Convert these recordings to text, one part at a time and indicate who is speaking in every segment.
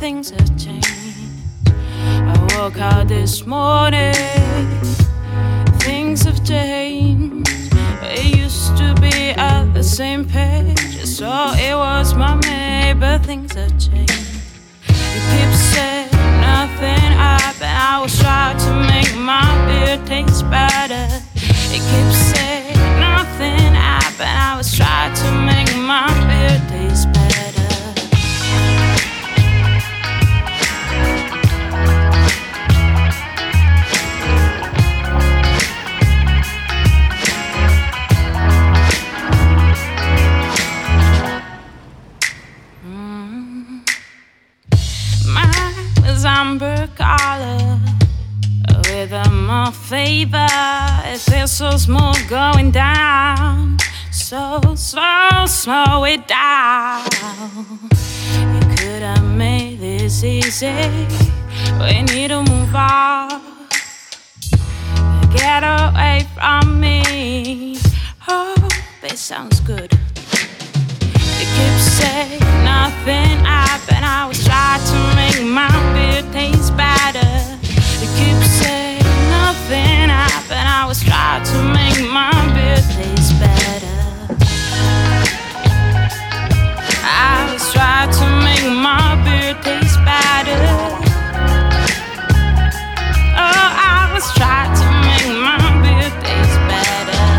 Speaker 1: things have changed. I woke out this morning, things have changed. We used to be at the same page, so it was my mate, but things have changed. You keep saying nothing happened, I was trying to make my beer taste better. You keep saying nothing happened, I was trying to make my beer taste better. Amber collar with a more flavor. It feels so smooth going down, so slow, slow it down. You could have made this easy. We need to move on, get away from me. Oh, this sounds good. You keep saying nothing happened, I was trying to make my beer taste better. You keep saying nothing happened, I was trying to make my beer taste better. I was trying to make my beer taste better. Oh, I was trying to make my beer taste better.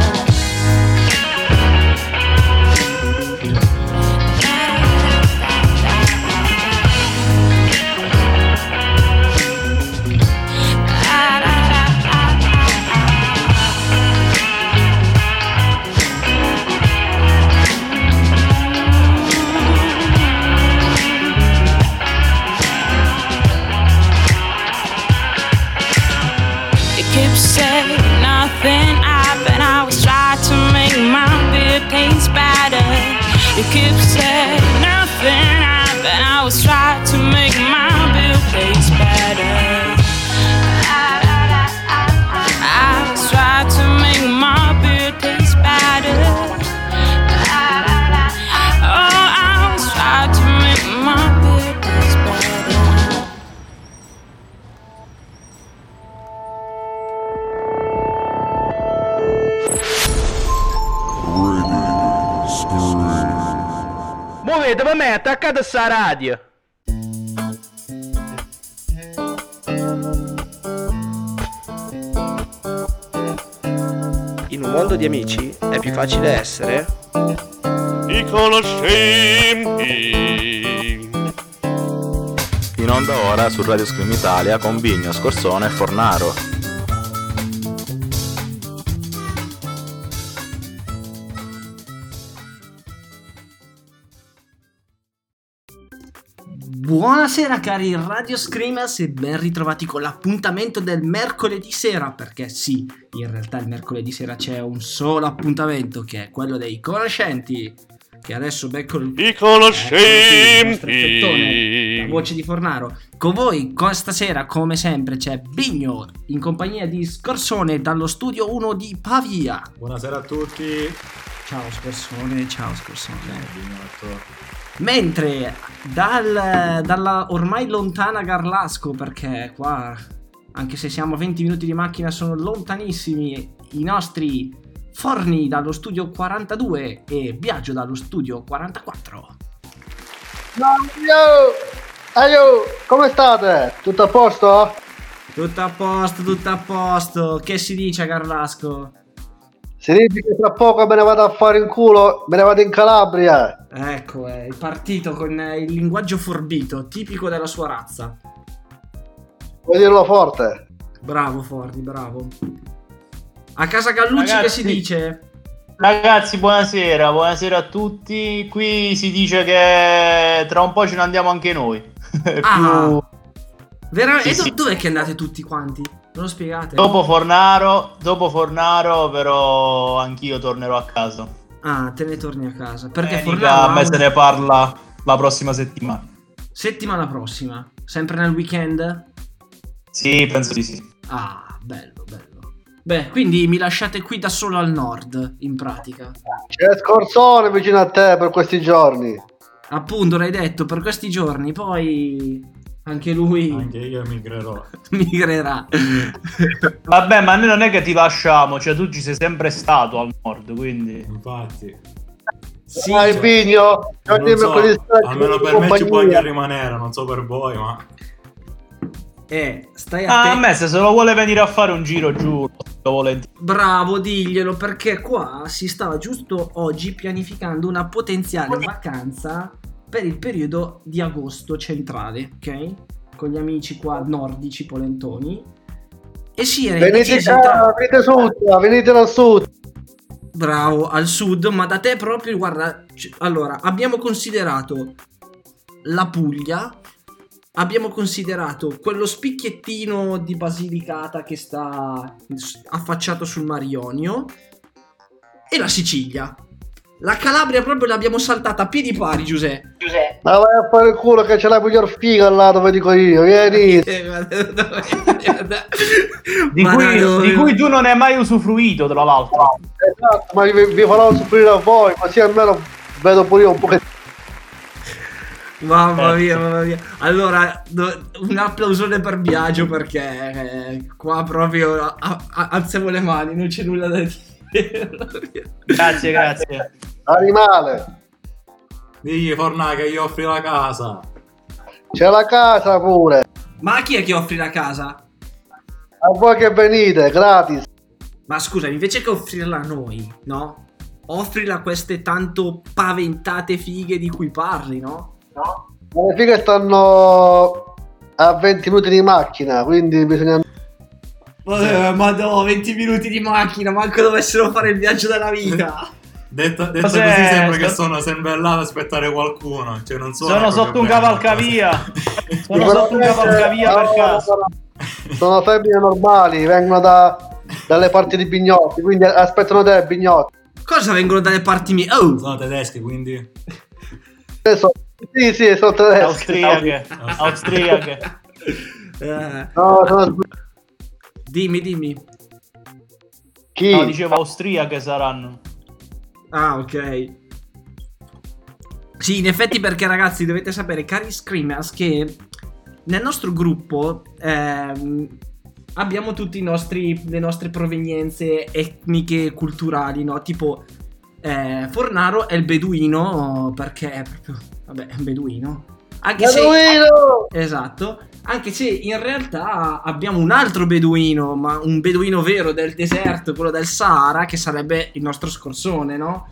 Speaker 1: Nothing happened, I was trying to make my beer taste better. You keep saying nothing happened, I was trying to make my beer taste better. I was trying to make my beer taste better. Oh, I was trying to make my beer taste better.
Speaker 2: Muovete per me, attaccate sta radio. In un mondo di amici è più facile essere
Speaker 3: i conoscenti.
Speaker 4: In onda ora su Radio Scream Italia con Bigno, Scorsone e Fornaro.
Speaker 5: Buonasera cari Radio Screamers e ben ritrovati con l'appuntamento del mercoledì sera, perché sì, in realtà il mercoledì sera c'è un solo appuntamento che è quello dei conoscenti, che adesso becco
Speaker 3: i conoscenti,
Speaker 5: la voce di Fornaro. Con voi stasera come sempre c'è Bigno in compagnia di Scorsone dallo studio 1 di Pavia.
Speaker 6: Buonasera a tutti.
Speaker 5: Ciao Scorsone, ciao Scorsone. Mentre dalla ormai lontana Garlasco, perché qua, anche se siamo a 20 minuti di macchina, sono lontanissimi i nostri Forni dallo studio 42 e Biagio dallo studio 44.
Speaker 7: Aio, come state? Tutto a posto?
Speaker 5: Tutto a posto. Che si dice Garlasco?
Speaker 7: Si dice che tra poco me ne vado a fare in culo, me ne vado in Calabria.
Speaker 5: Ecco, è partito con il linguaggio forbito, tipico della sua razza.
Speaker 7: Vuoi dirlo forte?
Speaker 5: Bravo Forni, bravo. A casa Gallucci, ragazzi, che si dice?
Speaker 8: Ragazzi, buonasera a tutti. Qui si dice che tra un po' ce ne andiamo anche noi.
Speaker 5: Veramente?
Speaker 8: Sì,
Speaker 5: e dov'è che andate tutti quanti? Me lo spiegate?
Speaker 8: Dopo Fornaro, però anch'io tornerò a casa.
Speaker 5: Ah, te ne torni a casa. Perché
Speaker 8: Fornaro a me se ne parla la prossima settimana.
Speaker 5: Settimana prossima? Sempre nel weekend?
Speaker 8: Sì, penso di sì.
Speaker 5: Ah, bello. Beh, quindi mi lasciate qui da solo al nord, in pratica.
Speaker 7: C'è Scorsone vicino a te per questi giorni.
Speaker 5: Appunto, l'hai detto, per questi giorni, poi anche lui
Speaker 6: Anche io migrerò.
Speaker 5: migrerà.
Speaker 8: Vabbè, ma noi non è che ti lasciamo, cioè tu ci sei sempre stato al nord, quindi...
Speaker 6: Infatti.
Speaker 5: Sì,
Speaker 7: Dai,
Speaker 5: cioè,
Speaker 7: Pigno,
Speaker 6: Non so, almeno per me ci può anche rimanere, non so per voi, ma...
Speaker 5: stai
Speaker 8: Ah, a
Speaker 5: attento.
Speaker 8: me se lo vuole venire a fare un giro, giuro, lo volentieri.
Speaker 5: Bravo, diglielo, perché qua si stava giusto oggi pianificando una potenziale vacanza per il periodo di agosto centrale, ok? Con gli amici qua nordici polentoni. E si era
Speaker 7: Venite
Speaker 5: indeciso
Speaker 7: qua, venite da sud.
Speaker 5: Bravo, al sud, ma da te proprio, guarda, allora, abbiamo considerato la Puglia, abbiamo considerato quello spicchiettino di Basilicata che sta affacciato sul Mar Ionio e la Sicilia. La Calabria proprio l'abbiamo saltata a piedi pari, Giuseppe.
Speaker 7: Ma vai a fare il culo che c'è la miglior figa là dove dico io, vieni.
Speaker 8: Di cui tu non hai mai usufruito, tra l'altro.
Speaker 7: Esatto, ma vi farò soffrire a voi, così almeno vedo pure io un pochettino.
Speaker 5: Mamma mia. Allora, un applausone per Biagio perché qua proprio alziamo le mani, non c'è nulla da dire.
Speaker 8: Grazie.
Speaker 7: Animale,
Speaker 6: Digli Fornà che gli offri la casa.
Speaker 7: c'è la casa pure.
Speaker 5: Ma a chi è che offri la casa?
Speaker 7: A voi che venite, gratis.
Speaker 5: Ma scusami, invece che offrirla a noi, no? Offrila a queste tanto paventate fighe di cui parli, no?
Speaker 7: Ma le fighe stanno a 20 minuti di macchina, quindi bisogna...
Speaker 5: Ma no, 20 minuti di macchina, manco dovessero fare il viaggio della vita.
Speaker 6: Detto così
Speaker 8: Cos'è?
Speaker 6: sembra che sono sempre là ad aspettare qualcuno. Cioè non
Speaker 8: Sono sotto un cavalcavia. Sono sotto un cavalcavia per caso.
Speaker 7: Sono femmine normali, vengono dalle parti di Bignotti, quindi aspettano te, Bignotti.
Speaker 5: Cosa vengono dalle parti mie? Oh!
Speaker 6: Sono tedeschi, quindi...
Speaker 7: Sì, sono tedeschi.
Speaker 8: Austriache.
Speaker 7: No, sono...
Speaker 5: Dimmi.
Speaker 7: Chi?
Speaker 8: No, dicevo austriache saranno.
Speaker 5: Ah, ok. Sì, in effetti, perché ragazzi dovete sapere, cari Screamers, che nel nostro gruppo abbiamo tutti le nostre provenienze etniche e culturali, no? Tipo Fornaro è il beduino perché è proprio, vabbè, è un beduino. Anche se, esatto, anche se in realtà abbiamo un altro beduino, ma un beduino vero del deserto, quello del Sahara, che sarebbe il nostro scorsone, no?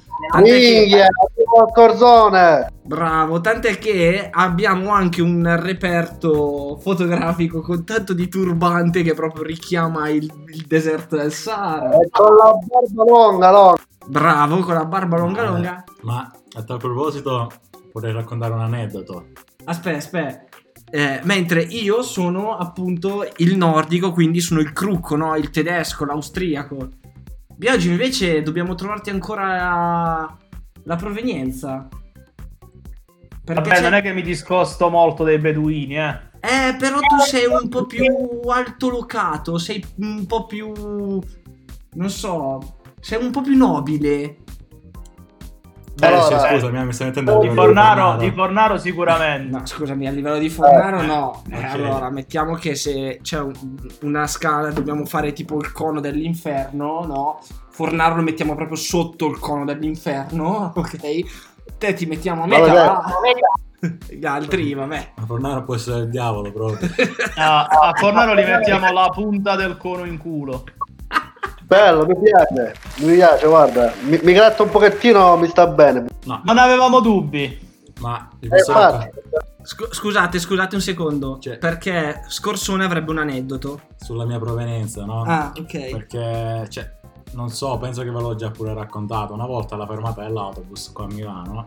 Speaker 7: Corzone.
Speaker 5: Bravo, tant'è che abbiamo anche un reperto fotografico con tanto di turbante che proprio richiama il deserto del Sahara.
Speaker 7: E con la barba longa.
Speaker 5: Bravo, con la barba longa.
Speaker 6: Ma a tal proposito vorrei raccontare un aneddoto.
Speaker 5: Aspetta. Mentre io sono appunto il nordico, quindi sono il crucco, no? Il tedesco, l'austriaco. Biagio, invece dobbiamo trovarti ancora la provenienza. Perché
Speaker 8: Vabbè, non è che mi discosto molto dei beduini,
Speaker 5: però tu sei un po' più altolocato, sei un po' più... non so, sei un po' più nobile.
Speaker 7: Allora,
Speaker 6: Scusami, mi stai mettendo
Speaker 8: di Fornaro sicuramente.
Speaker 5: No, scusami, a livello di Fornaro no.
Speaker 6: ok.
Speaker 5: Allora, mettiamo che se c'è una scala, dobbiamo fare tipo il cono dell'inferno, no? Fornaro lo mettiamo proprio sotto il cono dell'inferno, ok? Te ti mettiamo a metà. Gli altri, vabbè.
Speaker 6: Ma Fornaro può essere il diavolo proprio.
Speaker 8: A Fornaro li mettiamo la punta del cono in culo.
Speaker 7: bello, mi piace, guarda. Mi gratta un pochettino, mi sta bene.
Speaker 6: No,
Speaker 8: Non avevamo dubbi.
Speaker 6: ma
Speaker 7: Infatti,
Speaker 5: Scusate un secondo,
Speaker 6: Cioè-
Speaker 5: perché Scorsone avrebbe un aneddoto.
Speaker 6: sulla mia provenienza, no?
Speaker 5: Ah, ok.
Speaker 6: Perché, cioè, non so, penso che ve l'ho già pure raccontato. Una volta alla fermata dell'autobus qua a Milano,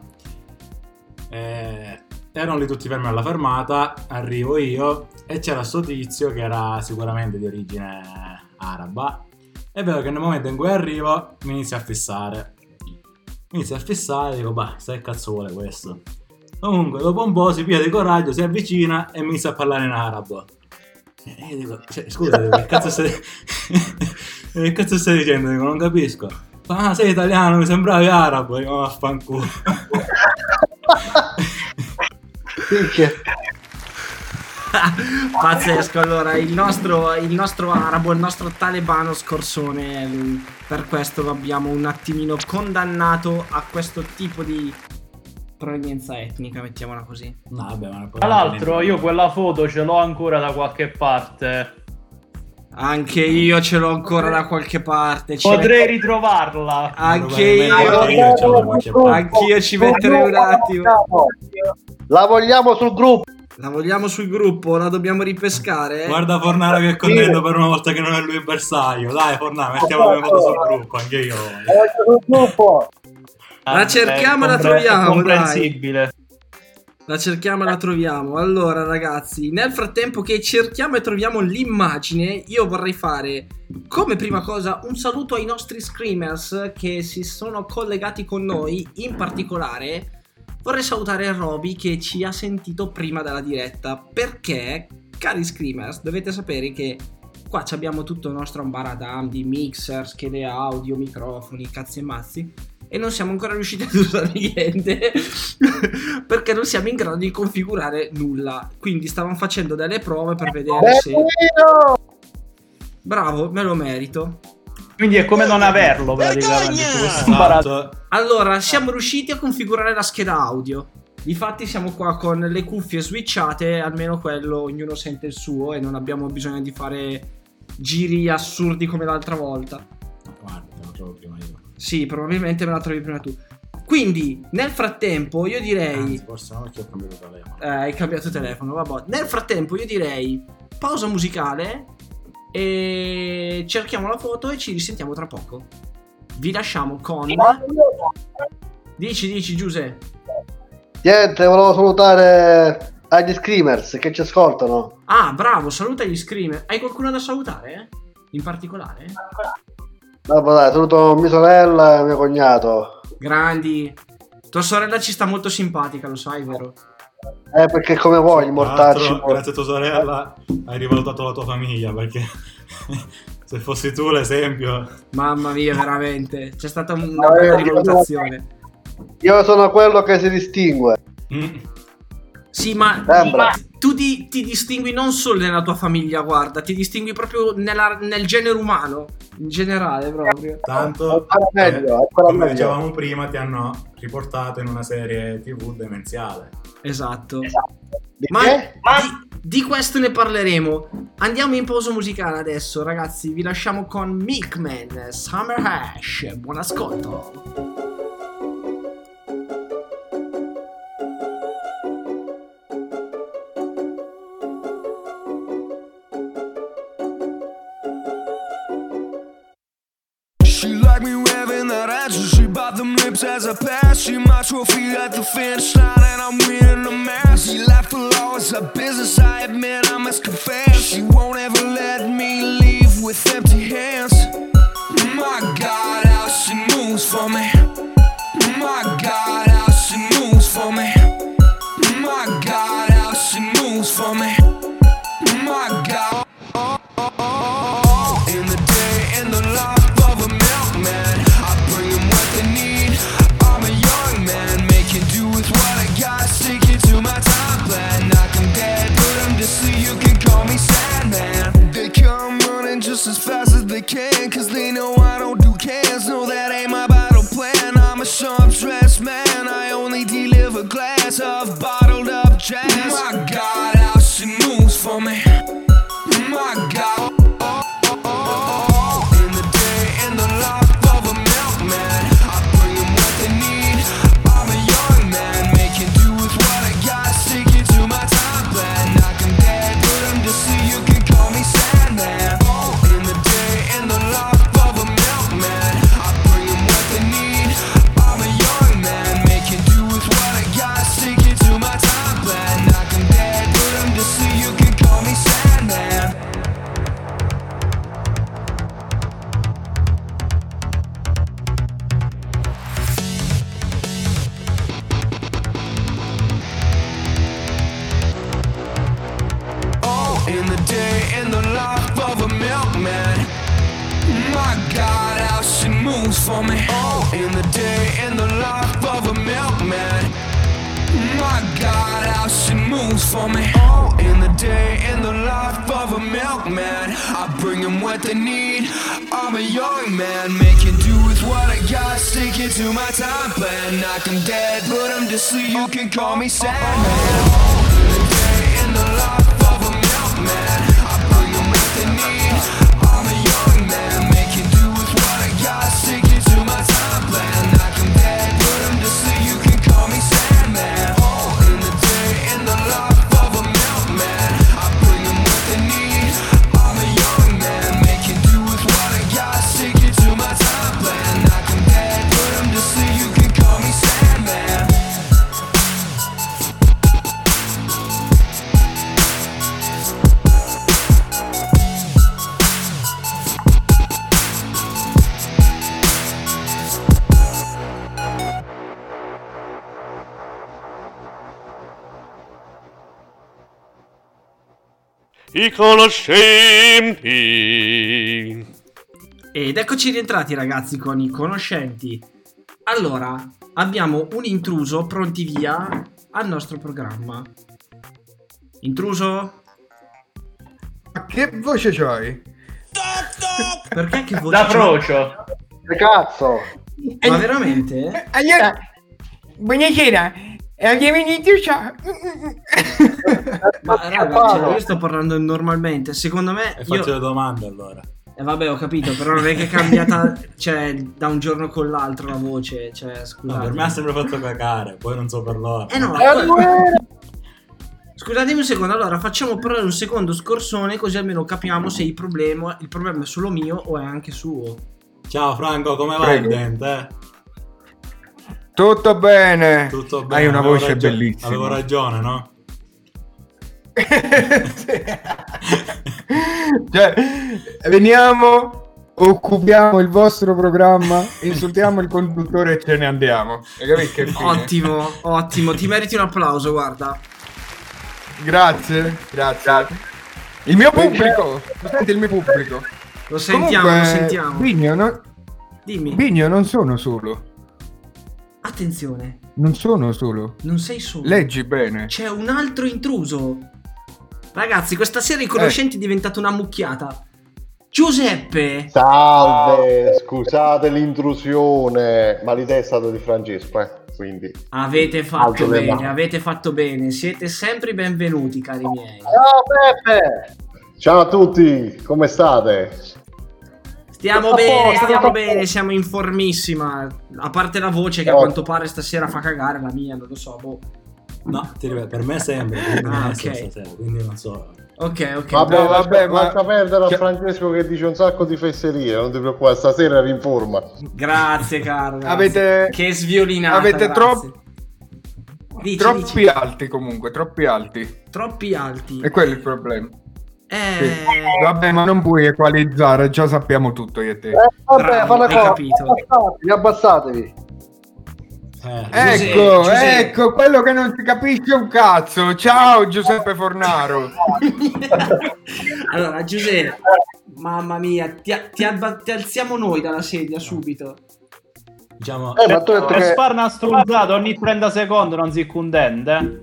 Speaker 6: erano lì tutti fermi alla fermata, arrivo io e c'era sto tizio che era sicuramente di origine araba. E vedo che nel momento in cui arrivo mi inizia a fissare. Dico, bah, sai che cazzo vuole questo? Comunque, dopo un po' si piglia di coraggio, si avvicina e mi inizia a parlare in arabo. E io dico, cioè, scusa, che cazzo stai dicendo? Dico, non capisco. Sei italiano, mi sembravi arabo. Dico, vaffanculo.
Speaker 5: Pazzesco. Allora il nostro arabo, il nostro talebano scorsone, per questo lo abbiamo un attimino condannato a questo tipo di provenienza etnica, mettiamola così.
Speaker 6: No, vabbè, ma
Speaker 8: Tra l'altro io quella foto ce l'ho ancora da qualche parte.
Speaker 5: Anche io ce l'ho ancora da qualche parte.
Speaker 8: Potrei ritrovarla.
Speaker 5: Anch'io ci metterei un attimo.
Speaker 7: La vogliamo sul gruppo.
Speaker 5: La vogliamo sul gruppo, la dobbiamo ripescare.
Speaker 6: Guarda Fornaro che è contento per una volta che non è lui il bersaglio. Dai Fornaro, mettiamo le foto sul gruppo, anche io.
Speaker 7: Sul gruppo.
Speaker 5: La cerchiamo e la troviamo,
Speaker 8: comprensibile.
Speaker 5: dai. La cerchiamo e la troviamo. Allora ragazzi, nel frattempo che cerchiamo e troviamo l'immagine, io vorrei fare come prima cosa un saluto ai nostri screamers che si sono collegati con noi. In particolare vorrei salutare Roby che ci ha sentito prima della diretta, perché cari screamers dovete sapere che qua abbiamo tutto il nostro ambaradam di mixer, schede audio, microfoni, cazzi e mazzi, e non siamo ancora riusciti ad usare niente perché non siamo in grado di configurare nulla. Quindi stavamo facendo delle prove per vedere se... Bravo, me lo merito.
Speaker 8: Quindi è come non averlo praticamente.
Speaker 6: Esatto.
Speaker 5: Allora, siamo riusciti a configurare la scheda audio. Difatti siamo qua con le cuffie switchate, almeno quello ognuno sente il suo e non abbiamo bisogno di fare giri assurdi come l'altra volta.
Speaker 6: Guarda, te lo trovo prima io.
Speaker 5: Sì, probabilmente me la trovi prima tu. Quindi, nel frattempo, io direi...
Speaker 6: Forse no, perché ho cambiato telefono.
Speaker 5: Hai cambiato telefono, vabbè. Nel frattempo, io direi pausa musicale e cerchiamo la foto e ci risentiamo tra poco. Vi lasciamo con... Dici, Giuseppe.
Speaker 7: Niente, volevo salutare agli screamers che ci ascoltano.
Speaker 5: Ah, bravo, saluta gli screamer. Hai qualcuno da salutare? In particolare?
Speaker 7: Vabbè, dai, saluto mia sorella e mio cognato.
Speaker 5: Grandi. Tua sorella ci sta molto simpatica, lo sai, vero?
Speaker 7: Perché come vuoi, mortacci.
Speaker 6: Grazie a tua sorella hai rivalutato la tua famiglia, perché se fossi tu l'esempio...
Speaker 5: Mamma mia, veramente. C'è stata una bella rivalutazione.
Speaker 7: Io sono quello che si distingue.
Speaker 5: Sì, ma tu ti distingui non solo nella tua famiglia, guarda, ti distingui proprio nel genere umano, in generale proprio.
Speaker 6: Tanto,
Speaker 7: meglio.
Speaker 6: come dicevamo prima, ti hanno riportato in una serie TV demenziale.
Speaker 5: Esatto.
Speaker 7: Ma
Speaker 5: di questo ne parleremo. Andiamo in pausa musicale adesso, ragazzi. Vi lasciamo con Milkman, Summer Hash. Buon ascolto.
Speaker 9: As I pass, she my trophy at the finish line, and I'm winning the match. She laughed for hours, a business I admit, I must confess. She won't ever let me leave with empty hands. My God, how she moves for me. My God, how she moves for me. My God, how she moves for me. My God. In the day, in the life of a milkman, I bring them what they need. I'm a young man, making do with what I got. Sticking to my time plan. Knock 'em dead, put 'em to sleep. You can call me Sandman. They come running just as fast as they can, cause they know I don't do cans. No, that ain't my battle plan. I'm a sharp dressed man. I only deliver glass of bottled up jazz. My God, how she moves for me. My God. In the day, in the life of a milkman, I bring them what they need. I'm a young man, making do with what I got. Sticking to my time plan. Knock 'em dead, put 'em to sleep. You can call me Sandman. In the day, in the life of a milkman, I bring them what they need. I'm a young man, making do with what I got. Sticking to my time plan. Knock 'em dead, put 'em to sleep. You can call me Sandman. In the day, in the life of a milkman. My God, how she moves for me. In the day, in the life of a milkman. My God, how she moves for me. Oh, in the day, in the life of a milkman, I bring them what they need. I'm a young man, making do with what I got. Sticking to my time plan. Knock them dead, put them to sleep. You can call me Sandman. Oh, in the day, in the life of a milkman, I bring them what they need. I'm a young man, making do with what I got. Sticking to my time plan. Knock them dead, put them to sleep. You can call me Sandman. Oh, in the day, in the life of a milkman, I bring them what they need. I'm a young man, making do with what I got. Sticking to my time plan. Knock them dead, put them to sleep. You can call me Sandman.
Speaker 3: I conoscenti.
Speaker 5: Ed eccoci rientrati ragazzi con i conoscenti. Allora, abbiamo un intruso pronti via al nostro programma. Intruso?
Speaker 10: Ma che voce c'hai?
Speaker 5: Perché che voce
Speaker 8: Da
Speaker 5: c'ha?
Speaker 8: frocio.
Speaker 7: Che cazzo?
Speaker 5: Ma veramente?
Speaker 10: Buonasera. Abbiamo iniziato.
Speaker 5: Ma raga, cioè, io sto parlando normalmente. Secondo me
Speaker 6: E faccio le domande allora.
Speaker 5: vabbè, ho capito, però non è che è cambiata, cioè, da un giorno con l'altro la voce, cioè, scusate.
Speaker 6: No, per me ha sempre fatto cagare, poi non so per loro.
Speaker 5: No, scusatemi un secondo, allora facciamo parlare un secondo scorsone così almeno capiamo se il problema è solo mio o è anche suo.
Speaker 6: Ciao Franco, come va il dente?
Speaker 10: Tutto bene.
Speaker 6: Tutto bene.
Speaker 10: Hai una
Speaker 6: Avevo
Speaker 10: voce bellissima.
Speaker 6: Avevo ragione, no?
Speaker 10: Cioè, veniamo, occupiamo il vostro programma, insultiamo il conduttore e ce ne andiamo. Hai capito che fine?
Speaker 5: Ottimo, ti meriti un applauso, guarda.
Speaker 10: Grazie. Il mio pubblico, lo senti il mio pubblico?
Speaker 5: Lo sentiamo.
Speaker 10: Vigno,
Speaker 5: Dimmi.
Speaker 10: Vigno, non sono solo.
Speaker 5: Attenzione,
Speaker 10: Non sono solo.
Speaker 5: non sei solo.
Speaker 10: Leggi bene.
Speaker 5: C'è un altro intruso. Ragazzi, questa sera i conoscenti è diventata una mucchiata. Giuseppe.
Speaker 11: Salve, scusate l'intrusione, ma l'idea è stata di Francesco, quindi
Speaker 5: Avete fatto bene. Siete sempre benvenuti, cari miei.
Speaker 7: Ciao Peppe!
Speaker 11: ciao a tutti, come state?
Speaker 5: Stiamo bene, siamo in formissima. A parte la voce che a quanto pare stasera fa cagare, la mia, non lo so, boh.
Speaker 6: No, ti ripeto, per me sembra, quindi non è stasera, quindi non so.
Speaker 5: Ok.
Speaker 11: Vabbè, lascia perdere a Francesco che dice un sacco di fesserie, non ti preoccupare, stasera eri in forma.
Speaker 5: Grazie, caro.
Speaker 10: Avete...
Speaker 5: Che sviolinata.
Speaker 10: Avete
Speaker 5: troppi
Speaker 10: alti comunque, troppi alti.
Speaker 5: Troppi alti.
Speaker 10: E quello è il problema. Sì. Vabbè, ma non puoi equalizzare, già sappiamo tutto io e te.
Speaker 7: Vabbè,
Speaker 5: Bravo, hai capito.
Speaker 7: Abbassatevi.
Speaker 10: Ecco, quello che non si capisce un cazzo. Ciao Giuseppe Fornaro.
Speaker 5: Allora, Giuseppe, mamma mia, ti alziamo noi dalla sedia subito.
Speaker 6: Diciamo,
Speaker 7: ma tu hai detto
Speaker 8: Per
Speaker 7: che...
Speaker 8: fare una stronzata ogni 30 secondi non si contende.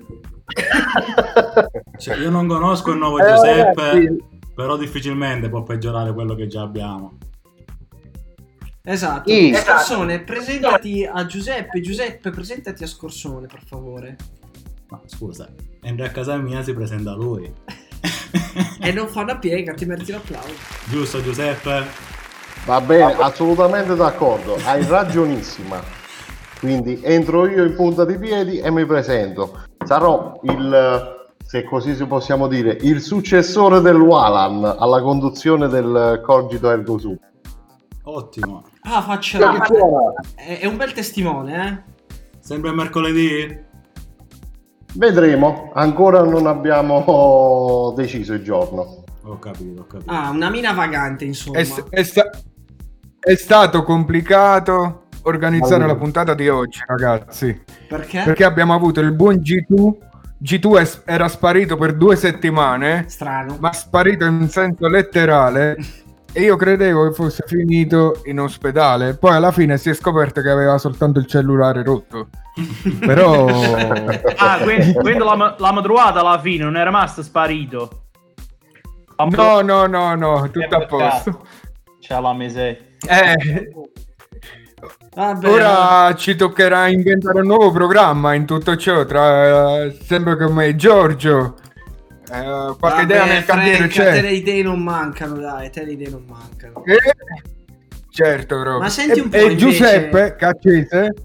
Speaker 6: cioè, io non conosco il nuovo Giuseppe,
Speaker 7: ragazzi.
Speaker 6: però difficilmente può peggiorare quello che già abbiamo.
Speaker 5: Esatto. Scorsone, presentati a Giuseppe. Giuseppe, presentati a Scorsone, per favore.
Speaker 6: Ma scusa, entra a casa mia, si presenta lui.
Speaker 5: E non fa una piega, ti meriti l'applauso.
Speaker 6: Giusto Giuseppe?
Speaker 11: Va bene, assolutamente d'accordo, hai ragionissima. Quindi entro io in punta di piedi e mi presento. Sarò se così si possiamo dire, il successore del Walan alla conduzione del Cogito Ergo Sum.
Speaker 6: Ottimo.
Speaker 5: Ah, faccio. È un bel testimone, eh?
Speaker 6: Sempre mercoledì?
Speaker 11: Vedremo, ancora non abbiamo deciso il giorno.
Speaker 6: Ho capito.
Speaker 5: Ah, una mina vagante, insomma.
Speaker 10: È stato complicato organizzare la puntata di oggi, ragazzi.
Speaker 5: Perché?
Speaker 10: Perché abbiamo avuto il buon G2 era sparito per 2 settimane.
Speaker 5: Strano.
Speaker 10: Ma sparito in senso letterale. E io credevo che fosse finito in ospedale. Poi alla fine si è scoperto che aveva soltanto il cellulare rotto. Però...
Speaker 2: quindi l'hanno trovata alla fine, non è rimasto sparito.
Speaker 10: No, tutto a posto.
Speaker 8: C'è la mese.
Speaker 5: Vabbè,
Speaker 10: Ora ci toccherà inventare un nuovo programma in tutto ciò, tra sempre con me e Giorgio. Qualche idea nel cantiere c'è?
Speaker 5: Te le idee non mancano, dai,
Speaker 10: Certo, proprio.
Speaker 5: Ma senti un po'
Speaker 10: e
Speaker 5: invece...
Speaker 10: Giuseppe Caccese...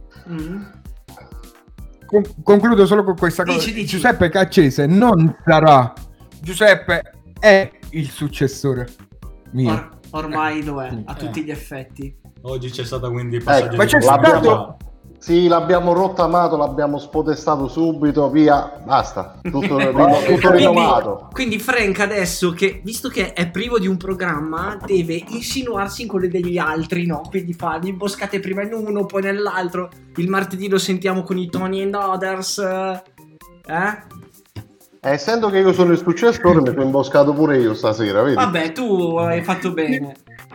Speaker 10: concludo solo con questa cosa.
Speaker 5: Dici.
Speaker 10: Giuseppe Caccese non sarà. Giuseppe è il successore mio.
Speaker 5: Ormai lo è, a tutti gli effetti.
Speaker 6: Oggi c'è stato quindi il passaggio
Speaker 10: ma c'è stato...
Speaker 11: Sì, l'abbiamo rottamato, l'abbiamo spodestato subito, via, basta, tutto rinnovato.
Speaker 5: Quindi Frank adesso, che visto che è privo di un programma, deve insinuarsi in quello degli altri, no? Quindi fa le imboscate prima in uno, poi nell'altro. Il martedì lo sentiamo con i Tony and Others.
Speaker 11: Essendo che io sono il successore, mi sono imboscato pure io stasera, vedi?
Speaker 5: Vabbè, tu hai fatto bene.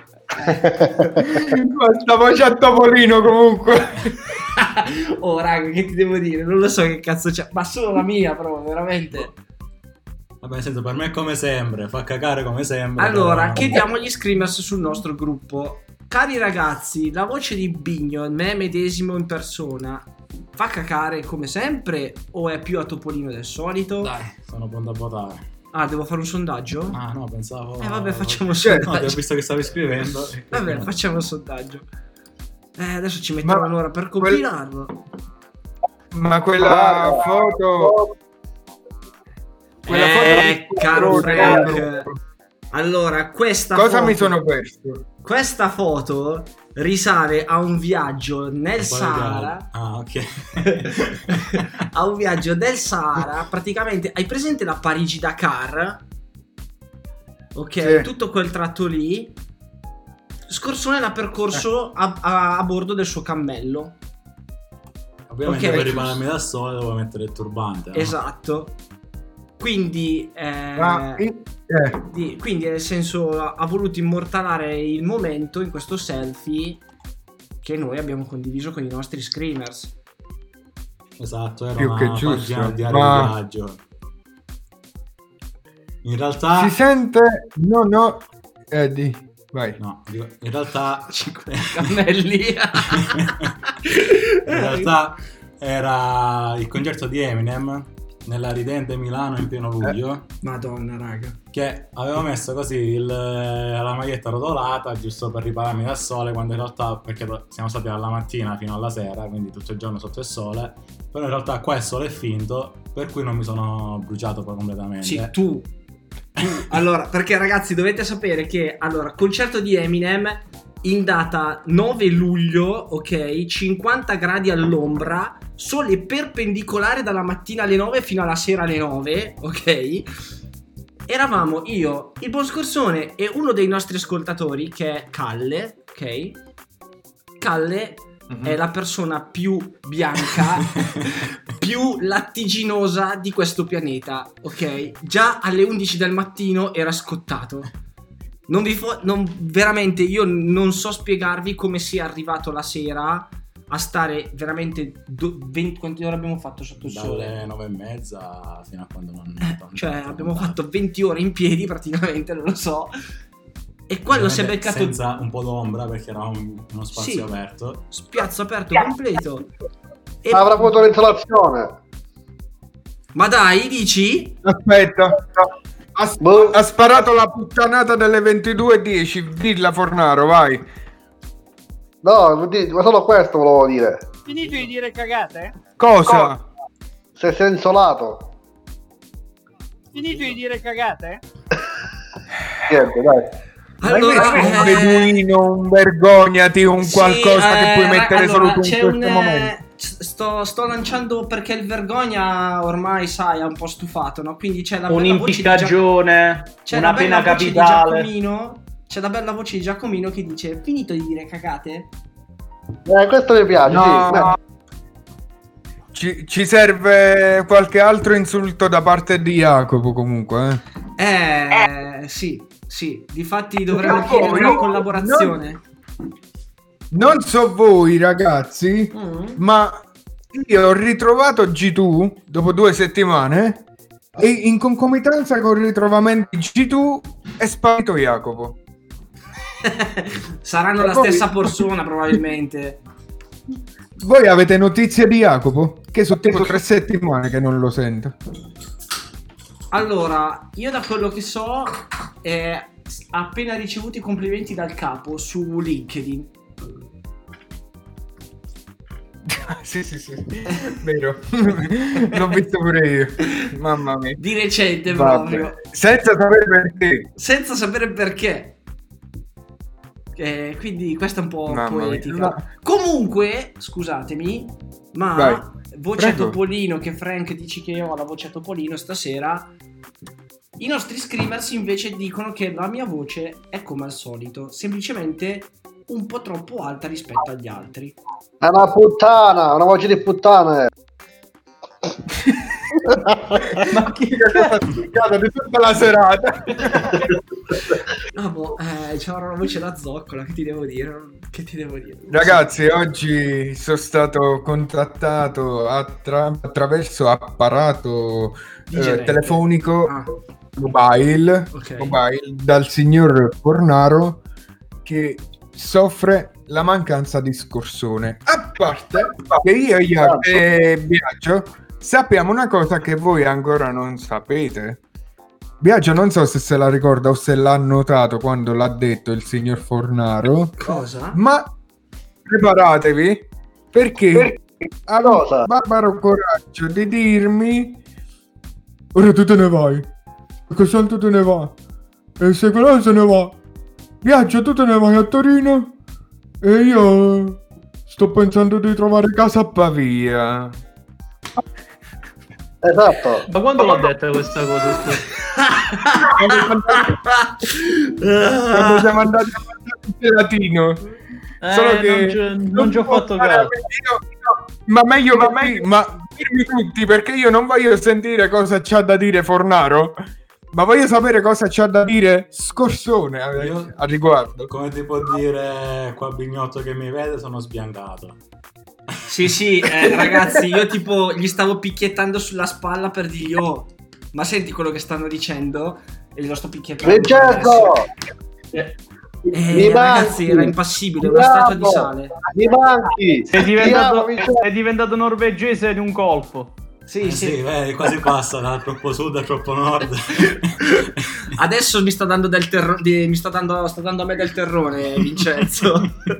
Speaker 10: Stavo già a Topolino comunque.
Speaker 5: Oh raga, che ti devo dire? Non lo so che cazzo c'è, ma solo la mia, però veramente.
Speaker 6: Vabbè, nel senso, per me è come sempre, fa cagare come sempre.
Speaker 5: Allora,
Speaker 6: però...
Speaker 5: chiediamo agli screamers sul nostro gruppo. Cari ragazzi, la voce di Bigno, me medesimo in persona, fa cacare come sempre o è più a Topolino del solito?
Speaker 6: Dai, sono pronto a votare.
Speaker 5: Ah, devo fare un sondaggio?
Speaker 6: Ah no, pensavo...
Speaker 5: vabbè, facciamo un sondaggio.
Speaker 6: No, ti ho visto che stavi scrivendo.
Speaker 5: Vabbè, facciamo un sondaggio. Adesso ci mettiamo un'ora per compilarlo.
Speaker 10: Ma quella foto...
Speaker 5: Caro Frank. Allora, questa
Speaker 10: cosa
Speaker 5: foto...
Speaker 10: mi sono perso?
Speaker 5: Questa foto risale a un viaggio nel Sahara.
Speaker 6: Ah, ok.
Speaker 5: A un viaggio del Sahara. Praticamente, hai presente la Parigi-Dakar? Ok,
Speaker 10: sì.
Speaker 5: Tutto quel tratto lì. Scorsone l'ha percorso a bordo del suo cammello.
Speaker 6: Ovviamente per ripararmi da sole devo mettere il turbante, no?
Speaker 5: Esatto. Quindi quindi nel senso ha voluto immortalare il momento in questo selfie che noi abbiamo condiviso con i nostri screamers.
Speaker 6: Esatto, era
Speaker 10: più
Speaker 6: una
Speaker 10: che giusto,
Speaker 6: pagina di viaggio. In realtà
Speaker 10: si sente Eddie, vai.
Speaker 6: No, dico, in realtà
Speaker 5: 5 cammelli.
Speaker 6: In realtà era il concerto di Eminem nella ridente Milano in pieno luglio.
Speaker 5: Madonna raga,
Speaker 6: che avevo messo così la maglietta rotolata giusto per ripararmi dal sole, quando in realtà, perché siamo stati dalla mattina fino alla sera, quindi tutto il giorno sotto il sole, però in realtà qua il sole è finto, per cui non mi sono bruciato poi completamente.
Speaker 5: Sì, tu allora, perché ragazzi dovete sapere che allora concerto di Eminem in data 9 luglio, ok, 50 gradi all'ombra, sole perpendicolare dalla mattina alle 9 fino alla sera alle 9, ok? Eravamo io, il buon Scorsone e uno dei nostri ascoltatori che è Calle, ok? Calle è la persona più bianca, più lattiginosa di questo pianeta, ok? Già alle 11 del mattino era scottato. Veramente io non so spiegarvi come sia arrivato la sera a stare veramente 20, quante ore abbiamo fatto sotto il sole?
Speaker 6: Dalle 9:30 fino a quando non
Speaker 5: cioè abbiamo fatto 20 ore in piedi praticamente, non lo so. E quello si è beccato
Speaker 6: senza un po' d'ombra perché era uno spazio aperto,
Speaker 5: spiazzo aperto completo. E...
Speaker 7: avrà avuto l'insolazione.
Speaker 5: Ma dai, dici?
Speaker 10: Aspetta, ha sparato la puttanata delle 22:10. Dilla Fornaro, vai.
Speaker 7: No, ma solo questo volevo dire.
Speaker 2: Finito di dire cagate?
Speaker 10: Cosa?
Speaker 7: Se sei insolato.
Speaker 2: Finito di dire cagate?
Speaker 7: Niente, dai.
Speaker 5: Allora,
Speaker 10: un beduino, un vergognati, un qualcosa che puoi mettere solo tu in questo momento.
Speaker 5: Sto lanciando perché il vergogna ormai sai ha un po' stufato, no? Quindi c'è la
Speaker 8: un'impiccagione, una pena capitale.
Speaker 5: C'è la bella voce di Giacomino che dice: finito di dire cagate?
Speaker 7: Questo mi piace,
Speaker 10: no. Sì. Ci serve qualche altro insulto da parte di Jacopo comunque,
Speaker 5: Sì, Sì, difatti dovremmo chiedere una collaborazione.
Speaker 10: Non so voi ragazzi, ma io ho ritrovato G2 dopo 2 settimane e in concomitanza con il ritrovamento di G2 è sparito Jacopo.
Speaker 5: Saranno la stessa persona probabilmente.
Speaker 10: Voi avete notizie di Jacopo? Che sono tipo 3 settimane che non lo sento.
Speaker 5: Allora, io da quello che so ha appena ricevuto i complimenti dal capo su LinkedIn.
Speaker 10: Sì, vero. L'ho visto pure io. Mamma mia.
Speaker 5: Di recente
Speaker 10: Vabbè.
Speaker 5: proprio.
Speaker 10: Senza sapere perché.
Speaker 5: Senza sapere perché. Quindi questa è un po' poetica.
Speaker 10: No.
Speaker 5: Comunque, scusatemi, ma
Speaker 10: Vai.
Speaker 5: voce a
Speaker 10: Prego.
Speaker 5: Topolino, che Frank dici che io ho la voce a Topolino stasera. I nostri screamers invece dicono che la mia voce è come al solito, semplicemente un po' troppo alta rispetto agli altri.
Speaker 7: È una puttana, una voce di puttana.
Speaker 10: Ma chi è di tutta la serata?
Speaker 5: Ah boh, c'era una voce da zoccola, che ti devo dire?
Speaker 10: Ragazzi, oggi sono stato contattato attraverso apparato telefonico mobile dal signor Fornaro che soffre la mancanza di scorsone. A parte che io e Biagio sappiamo una cosa che voi ancora non sapete. Biagio non so se la ricorda o se l'ha notato quando l'ha detto il signor Fornaro.
Speaker 5: Cosa?
Speaker 10: Ma preparatevi perché ha barbaro coraggio di dirmi: ora tu te ne vai, perché tanto te ne va, e se quello se ne va, Biagio tu te ne vai a Torino e io sto pensando di trovare casa a Pavia.
Speaker 7: Esatto.
Speaker 2: Ma quando l'ho detta questa cosa?
Speaker 10: Quando siamo andati a mangiare il gelatino. Solo che
Speaker 2: non ci ho fatto caso.
Speaker 10: Ma meglio dirmi tutti, perché io non voglio sentire cosa c'ha da dire Fornaro, ma voglio sapere cosa c'ha da dire Scorsone a riguardo.
Speaker 6: Come ti può dire qua Bignotto che mi vede, sono sbiancato.
Speaker 5: Sì, ragazzi, io tipo gli stavo picchiettando sulla spalla per dirgli: oh, ma senti quello che stanno dicendo? E glielo sto picchiettando.
Speaker 7: Vincenzo!
Speaker 5: Ragazzi, era impassibile, una statua di sale.
Speaker 7: Mi manchi!
Speaker 2: Sei diventato norvegese di un colpo.
Speaker 5: Sì.
Speaker 6: Quasi passa da troppo sud a troppo nord.
Speaker 5: Adesso mi sta dando sta dando a me del terrone, Vincenzo.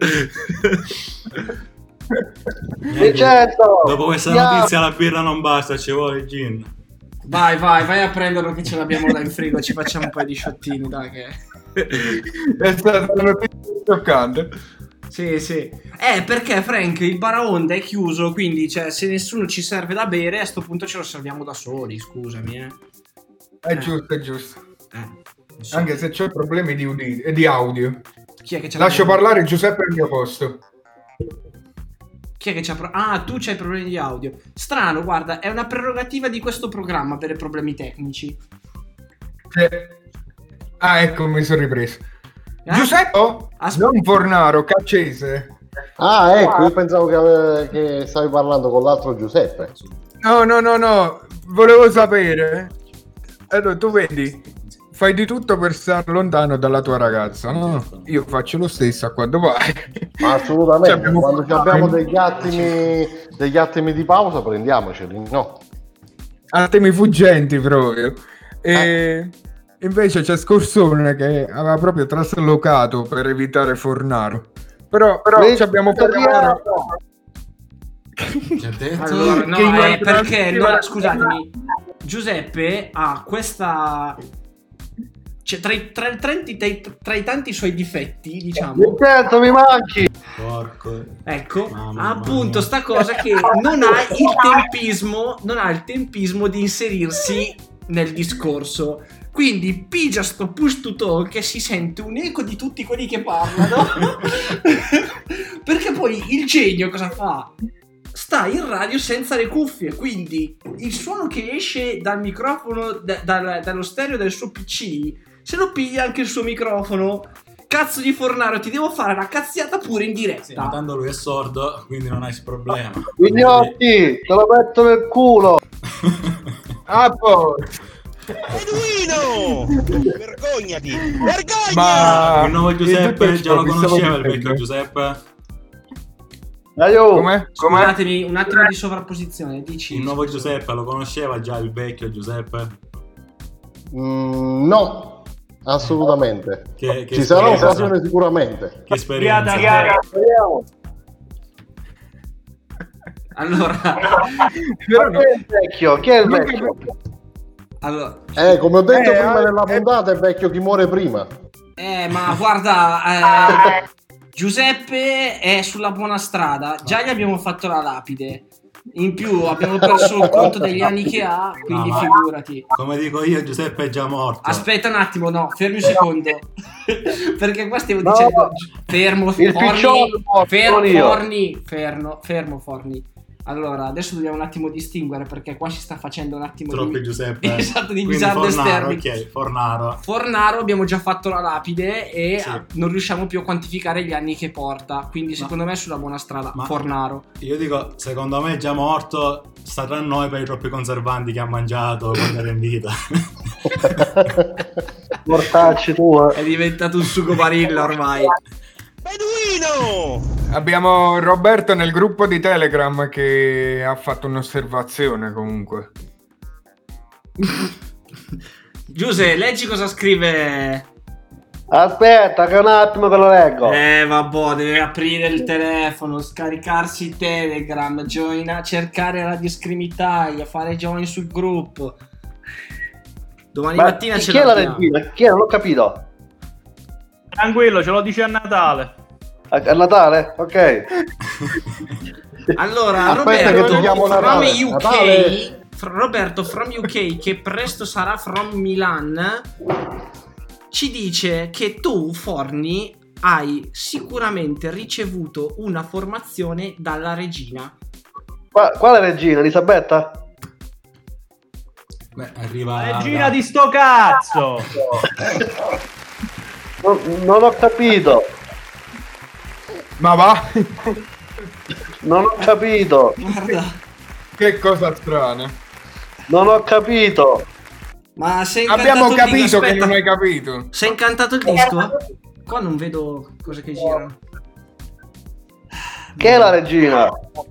Speaker 7: Vincenzo!
Speaker 6: Dopo questa notizia la birra non basta, ci vuole il gin.
Speaker 5: Vai a prenderlo che ce l'abbiamo là in frigo, ci facciamo un paio di sciottini, dai che...
Speaker 10: È stata una notizia scioccante.
Speaker 5: Sì. Perché Frank, il baraonda è chiuso, quindi cioè, se nessuno ci serve da bere, a sto punto ce lo serviamo da soli, scusami.
Speaker 10: È giusto.
Speaker 5: Sì.
Speaker 10: Anche se c'ho problemi di audio.
Speaker 5: Chi è che c'ha
Speaker 10: Lascio parlare Giuseppe al mio posto.
Speaker 5: Chi è che c'ha tu c'hai problemi di audio. Strano, guarda, è una prerogativa di questo programma avere problemi tecnici.
Speaker 10: Ecco, mi sono ripreso. Giuseppe, non Fornaro, Caccese.
Speaker 11: Ecco, io pensavo che stavi parlando con l'altro Giuseppe.
Speaker 10: No, volevo sapere. Allora, tu vedi, fai di tutto per stare lontano dalla tua ragazza, no? Io faccio lo stesso a quando vai.
Speaker 11: Assolutamente, quando abbiamo degli attimi di pausa prendiamoceli, no?
Speaker 10: Attimi fuggenti proprio. E invece c'è Scorsone che aveva proprio traslocato per evitare Fornaro. Però ci abbiamo parlato.
Speaker 5: Allora, no, perché scusatemi, Giuseppe ha questa, cioè, tra i tanti suoi difetti, diciamo,
Speaker 7: Certo, mi manchi.
Speaker 5: Porco. Ecco, ha appunto sta cosa che non ha il tempismo di inserirsi nel discorso. Quindi pigia sto push to talk che si sente un eco di tutti quelli che parlano. Perché poi il genio cosa fa? Sta in radio senza le cuffie, quindi il suono che esce dal microfono, dallo stereo del suo PC se no piglia anche il suo microfono. Cazzo di Fornaro, ti devo fare la cazziata pure in diretta.
Speaker 6: Sì, ma tanto lui è sordo, quindi non hai il problema.
Speaker 7: Pignotti, te lo metto nel culo.
Speaker 12: Beduino! Vergognati! Vergogna!
Speaker 6: Ma il nuovo Giuseppe già lo conosceva, il vecchio Giuseppe?
Speaker 10: Come?
Speaker 5: Scusatemi, un attimo di sovrapposizione, dici.
Speaker 6: Il nuovo Giuseppe lo conosceva già il vecchio Giuseppe?
Speaker 11: No, assolutamente.
Speaker 6: Che
Speaker 11: Ci sarà occasione sicuramente.
Speaker 6: Che esperienza.
Speaker 5: Allora,
Speaker 7: chi è il vecchio? Chi è il vecchio?
Speaker 5: Allora,
Speaker 11: come ho detto prima nella puntata, è vecchio chi muore prima.
Speaker 5: ma guarda, Giuseppe è sulla buona strada. Già gli abbiamo fatto la lapide. In più abbiamo perso il conto degli anni che ha, quindi
Speaker 6: No, ma
Speaker 5: figurati.
Speaker 6: come dico io, Giuseppe è già morto.
Speaker 5: Aspetta un attimo, no, fermi un secondo. Perché qua stiamo dicendo fermo, Forni. Allora, adesso dobbiamo un attimo distinguere, perché qua si sta facendo un attimo
Speaker 6: troppi Giuseppe.
Speaker 5: Esatto, di
Speaker 6: Quindi
Speaker 5: misunderstanding.
Speaker 6: ok, Fornaro.
Speaker 5: Fornaro abbiamo già fatto la lapide e
Speaker 6: Sì.
Speaker 5: non riusciamo più a quantificare gli anni che porta. Quindi secondo me è sulla buona strada. Fornaro.
Speaker 6: Io dico, secondo me è già morto, sta tra noi per i troppi conservanti che ha mangiato quando era in vita.
Speaker 7: Mortacci tu.
Speaker 5: È diventato un sugo barilla ormai.
Speaker 12: Beduino!
Speaker 10: Abbiamo Roberto nel gruppo di Telegram che ha fatto un'osservazione comunque.
Speaker 5: Giuse, leggi cosa scrive.
Speaker 7: Aspetta che un attimo che lo leggo.
Speaker 5: Vabbè, deve aprire il telefono, scaricarsi il Telegram, cercare Radio Scream Italia, fare join sul gruppo. Domani mattina ce
Speaker 7: chi è la
Speaker 5: l'abbiamo.
Speaker 7: regina? Chi è? Non ho capito.
Speaker 2: Tranquillo, ce lo dice a Natale.
Speaker 7: A Natale? Ok.
Speaker 5: Allora,
Speaker 11: Aspetta che ti chiamo Natale.
Speaker 5: Roberto from UK, che presto sarà from Milan, ci dice che tu, Forni, hai sicuramente ricevuto una formazione dalla regina.
Speaker 7: Quale regina? Elisabetta?
Speaker 6: Beh, arriva
Speaker 2: La regina di sto cazzo!
Speaker 7: Non ho capito.
Speaker 10: Ma va?
Speaker 7: Non ho capito.
Speaker 5: Guarda.
Speaker 10: Che cosa strana.
Speaker 7: Non ho capito.
Speaker 5: Ma sei
Speaker 10: Abbiamo
Speaker 5: incantato il
Speaker 10: capito
Speaker 5: disco?
Speaker 10: che
Speaker 5: Aspetta.
Speaker 10: non hai capito.
Speaker 5: Sei incantato il disco? Qua non vedo cose che girano.
Speaker 7: Che è la regina?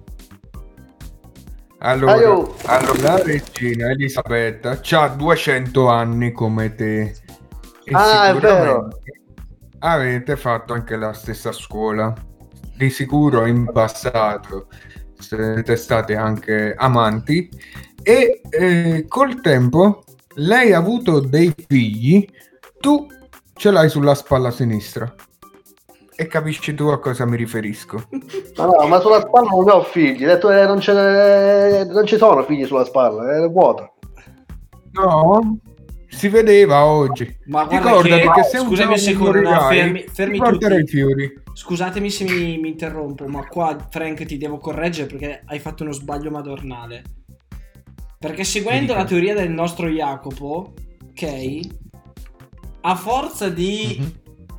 Speaker 10: Allora, la regina Elisabetta c'ha 200 anni come te. E
Speaker 7: È vero.
Speaker 10: avete fatto anche la stessa scuola. Di sicuro in passato siete state anche amanti e col tempo lei ha avuto dei figli, tu ce l'hai sulla spalla sinistra. E capisci tu a cosa mi riferisco?
Speaker 7: Ma sulla spalla non ho figli. Non ci sono figli sulla spalla, è vuota.
Speaker 10: No, si vedeva oggi.
Speaker 5: Ma guarda
Speaker 10: Ricordati che se
Speaker 5: scusami un
Speaker 10: giorno
Speaker 5: secondo, no,
Speaker 10: morirai,
Speaker 5: fermi
Speaker 10: ti porterai
Speaker 5: tutti.
Speaker 10: i fiori.
Speaker 5: Scusatemi se mi interrompo, ma qua Frank ti devo correggere perché hai fatto uno sbaglio madornale. Perché seguendo la teoria del nostro Jacopo, ok, a forza di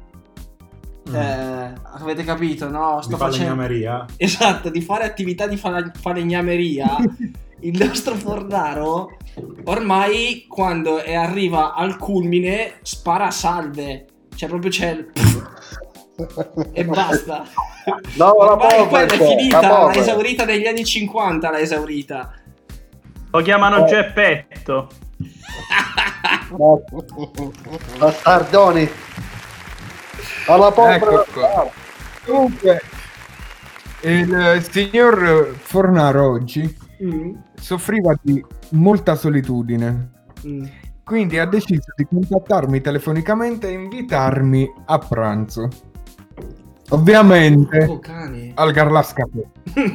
Speaker 5: avete capito, no?
Speaker 6: di falegnameria.
Speaker 5: Esatto, di fare attività di falegnameria. Il nostro Fornaro ormai quando arriva al culmine spara salve. Cioè proprio c'è e basta.
Speaker 7: No,
Speaker 5: ormai quella è finita, l'ha
Speaker 7: polvere.
Speaker 5: esaurita negli anni 50, l'ha esaurita.
Speaker 2: Lo chiamano Geppetto.
Speaker 7: Bastardoni. Alla polvere.
Speaker 10: Ecco qua. Comunque il signor Fornaro oggi soffriva di molta solitudine, quindi ha deciso di contattarmi telefonicamente e invitarmi a pranzo, ovviamente al Garlascapè.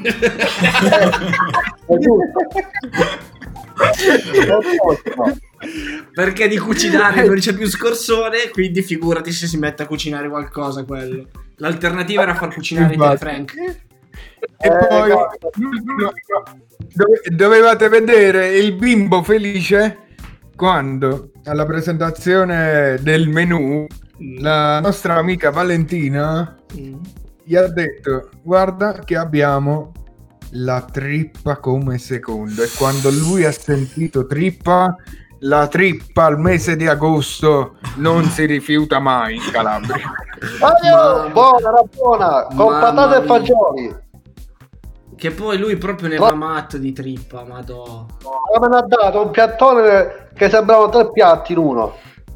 Speaker 5: Perché di cucinare non c'è più scorsone, quindi figurati se si mette a cucinare qualcosa quello. L'alternativa era far cucinare te, Frank.
Speaker 10: E poi dovevate vedere il bimbo felice quando alla presentazione del menù la nostra amica Valentina gli ha detto: guarda che abbiamo la trippa come secondo. E quando lui ha sentito trippa, la trippa al mese di agosto non si rifiuta mai in Calabria.
Speaker 7: Buona, con patate e fagioli.
Speaker 5: Che poi lui proprio ne va matto di trippa, madò.
Speaker 7: Me ne ha dato un piattone che sembravano 3 piatti in uno.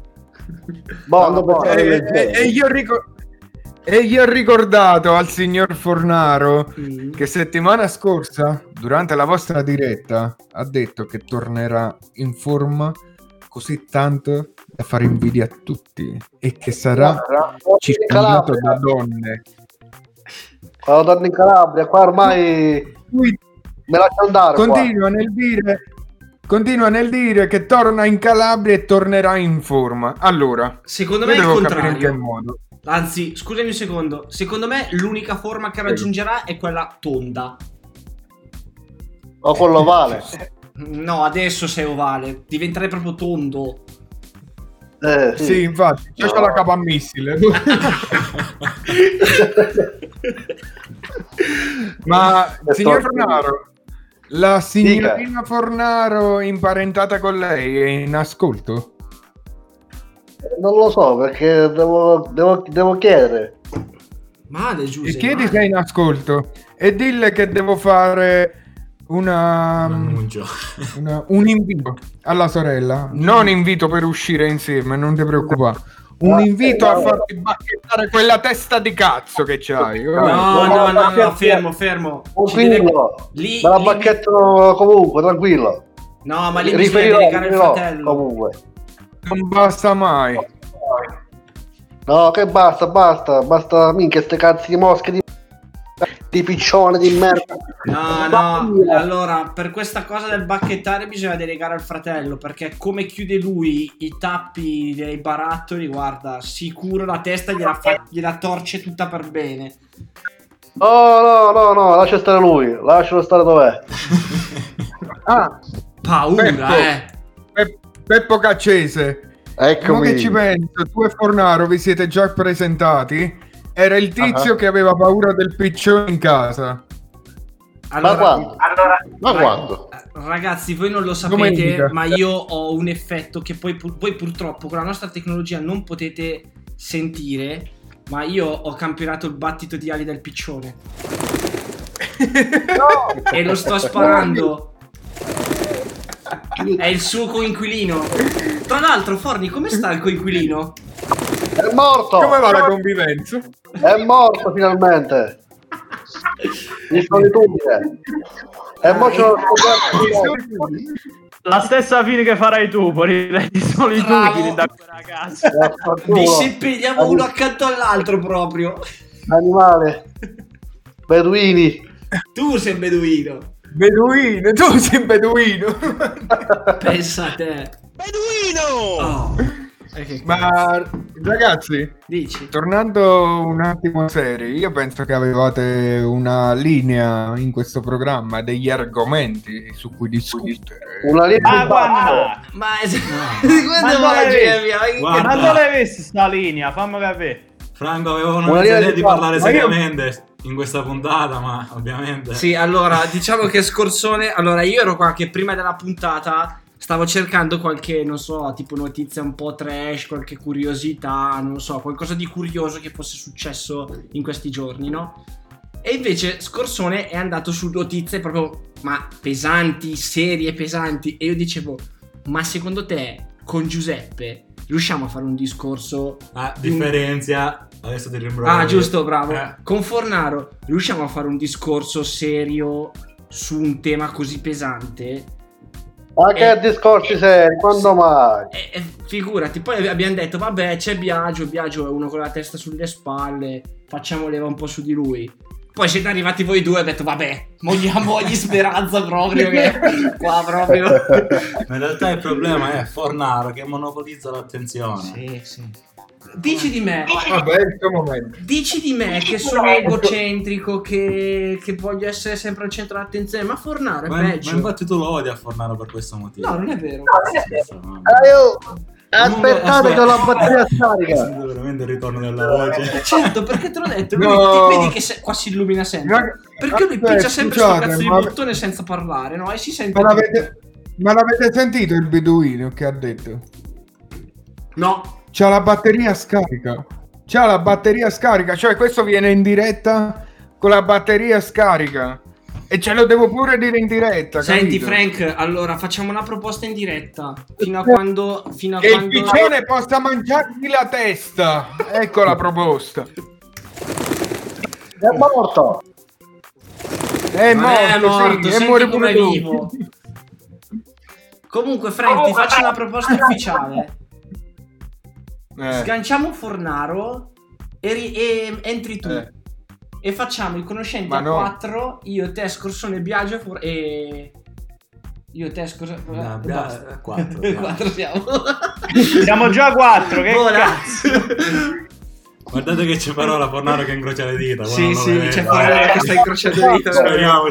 Speaker 10: E gli ho ricordato al signor Fornaro che settimana scorsa, durante la vostra diretta, ha detto che tornerà in forma così tanto da fare invidia a tutti e che sarà circondato da donne.
Speaker 7: Quando torno in Calabria, qua ormai me lascio andare.
Speaker 10: Continua nel dire che torna in Calabria e tornerà in forma. Allora,
Speaker 5: secondo me è il contrario.
Speaker 10: In che modo.
Speaker 5: Anzi, scusami un secondo. Secondo me l'unica forma che raggiungerà è quella tonda.
Speaker 7: O con l'ovale.
Speaker 5: No, adesso sei ovale. Diventerai proprio tondo.
Speaker 10: Sì, infatti. C'è la capa a missile. Ma, signor Fornaro, la signorina Fornaro imparentata con lei è in ascolto?
Speaker 7: Non lo so, perché devo chiedere.
Speaker 5: Male, Giuseppe.
Speaker 10: E chiedi se è in ascolto e dille che devo fare un invito alla sorella. Non invito per uscire insieme, non ti preoccupare. Un invito a farti bacchettare quella testa di cazzo che c'hai.
Speaker 5: No, fermo.
Speaker 7: Tranquillo. Me la bacchettano comunque, tranquillo.
Speaker 5: No, ma lì bisogna delegare il fratello.
Speaker 7: Comunque.
Speaker 10: Non basta mai.
Speaker 7: No, che basta, minchia, ste cazzi di mosche di piccione di merda.
Speaker 5: No, allora, per questa cosa del bacchettare bisogna delegare al fratello, perché come chiude lui i tappi dei barattoli, guarda, sicuro la testa gliela torce tutta per bene.
Speaker 7: No, lascia stare lui, lascialo stare dov'è.
Speaker 5: Paura,
Speaker 10: Peppo Caccese,
Speaker 7: eccomi.
Speaker 10: Che ci penso, tu e Fornaro vi siete già presentati? Era il tizio che aveva paura del piccione in casa.
Speaker 5: Allora,
Speaker 7: ma quando?
Speaker 5: Ragazzi, voi non lo sapete, ma io ho un effetto che poi voi purtroppo con la nostra tecnologia non potete sentire, ma io ho campionato il battito di ali del piccione. E lo sto sparando. È il suo coinquilino. Tra l'altro, Forni, come sta il coinquilino?
Speaker 7: È morto.
Speaker 10: Come va la convivenza?
Speaker 7: È morto finalmente. Di solitudine. E mo ce l'ho scoperto.
Speaker 2: La stessa fine che farai tu, Porile, di solitudine da quella casa.
Speaker 5: Vi seppelliamo uno accanto all'altro proprio.
Speaker 7: Animale. Beduini.
Speaker 5: Tu sei beduino.
Speaker 10: Beduino, tu sei beduino.
Speaker 5: Pensa a te.
Speaker 12: Beduino!
Speaker 10: Ma ragazzi,
Speaker 5: dici?
Speaker 10: Tornando un attimo a serie, io penso che avevate una linea in questo programma, degli argomenti su cui discutere.
Speaker 7: Una linea
Speaker 5: Ma
Speaker 2: non l'hai vista sta linea? Fammi capire.
Speaker 6: Franco, avevo una idea di parlare seriamente in questa puntata, ma ovviamente...
Speaker 5: Sì, allora, diciamo che Scorsone... Allora, io ero qua che prima della puntata stavo cercando qualche, non so, tipo notizia un po' trash, qualche curiosità, non so, qualcosa di curioso che fosse successo in questi giorni, no? E invece Scorsone è andato su notizie proprio, ma pesanti, serie pesanti. E io dicevo, ma secondo te con Giuseppe riusciamo a fare un discorso...
Speaker 6: differenzia... Adesso ti rimbroglio.
Speaker 5: Giusto, bravo. Con Fornaro riusciamo a fare un discorso serio su un tema così pesante?
Speaker 7: Ma che discorsi seri, quando mai?
Speaker 5: Figurati, poi abbiamo detto, vabbè, c'è Biagio è uno con la testa sulle spalle, facciamo leva un po' su di lui. Poi siete arrivati voi due e ho detto, vabbè, mogliamo ogni speranza proprio, che qua proprio...
Speaker 6: Ma in realtà il problema è Fornaro che monopolizza l'attenzione.
Speaker 5: Sì. Dici di me.
Speaker 10: Vabbè, è il tuo momento.
Speaker 5: Dici di me che sono egocentrico, che voglio essere sempre al centro dell'attenzione, ma Fornaro è peggio.
Speaker 6: Ma infatti tu lo odi a Fornaro per questo motivo.
Speaker 5: No, non è vero.
Speaker 7: Aspettate che la batteria scarica.
Speaker 6: Veramente il ritorno della voce.
Speaker 5: Certo, perché te l'ho detto, lui
Speaker 10: No.
Speaker 5: vedi che qua si illumina sempre. Perché lui piccia sempre sto cazzo di bottone senza parlare, no? E si sente.
Speaker 10: Ma l'avete sentito il beduino che ha detto?
Speaker 5: No.
Speaker 10: C'ha la batteria scarica. Cioè questo viene in diretta con la batteria scarica. E ce lo devo pure dire in diretta.
Speaker 5: Senti,
Speaker 10: capito?
Speaker 5: Frank, allora facciamo una proposta in diretta. Fino a quando.
Speaker 10: Che il piccione possa mangiargli la testa. Ecco la proposta.
Speaker 7: È morto.
Speaker 10: È
Speaker 5: Non
Speaker 10: morto, sì,
Speaker 5: senti
Speaker 10: e muore
Speaker 5: com'è
Speaker 10: pure tu.
Speaker 5: vivo. Comunque, Frank, ti faccio una proposta ufficiale. Sganciamo Fornaro e entri tu. E facciamo il conoscente
Speaker 10: Ma
Speaker 5: a
Speaker 10: no.
Speaker 5: 4. Io, te, Scorsone, Biagio e io, te, Scorsone. Basta.
Speaker 6: 4
Speaker 5: 4 siamo.
Speaker 2: Siamo già 4. Che cazzo?
Speaker 6: Guardate che c'è parola Fornaro che incrocia le dita.
Speaker 5: Sì, c'è Fornaro che sta incrociando le dita.
Speaker 6: Speriamo.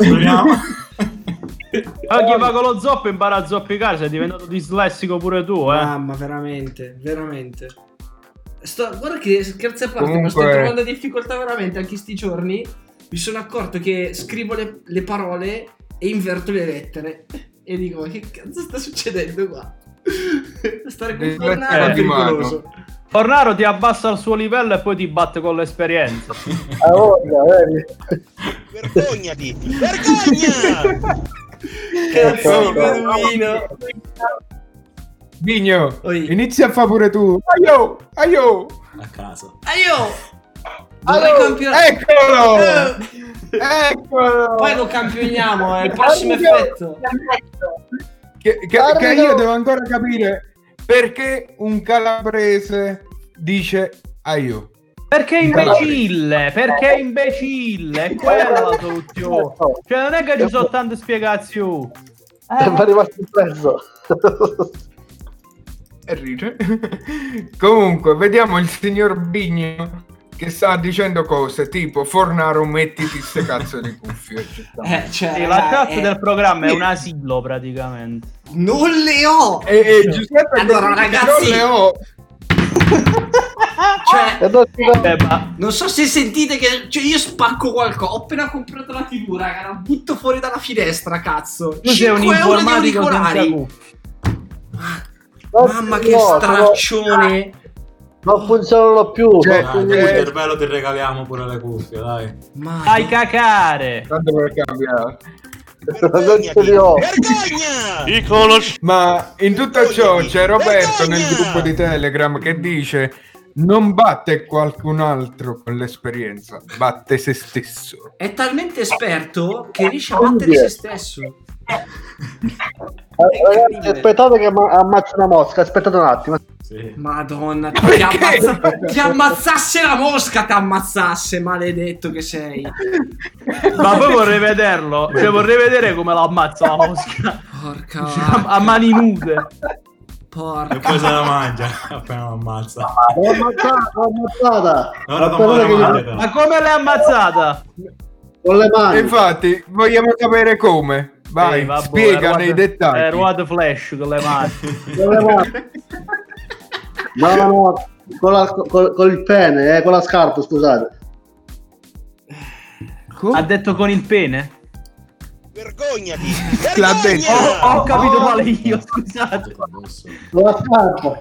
Speaker 2: Ma chi va con lo zoppo impara a zoppicare. Sei diventato dislessico pure tu,
Speaker 5: Mamma, veramente. Guarda che scherzi a parte, ma sto
Speaker 10: Comunque-
Speaker 5: trovando difficoltà veramente anche sti giorni. Mi sono accorto che scrivo le parole e inverto le lettere. E dico, ma che cazzo sta succedendo qua? Stare con Fornaro è pericoloso.
Speaker 2: Fornaro ti abbassa al suo livello e poi ti batte con l'esperienza.
Speaker 12: Vergognati! Vergogna!
Speaker 5: Cazzo di beduino.
Speaker 10: Vigno, inizia a fa pure tu. Aio!
Speaker 6: A caso.
Speaker 5: Vorrei campionare.
Speaker 10: Eccolo!
Speaker 5: Poi lo campioniamo, è il prossimo effetto.
Speaker 10: Che io devo ancora capire perché un calabrese dice aio.
Speaker 2: Perché imbecille, è quella la soluzione. Cioè non è che ci sono tante spiegazioni.
Speaker 7: Mi è rimasto impresso.
Speaker 10: E ride. Comunque, vediamo il signor Bigno che sta dicendo cose tipo Fornaro mettiti ste cazzo di cuffie.
Speaker 2: Sì, la chat del programma è un asilo praticamente.
Speaker 5: Non le ho!
Speaker 10: E Giuseppe
Speaker 5: allora ragazzi,
Speaker 10: non le ho.
Speaker 5: non so se sentite che io spacco qualcosa. Ho appena comprato la TV, raga, la butto fuori dalla finestra, cazzo.
Speaker 2: Tu sei un
Speaker 5: 5 euro di
Speaker 2: informatico senza
Speaker 5: auricolari.
Speaker 2: cuffie.
Speaker 5: Mamma che straccione.
Speaker 7: Non funzionano più.
Speaker 6: Il cervello ti regaliamo pure le cuffie, dai.
Speaker 2: Dai cacare.
Speaker 10: Tanto per cambiare. Ma in tutto ciò c'è Roberto nel gruppo di Telegram che dice non batte qualcun altro con l'esperienza, batte se stesso.
Speaker 5: È talmente esperto che riesce a battere se stesso.
Speaker 7: Ragazzi, aspettate che ammazzo una mosca. Aspettate un attimo.
Speaker 5: Madonna, ti ammazzasse la mosca, ti ammazzasse, maledetto che sei.
Speaker 2: Ma poi vorrei vederlo. Cioè vorrei vedere come la ammazza la mosca.
Speaker 5: Porca
Speaker 2: a mani nude.
Speaker 6: E poi se la mangia appena la ammazza.
Speaker 7: L'ho ammazzata.
Speaker 6: Ora non la mangia.
Speaker 2: Ma come l'hai ammazzata?
Speaker 7: Con le mani.
Speaker 10: Infatti, vogliamo sapere come. Vai,
Speaker 2: vabbè,
Speaker 10: spiega nei dettagli.
Speaker 2: Ruote flash con le mani.
Speaker 7: No, con il pene, con la scarpa, scusate.
Speaker 2: Ha detto con il pene?
Speaker 12: Vergognati!
Speaker 10: L'ha detto.
Speaker 2: Ho capito male io, scusate.
Speaker 7: Con la scarpa.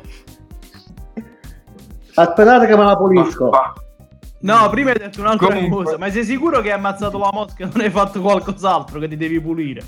Speaker 7: Aspettate che me la pulisco.
Speaker 2: No, prima hai detto un'altra
Speaker 10: Comunque.
Speaker 2: cosa. Ma sei sicuro che hai ammazzato la mosca e non hai fatto qualcos'altro che ti devi pulire?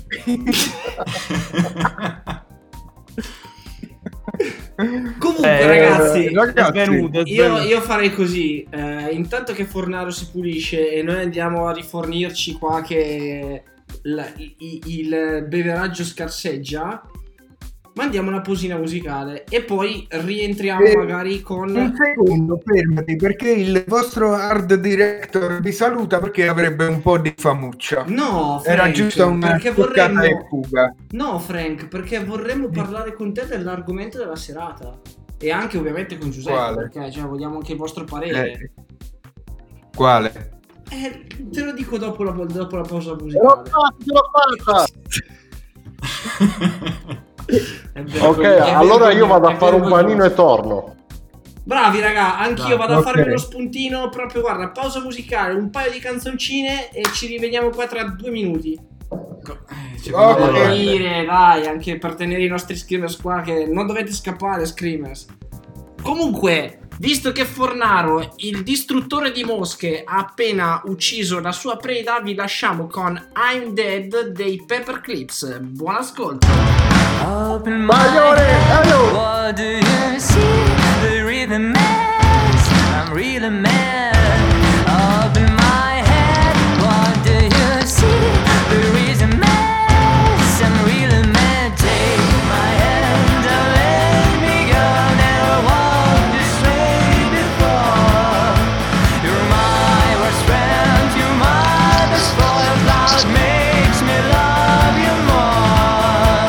Speaker 5: Comunque ragazzi,
Speaker 2: è svenuto.
Speaker 5: Io farei così, intanto che Fornaro si pulisce e noi andiamo a rifornirci qua che il beveraggio scarseggia, mandiamo una pausina musicale e poi rientriamo magari con...
Speaker 10: Un secondo, fermati, perché il vostro art director vi saluta perché avrebbe un po' di famuccia.
Speaker 5: No, Frank,
Speaker 10: era giusto una
Speaker 5: perché
Speaker 10: toccata
Speaker 5: vorremmo...
Speaker 10: e fuga.
Speaker 5: No, Frank, perché vorremmo parlare con te dell'argomento della serata. E anche ovviamente con Giuseppe,
Speaker 10: Quale?
Speaker 5: perché cioè, vogliamo anche il vostro parere.
Speaker 10: Quale?
Speaker 5: Te lo dico dopo la pausa musicale.
Speaker 11: Ok, allora io vado a fare un panino e torno.
Speaker 5: Bravi raga, anch'io vado a
Speaker 10: ok.
Speaker 5: farmi uno spuntino. Proprio guarda, pausa musicale, un paio di canzoncine e ci rivediamo qua tra 2 minuti.
Speaker 10: Ok.
Speaker 5: Dire, dai, anche per tenere i nostri screamers qua, che non dovete scappare, screamers. Comunque, visto che Fornaro, il distruttore di mosche, ha appena ucciso la sua preda, vi lasciamo con I'm Dead dei Paperclips. Buon ascolto.
Speaker 9: Maglione, what do you see? The rhythm is, I'm really mad. Up in my head, what do you see? The rhythm is, I'm really mad. Take my hand and let me go. Never walked this way before. You're my worst friend, you're my best boy. Love makes me love you more.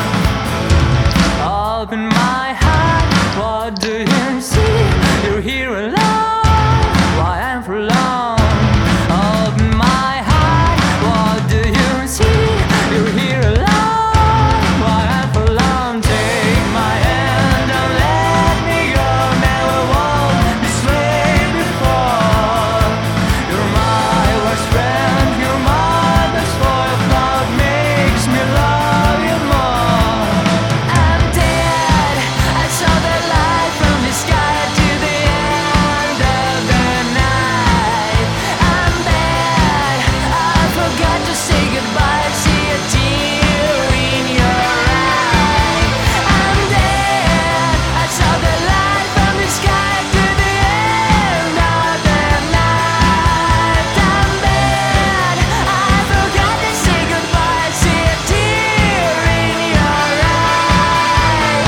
Speaker 9: Open my heart, what do you see? You're here alone, why I'm for long. Open my heart, what do you see? You're here alone, why I'm for long. Take my hand and let me go. Never walked this way before. You're my worst friend, you're my best boy. Love makes me love you more. I'm dead, I saw the light from the sky to the end of the night. I'm bad, I forgot to say goodbye. I see a tear in your eye. I'm dead, I saw the light from the sky to the end of the night. I'm bad, I forgot to say goodbye. I see a tear in your eye.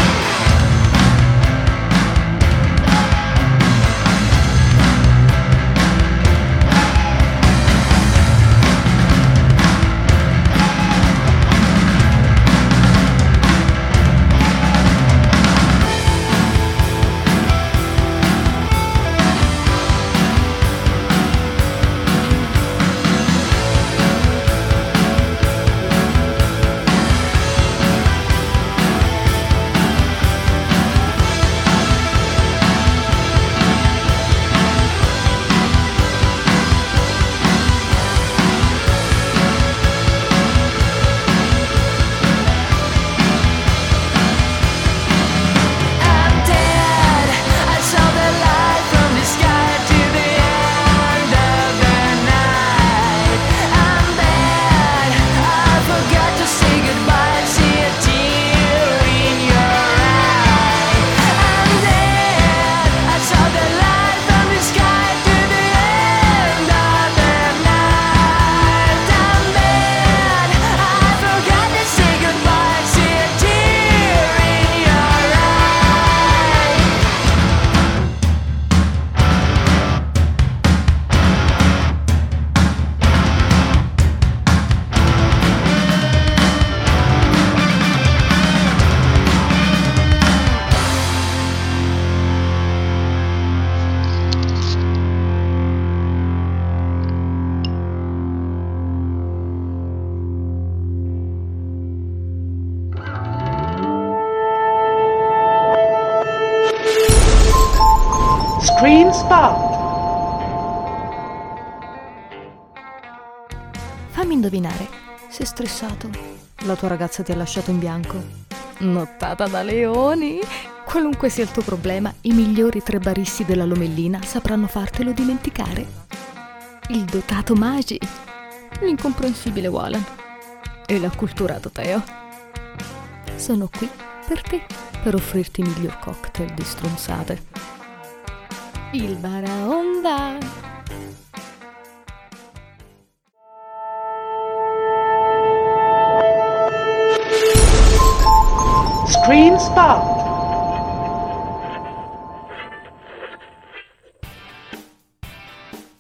Speaker 9: I'm dead, I saw the light from the sky to the end of the night. I'm bad, I forgot to say goodbye. I see a tear in your eye. I'm dead, I saw the light from the sky to the end of the night. I'm bad, I forgot to say goodbye. I see a tear in your eye.
Speaker 13: Screen Spot.
Speaker 14: Fammi indovinare, sei stressato? La tua ragazza ti ha lasciato in bianco? Nottata da leoni? Qualunque sia il tuo problema, i migliori 3 baristi della Lomellina sapranno fartelo dimenticare. Il dotato Magi, l'incomprensibile Walan e l'acculturato Teo sono qui per te, per offrirti il miglior cocktail di stronzate. Il Baraonda.
Speaker 13: Screen Spot.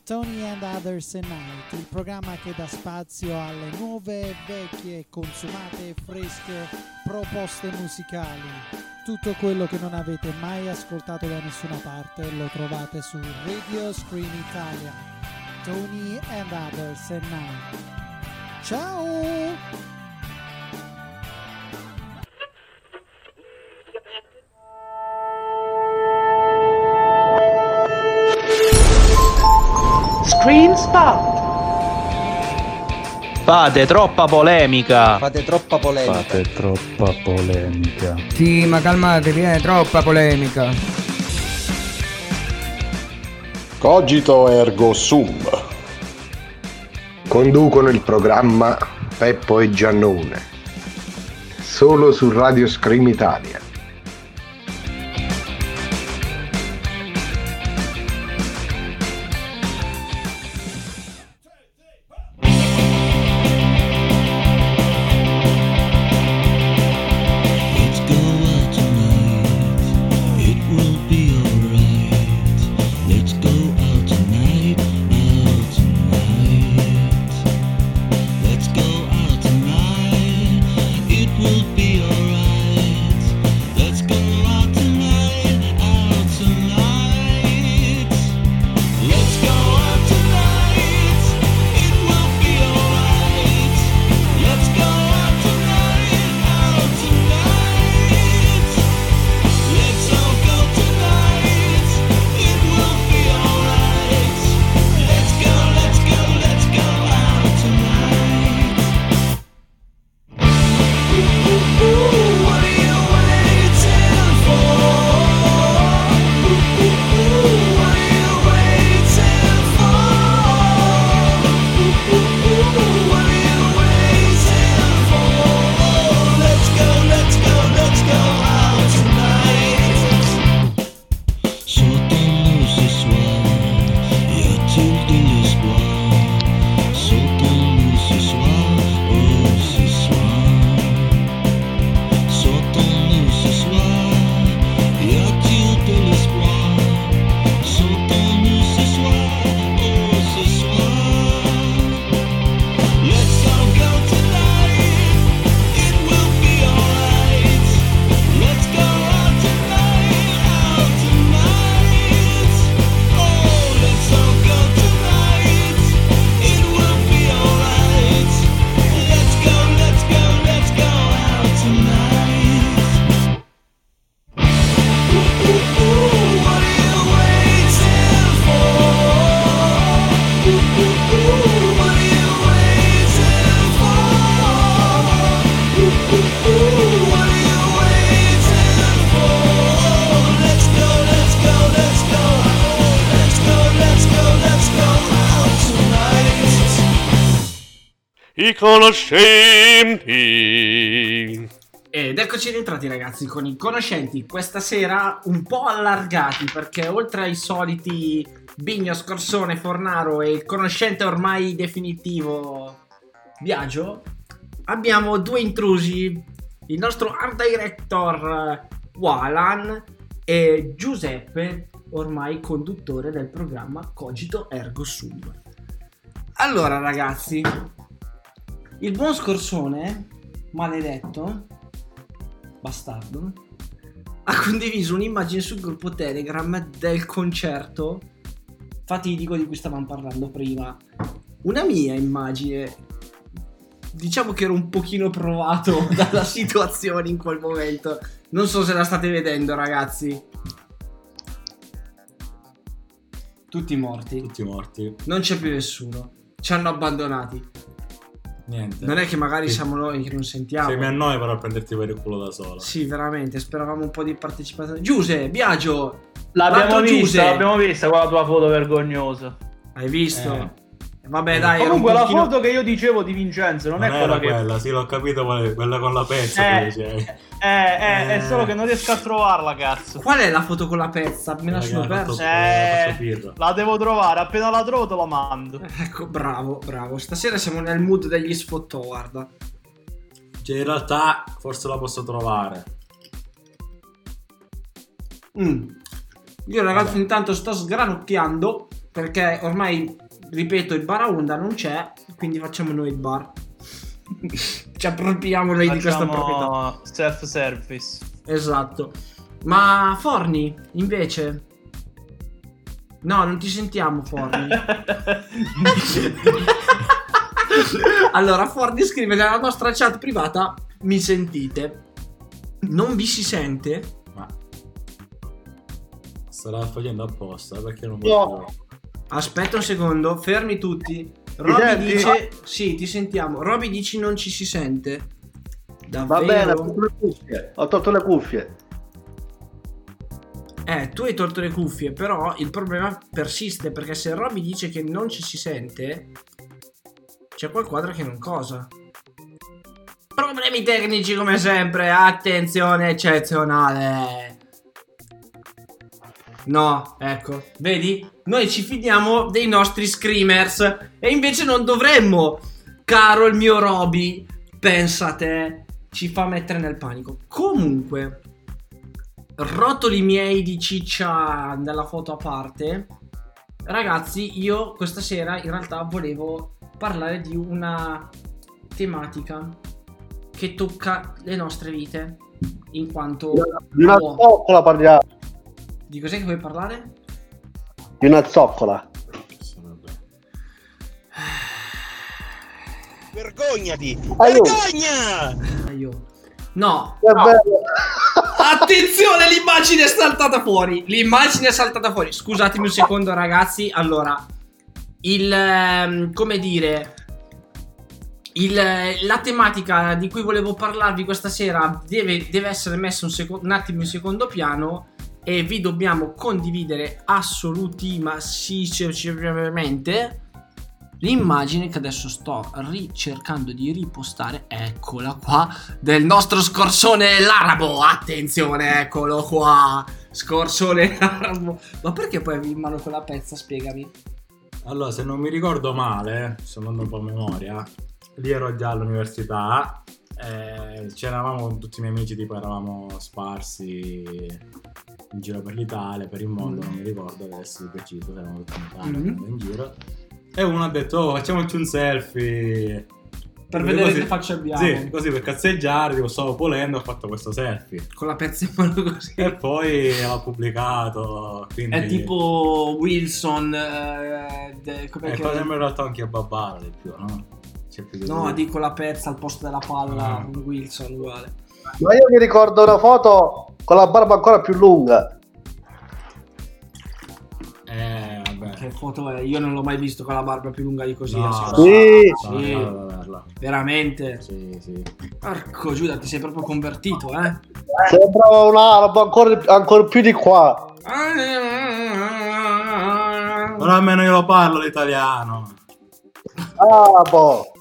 Speaker 15: Tony and Others at Night, il programma che dà spazio alle nuove, vecchie, consumate e fresche proposte musicali. Tutto quello che non avete mai ascoltato da nessuna parte lo trovate su Radio Screen Italia. Tony and Others at Night. Ciao!
Speaker 13: Screen Spot.
Speaker 8: Fate troppa polemica.
Speaker 16: Fate troppa polemica.
Speaker 17: Fate troppa polemica.
Speaker 18: Sì, ma calmatevi, troppa polemica.
Speaker 11: Cogito ergo sum.
Speaker 19: Conducono il programma Peppo e Giannone. Solo su Radio Scream Italia.
Speaker 3: I conoscenti.
Speaker 5: Ed eccoci rientrati ragazzi con i conoscenti, questa sera un po' allargati perché oltre ai soliti Bigno, Scorsone, Fornaro e il conoscente ormai definitivo Biagio, abbiamo due intrusi, il nostro art director Walan e Giuseppe, ormai conduttore del programma Cogito Ergo Sum. Allora ragazzi, il buon Scorsone, maledetto bastardo, ha condiviso un'immagine sul gruppo Telegram del concerto fatidico di cui stavamo parlando prima. Una mia immagine, diciamo che ero un pochino provato dalla situazione in quel momento. Non so se la state vedendo ragazzi. Tutti morti.
Speaker 6: Tutti morti.
Speaker 5: Non c'è più nessuno. Ci hanno abbandonati.
Speaker 6: Niente.
Speaker 5: Non è che magari siamo noi che non sentiamo.
Speaker 6: Se mi annoi però a prenderti per il culo da sola.
Speaker 5: Sì, veramente, speravamo un po' di partecipazione. Giuse, Biagio.
Speaker 2: L'abbiamo vista quella tua foto vergognosa.
Speaker 5: Hai visto? Vabbè, dai.
Speaker 2: Comunque la foto che io dicevo di Vincenzo non è quella che...
Speaker 6: quella, sì, l'ho capito, quella con la pezza.
Speaker 2: È solo che non riesco a trovarla, cazzo.
Speaker 5: Qual è la foto con la pezza? Me la sono persa.
Speaker 2: La devo trovare, appena la trovo te la mando.
Speaker 5: Ecco, bravo. Stasera siamo nel mood degli sfottò, guarda.
Speaker 6: Cioè, in realtà, forse la posso trovare.
Speaker 5: Io ragazzi intanto sto sgranocchiando perché ormai, ripeto, il bar a onda non c'è, quindi facciamo noi il bar. Ci appropriamo noi di questa proprietà.
Speaker 8: Self-service.
Speaker 5: Esatto. Ma Forni, invece... No, non ti sentiamo, Forni. Allora, Forni scrive nella nostra chat privata: mi sentite? Non vi si sente?
Speaker 6: Ma starà facendo apposta perché non vuole più.
Speaker 5: Aspetta un secondo, fermi tutti. Roby dice: sì, ti sentiamo. Roby dici non ci si sente. Davvero?
Speaker 7: Va bene, ho tolto le cuffie.
Speaker 5: Tu hai tolto le cuffie, però il problema persiste, perché se Roby dice che non ci si sente, c'è qualcosa che non cosa. Problemi tecnici come sempre, attenzione eccezionale. No, ecco, vedi? Noi ci fidiamo dei nostri screamers e invece non dovremmo, caro il mio Roby. Pensa a te, ci fa mettere nel panico. Comunque, rotoli miei di ciccia della foto a parte, ragazzi, io questa sera in realtà volevo parlare di una tematica che tocca le nostre vite, in quanto
Speaker 7: di una zoccola parliamo.
Speaker 5: Di cos'è che vuoi parlare?
Speaker 7: Di una zoccola.
Speaker 12: Vergognati! Vergogna!
Speaker 5: No. Attenzione, l'immagine è saltata fuori. Scusatemi un secondo, ragazzi. Allora, la tematica di cui volevo parlarvi questa sera deve essere messa un attimo in secondo piano, e vi dobbiamo condividere assolutissimamente l'immagine che adesso sto ricercando di ripostare. Eccola qua, del nostro scorsone l'arabo. Attenzione, eccolo qua, scorsone l'arabo. Ma perché poi avevi in mano quella pezza? Spiegami.
Speaker 6: Allora, se non mi ricordo male, sto andando un po' a memoria, lì ero già all'università, c'eravamo con tutti i miei amici, tipo eravamo sparsi in giro per l'Italia, per il mondo, non mi ricordo adesso di preciso, eravamo tutti in Italia, in giro, e uno ha detto: oh, facciamoci un selfie
Speaker 5: per vedere che faccia abbiamo.
Speaker 6: Sì, così per cazzeggiare, tipo stavo pulendo, ho fatto questo selfie
Speaker 5: con la pezza in mano così,
Speaker 6: e poi l'ho pubblicato, quindi...
Speaker 5: È tipo Wilson,
Speaker 6: come sembra in realtà anche a Babbara di più, no?
Speaker 5: No, dico la pezza al posto della palla, un Wilson uguale.
Speaker 7: Ma io mi ricordo una foto con la barba ancora più lunga.
Speaker 6: Vabbè.
Speaker 5: Che foto è? Io non l'ho mai visto con la barba più lunga di così.
Speaker 7: Sì.
Speaker 5: Veramente?
Speaker 6: Sì.
Speaker 5: Porco Giuda, ti sei proprio convertito,
Speaker 7: Sembrava un arabo ancora più di qua.
Speaker 6: Però almeno io lo parlo l'italiano.
Speaker 7: Boh.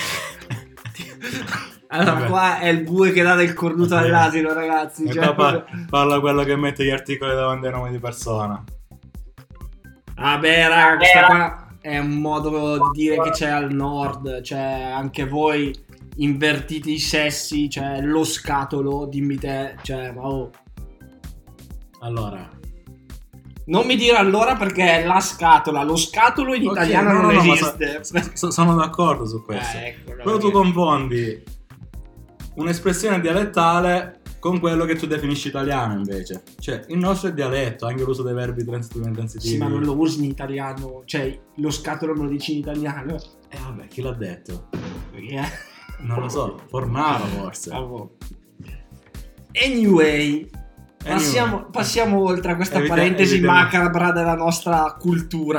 Speaker 5: Allora, vabbè, qua è il bue che dà del cornuto all'asino, ragazzi.
Speaker 6: Parla quello che mette gli articoli davanti ai nomi di persona.
Speaker 5: Vabbè, raga, questa qua è un modo di dire che c'è al nord. Cioè, anche voi invertite i sessi. Cioè, lo scatolo, dimmi te. Cioè, ma oh.
Speaker 6: Allora,
Speaker 5: non mi dire allora, perché è la scatola. Lo scatolo in italiano non esiste.
Speaker 6: Sono d'accordo su questo. Però tu confondi un'espressione dialettale con quello che tu definisci italiano, invece. Cioè, il nostro è dialetto, anche l'uso dei verbi transitivi e intensitivi.
Speaker 5: Sì, ma non lo usi in italiano. Cioè, lo scatolo me lo dici in italiano.
Speaker 6: Vabbè, chi l'ha detto? Non lo so, Fornaro forse.
Speaker 5: Anyway, passiamo oltre a questa parentesi macabra della nostra cultura.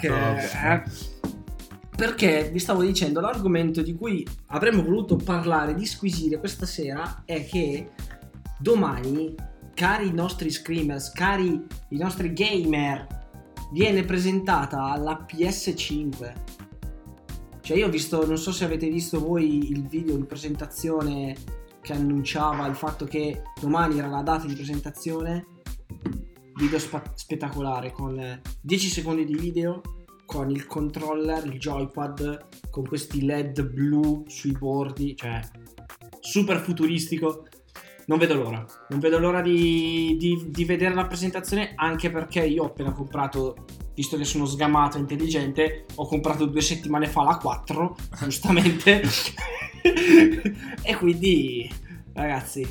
Speaker 5: Perché vi stavo dicendo, l'argomento di cui avremmo voluto parlare, disquisire questa sera, è che domani, cari nostri screamers, cari i nostri gamer, viene presentata la PS5. Cioè, io ho visto, non so se avete visto voi il video di presentazione che annunciava il fatto che domani era la data di presentazione. Video spettacolare, con 10 secondi di video, con il controller, il joypad, con questi LED blu sui bordi, cioè super futuristico. Non vedo l'ora di vedere la presentazione, anche perché io ho appena comprato visto che sono sgamato e intelligente, ho comprato 2 settimane fa la 4, giustamente. E quindi, ragazzi,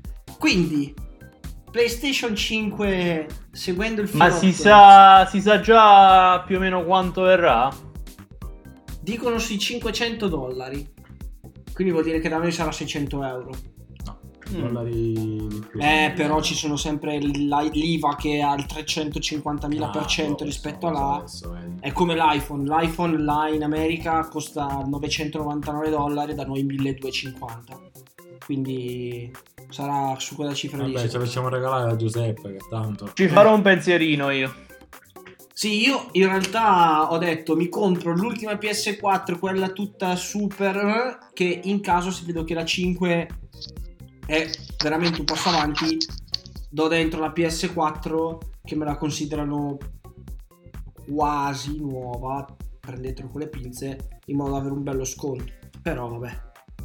Speaker 5: PlayStation 5, seguendo il filotto.
Speaker 2: Ma si sa già più o meno quanto verrà?
Speaker 5: Dicono sui $500, quindi vuol dire che da noi sarà €600.
Speaker 6: Dollari di più.
Speaker 5: Però ci sono sempre l'IVA che ha il 350.000% rispetto là. È come l'iPhone là in America costa $999, da noi $1.250, quindi sarà su quella cifra lì.
Speaker 6: Vabbè, ce la facciamo regalare a Giuseppe, che tanto
Speaker 2: ci farò un pensierino io.
Speaker 5: Sì, io in realtà ho detto mi compro l'ultima PS4, quella tutta super, che in caso se vedo che la 5 è veramente un passo avanti, do dentro la PS4 che me la considerano quasi nuova, prendetelo con le pinze, in modo da avere un bello sconto. Però vabbè,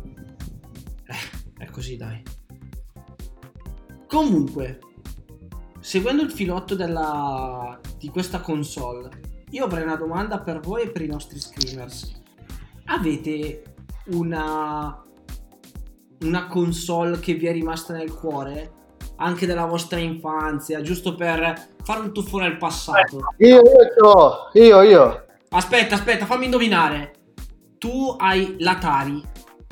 Speaker 5: è così, dai. Comunque, seguendo il filotto di questa console, io avrei una domanda per voi e per i nostri screamers. Avete una console che vi è rimasta nel cuore, anche della vostra infanzia, giusto per fare un tuffo nel passato?
Speaker 7: Io.
Speaker 5: Aspetta, fammi indovinare. Tu hai l'Atari.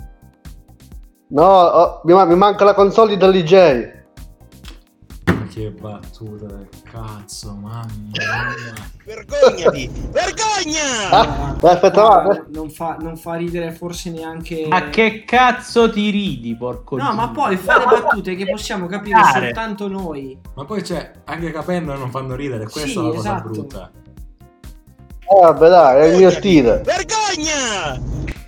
Speaker 7: No, mi manca la console del DJ.
Speaker 6: Che battuta del cazzo, mamma mia.
Speaker 12: Vergognati! Vergogna!
Speaker 7: Aspetta,
Speaker 5: non fa ridere forse neanche.
Speaker 2: Ma che cazzo ti ridi, porco
Speaker 5: No,
Speaker 2: Dio?
Speaker 5: ma poi fa le battute che possiamo capire soltanto noi.
Speaker 6: Ma poi anche capendo non fanno ridere, questa
Speaker 5: Sì,
Speaker 6: è la cosa
Speaker 5: esatto.
Speaker 6: brutta.
Speaker 7: Vabbè, dai, è il mio stile.
Speaker 12: Vergogna!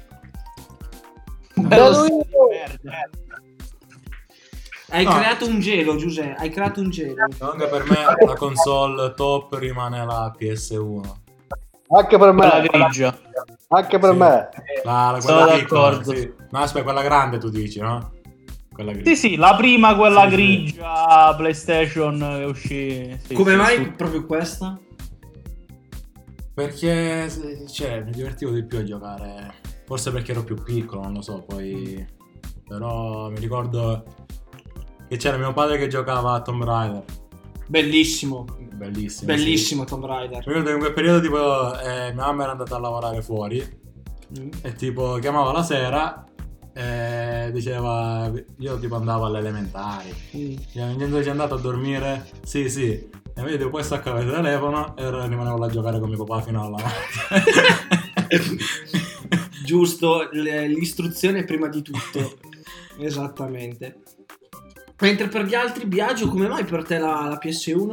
Speaker 5: Hai creato un gelo, Giuseppe. Hai creato un gelo.
Speaker 6: Anche per me la console top rimane la PS1.
Speaker 7: Anche per me.
Speaker 2: La grigia.
Speaker 7: Anche per me.
Speaker 2: Sono
Speaker 6: Quella piccola,
Speaker 2: d'accordo.
Speaker 6: sì. No, aspetta, quella grande tu dici, no? Quella grigia.
Speaker 2: Sì, la prima, quella
Speaker 6: Sì, sì.
Speaker 2: grigia PlayStation che uscì. Sì,
Speaker 5: Come
Speaker 2: sì,
Speaker 5: mai
Speaker 2: sì.
Speaker 5: proprio questa?
Speaker 6: Perché mi divertivo di più a giocare. Forse perché ero più piccolo, non lo so, poi. Però mi ricordo che c'era mio padre che giocava a Tomb Raider.
Speaker 5: Bellissimo.
Speaker 6: Bellissimo
Speaker 5: Tomb Raider.
Speaker 6: Mi ricordo che in quel periodo tipo mia mamma era andata a lavorare fuori e tipo chiamava la sera e diceva, io tipo andavo alle elementari, niente, sei andato a dormire? Sì, e vedi poi staccava il telefono e rimanevo là a giocare con mio papà fino alla notte.
Speaker 5: Giusto, l'istruzione prima di tutto. Esattamente. Mentre per gli altri, Biagio, come mai per te la PS1?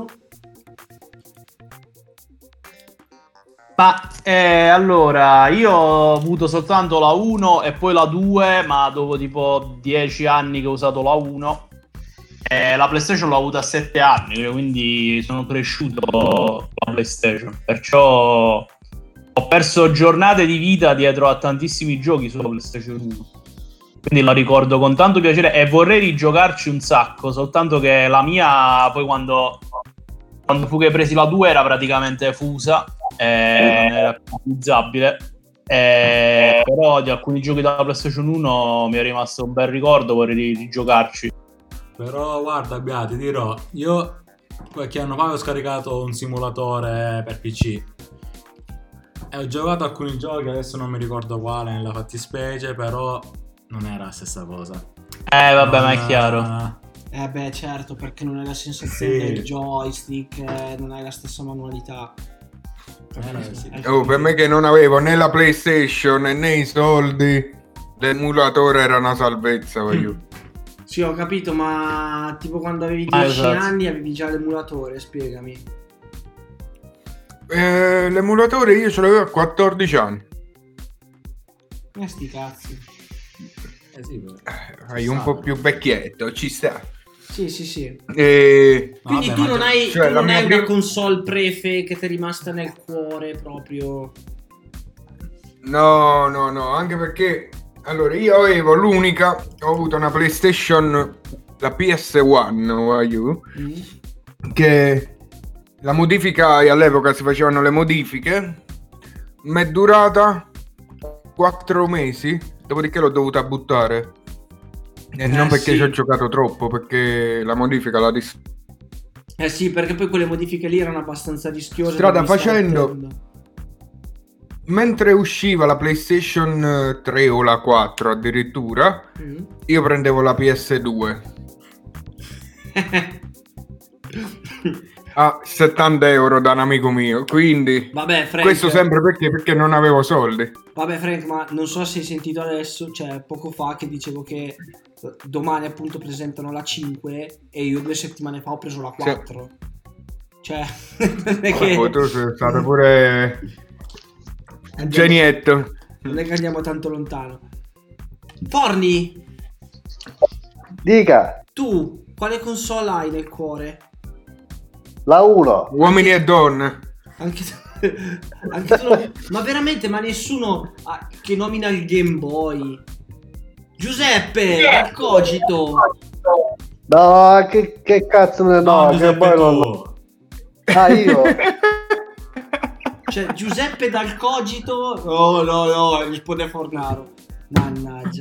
Speaker 2: Ma allora, io ho avuto soltanto la 1 e poi la 2, ma dopo tipo 10 anni che ho usato la 1. La PlayStation l'ho avuta a 7 anni, quindi sono cresciuto con la PlayStation. Perciò ho perso giornate di vita dietro a tantissimi giochi sulla PlayStation 1. Quindi la ricordo con tanto piacere e vorrei rigiocarci un sacco, soltanto che la mia poi quando fu che presi la 2 era praticamente fusa, non era più utilizzabile, però di alcuni giochi della PlayStation 1 mi è rimasto un bel ricordo, vorrei rigiocarci.
Speaker 6: Però guarda, ti dirò, io qualche anno fa avevo scaricato un simulatore per PC e ho giocato alcuni giochi, adesso non mi ricordo quale nella fattispecie, però non era la stessa cosa.
Speaker 2: Vabbè, ma è chiaro.
Speaker 5: Beh, certo, perché non hai la sensazione
Speaker 6: Sì.
Speaker 5: del joystick, non hai la stessa manualità.
Speaker 10: Per me che non avevo né la PlayStation né i soldi, l'emulatore era una salvezza, voglio.
Speaker 5: Sì, ho capito, ma tipo quando avevi 10
Speaker 2: esatto.
Speaker 5: anni avevi già l'emulatore, spiegami.
Speaker 10: L'emulatore io ce l'avevo a 14 anni.
Speaker 5: Sti cazzi.
Speaker 6: Sì,
Speaker 10: Hai un po' più vecchietto, ci sta.
Speaker 5: Sì.
Speaker 10: Quindi
Speaker 5: tu non hai,
Speaker 10: cioè,
Speaker 5: tu non
Speaker 10: la
Speaker 5: hai
Speaker 10: mia
Speaker 5: una console prefe che ti è rimasta nel cuore proprio.
Speaker 10: No, anche perché allora io avevo ho avuto una PlayStation, la PS1, che La modifica, all'epoca si facevano le modifiche, mi è durata 4 mesi, dopodiché l'ho dovuta buttare. E non perché ci ho giocato troppo, perché la modifica la
Speaker 5: sì, perché poi quelle modifiche lì erano abbastanza rischiose.
Speaker 10: Strada facendo, mentre usciva la PlayStation 3 o la 4 addirittura, io prendevo la PS2 a 70 euro da un amico mio, quindi
Speaker 5: vabbè, Frank,
Speaker 10: questo sempre perché non avevo soldi.
Speaker 5: Vabbè Frank, ma non so se hai sentito adesso, cioè poco fa, che dicevo che domani appunto presentano la 5 e io 2 settimane fa ho preso la 4. Cioè
Speaker 10: poi tu sei stato pure genietto.
Speaker 5: Non è che andiamo tanto lontano. Forni,
Speaker 7: dica,
Speaker 5: tu quale console hai nel cuore?
Speaker 7: La 1.
Speaker 10: Uomini e donne.
Speaker 5: Anche tu, ma veramente, ma nessuno che nomina il Game Boy. Giuseppe, dal Cogito.
Speaker 7: No, che cazzo ne no, che poi non... Ah, io?
Speaker 5: Cioè, Giuseppe dal Cogito. No, risponde Fornaro. Mannaggia.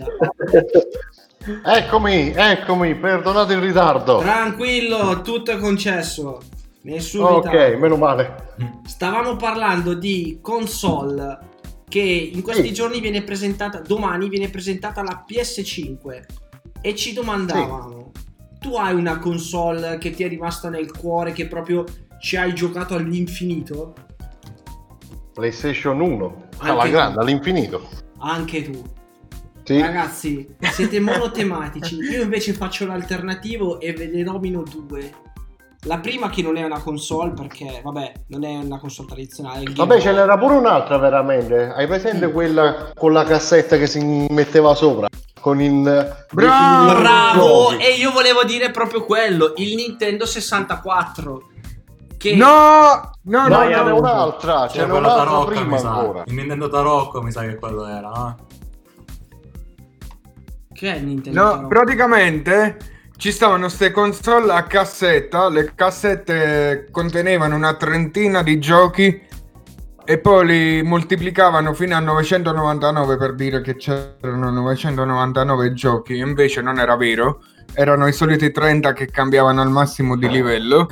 Speaker 11: Eccomi, perdonate il ritardo.
Speaker 5: Tranquillo, tutto è concesso. Nessun
Speaker 11: ok,
Speaker 5: ritardo.
Speaker 11: meno male.
Speaker 5: Stavamo parlando di console che in questi giorni viene presentata, domani viene presentata la PS5 e ci domandavamo, tu hai una console che ti è rimasta nel cuore, che proprio ci hai giocato all'infinito?
Speaker 11: PlayStation 1, alla grande, all'infinito.
Speaker 5: Anche tu.
Speaker 11: Sì.
Speaker 5: Ragazzi, siete monotematici. Io invece faccio l'alternativo e ve ne nomino 2. La prima, che non è una console, perché vabbè, non è una console tradizionale.
Speaker 11: Vabbè, ce n'era pure un'altra veramente. Hai presente quella con la cassetta che si metteva sopra? Con il
Speaker 5: bravo! E io volevo dire proprio quello, il Nintendo 64. Che
Speaker 10: no,
Speaker 11: ce n'è un'altra, ce n'è un'altra
Speaker 6: Tarocco,
Speaker 11: prima ancora.
Speaker 6: Il Nintendo Tarocco mi sa che quello era, no?
Speaker 5: Che è il Nintendo
Speaker 10: No,
Speaker 5: Tarocco?
Speaker 10: praticamente ci stavano ste console a cassetta, le cassette contenevano una trentina di giochi e poi li moltiplicavano fino a 999 per dire che c'erano 999 giochi, invece non era vero, erano i soliti 30 che cambiavano al massimo di livello.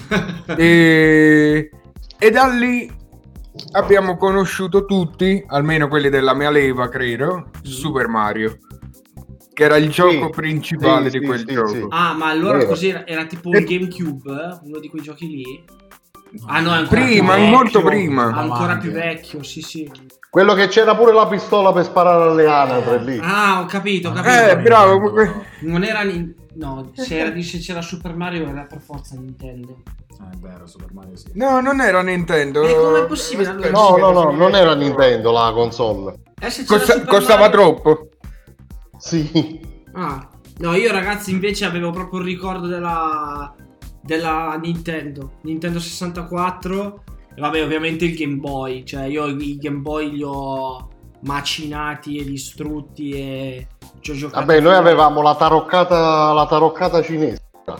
Speaker 10: e da lì abbiamo conosciuto tutti, almeno quelli della mia leva credo, Super Mario, che era il gioco principale di quel gioco.
Speaker 11: Sì.
Speaker 5: Ah, ma allora così era tipo un GameCube, uno di quei giochi lì? Ah no, è ancora
Speaker 10: prima,
Speaker 5: più
Speaker 10: molto
Speaker 5: vecchio,
Speaker 10: prima.
Speaker 5: ancora più vecchio, sì.
Speaker 11: Quello che c'era pure la pistola per sparare alle anatre lì.
Speaker 5: Ah, ho capito.
Speaker 10: Bravo.
Speaker 5: Non era no, se c'era Super Mario era per forza Nintendo.
Speaker 6: È vero, Super Mario sì.
Speaker 10: No, non era Nintendo.
Speaker 5: E com'è possibile? Allora,
Speaker 11: No, non era Nintendo la console.
Speaker 10: Costava troppo.
Speaker 11: Sì.
Speaker 5: Ah, no, io ragazzi invece avevo proprio il ricordo della Nintendo 64 e vabbè, ovviamente il Game Boy, cioè io i Game Boy li ho macinati e distrutti e ci ho giocato.
Speaker 11: Vabbè, noi avevamo la taroccata cinese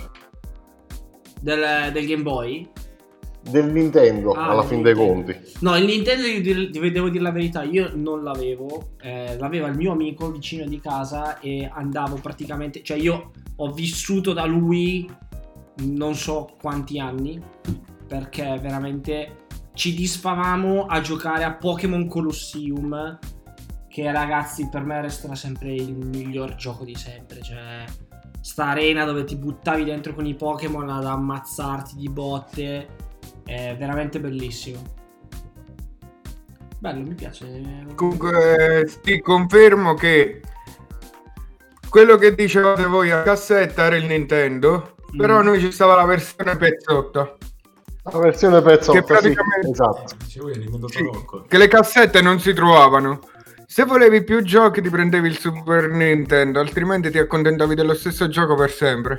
Speaker 5: del Game Boy,
Speaker 11: del Nintendo, alla fin dei conti.
Speaker 5: No, il Nintendo devo dire la verità, io non l'avevo, l'aveva il mio amico vicino di casa e andavo praticamente, cioè io ho vissuto da lui non so quanti anni, perché veramente ci disfavamo a giocare a Pokémon Colosseum, che ragazzi per me resterà sempre il miglior gioco di sempre, cioè sta arena dove ti buttavi dentro con i Pokémon ad ammazzarti di botte, è veramente bellissimo. Bello, mi piace.
Speaker 10: Comunque ti confermo che quello che dicevate voi a cassetta era il Nintendo, però noi ci stava la versione pezzotta.
Speaker 11: La versione pezzotta,
Speaker 10: che praticamente,
Speaker 11: esatto.
Speaker 10: Che le cassette non si trovavano. Se volevi più giochi ti prendevi il Super Nintendo, altrimenti ti accontentavi dello stesso gioco per sempre.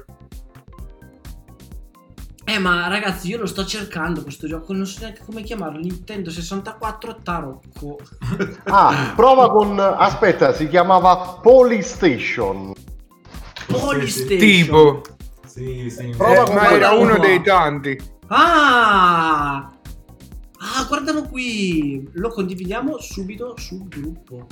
Speaker 5: Ma ragazzi, io lo sto cercando questo gioco, non so neanche come chiamarlo. Nintendo 64 Tarocco.
Speaker 11: Prova con... Aspetta, si chiamava Polystation.
Speaker 5: Polystation.
Speaker 10: Tipo.
Speaker 6: Sì.
Speaker 11: Prova con
Speaker 10: ma era uno dei tanti.
Speaker 5: Ah, guardalo qui. Lo condividiamo subito sul gruppo.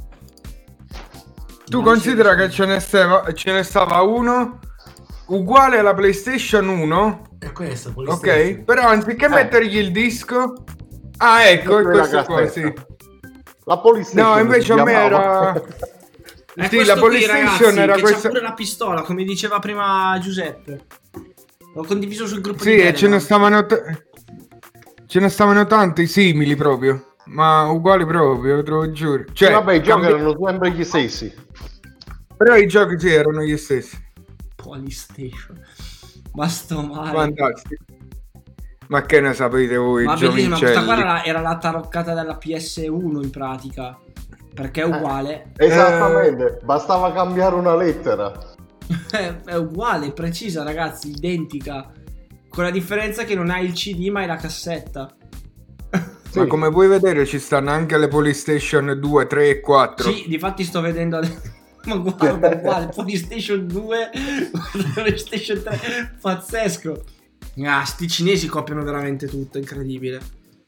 Speaker 10: Tu considera che ce ne stava uno uguale alla PlayStation 1.
Speaker 6: E questo,
Speaker 10: ok, però anziché mettergli il disco, ecco, questo qua, sì.
Speaker 11: La PlayStation.
Speaker 10: No, invece a me era
Speaker 5: sì, la PlayStation qui, era questa. C'è pure la pistola, come diceva prima Giuseppe. L'ho condiviso sul gruppo.
Speaker 10: Sì, e ce ne stavano tanti simili proprio, ma uguali proprio, te lo giuro. Cioè,
Speaker 11: vabbè, i giochi erano sempre gli stessi.
Speaker 10: Però i giochi sì, erano gli stessi.
Speaker 5: PlayStation. Ma sto male.
Speaker 10: Fantastico. Ma che ne sapete voi,
Speaker 5: ma questa qua era la taroccata della PS1 in pratica. Perché è uguale.
Speaker 11: Esattamente, bastava cambiare una lettera.
Speaker 5: È uguale, precisa, ragazzi, identica. Con la differenza che non hai il CD ma hai la cassetta.
Speaker 10: Sì. Ma come puoi vedere ci stanno anche le PlayStation 2, 3 e 4.
Speaker 5: Sì, difatti sto vedendo ma guarda, uguale, PlayStation 2, PlayStation 3, pazzesco. Sti cinesi copiano veramente tutto, incredibile.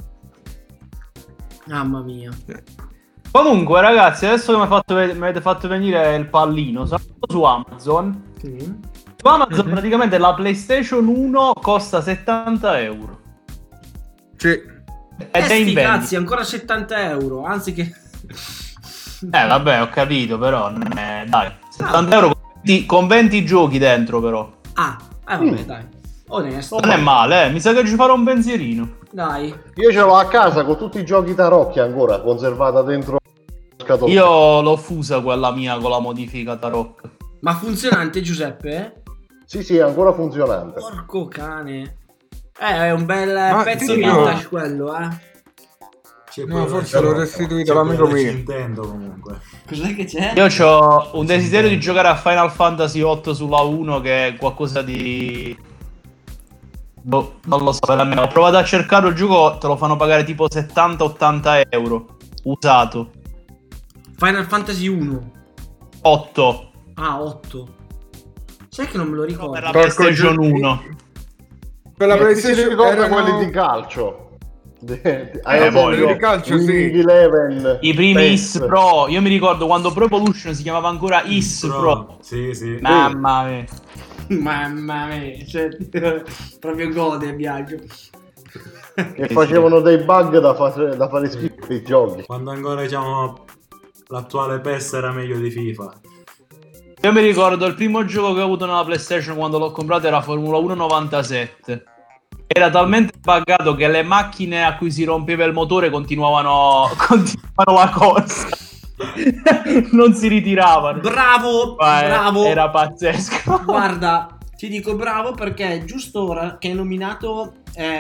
Speaker 5: Mamma mia.
Speaker 2: Comunque, ragazzi, adesso che mi avete fatto venire il pallino, sono su Amazon. Su Amazon praticamente la PlayStation 1 costa 70 euro.
Speaker 10: Sì.
Speaker 2: Ed è in vendita.
Speaker 5: Cazzi, ancora 70 euro, anzi che...
Speaker 2: vabbè, ho capito, però dai, 70 euro con 20 giochi dentro, però.
Speaker 5: Vabbè, dai. Onesto.
Speaker 2: Non è male, mi sa che ci farò un pensierino.
Speaker 5: Dai.
Speaker 11: Io ce l'ho a casa con tutti i giochi tarocchi ancora conservata dentro scatoletta.
Speaker 2: Io l'ho fusa quella mia con la modifica tarocca.
Speaker 5: Ma funzionante, Giuseppe?
Speaker 11: Sì, è ancora funzionante.
Speaker 5: Porco cane. È un bel pezzo vintage quello,
Speaker 10: No, forse l'ho restituito l'amico mio.
Speaker 6: Nintendo comunque.
Speaker 5: Cos'è che c'è?
Speaker 2: Io ho un desiderio di giocare a Final Fantasy 8 sulla 1 che è qualcosa di... non lo so, veramente. Ho provato a cercare il gioco, te lo fanno pagare tipo 70-80 euro usato.
Speaker 5: Final Fantasy 1
Speaker 2: 8.
Speaker 5: 8. Sai che non me lo ricordo.
Speaker 2: Per la PlayStation 1.
Speaker 10: Per la PlayStation
Speaker 11: si ricorda quelli di calcio.
Speaker 10: Di calcio, sì.
Speaker 2: I primi IS Pro. Io mi ricordo quando Pro Evolution si chiamava ancora IS Pro.
Speaker 6: Sì.
Speaker 2: Mamma mia.
Speaker 5: Mamma mia, cioè, proprio gode viaggio.
Speaker 11: E facevano dei bug da fare schifo i giochi.
Speaker 6: Quando ancora diciamo l'attuale PES era meglio di FIFA.
Speaker 2: Io mi ricordo il primo gioco che ho avuto nella PlayStation quando l'ho comprato era Formula 1 97. Era talmente buggato che le macchine a cui si rompeva il motore continuavano la corsa. Non si ritiravano.
Speaker 5: Bravo.
Speaker 2: Era pazzesco.
Speaker 5: Guarda, ti dico bravo perché giusto ora che hai nominato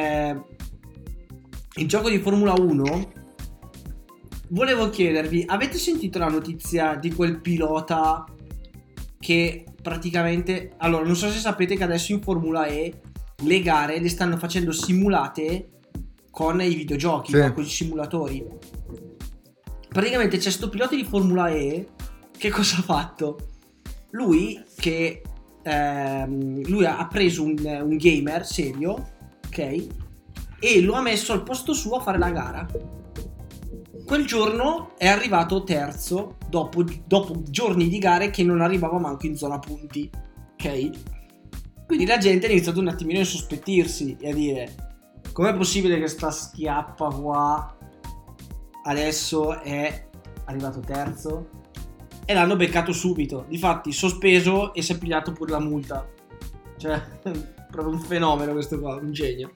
Speaker 5: il gioco di Formula 1, volevo chiedervi, avete sentito la notizia di quel pilota che praticamente... Allora, non so se sapete che adesso in Formula E le gare le stanno facendo simulate con i videogiochi, con i simulatori. Praticamente c'è sto pilota di Formula E che cosa ha fatto? Lui ha preso un gamer serio, ok? E lo ha messo al posto suo a fare la gara. Quel giorno è arrivato terzo dopo giorni di gare che non arrivava manco in zona punti, ok? Quindi la gente ha iniziato un attimino a sospettirsi e a dire: com'è possibile che sta schiappa qua adesso è arrivato terzo? E l'hanno beccato subito, difatti sospeso, e si è pigliato pure la multa. Cioè, proprio un fenomeno questo qua, un genio.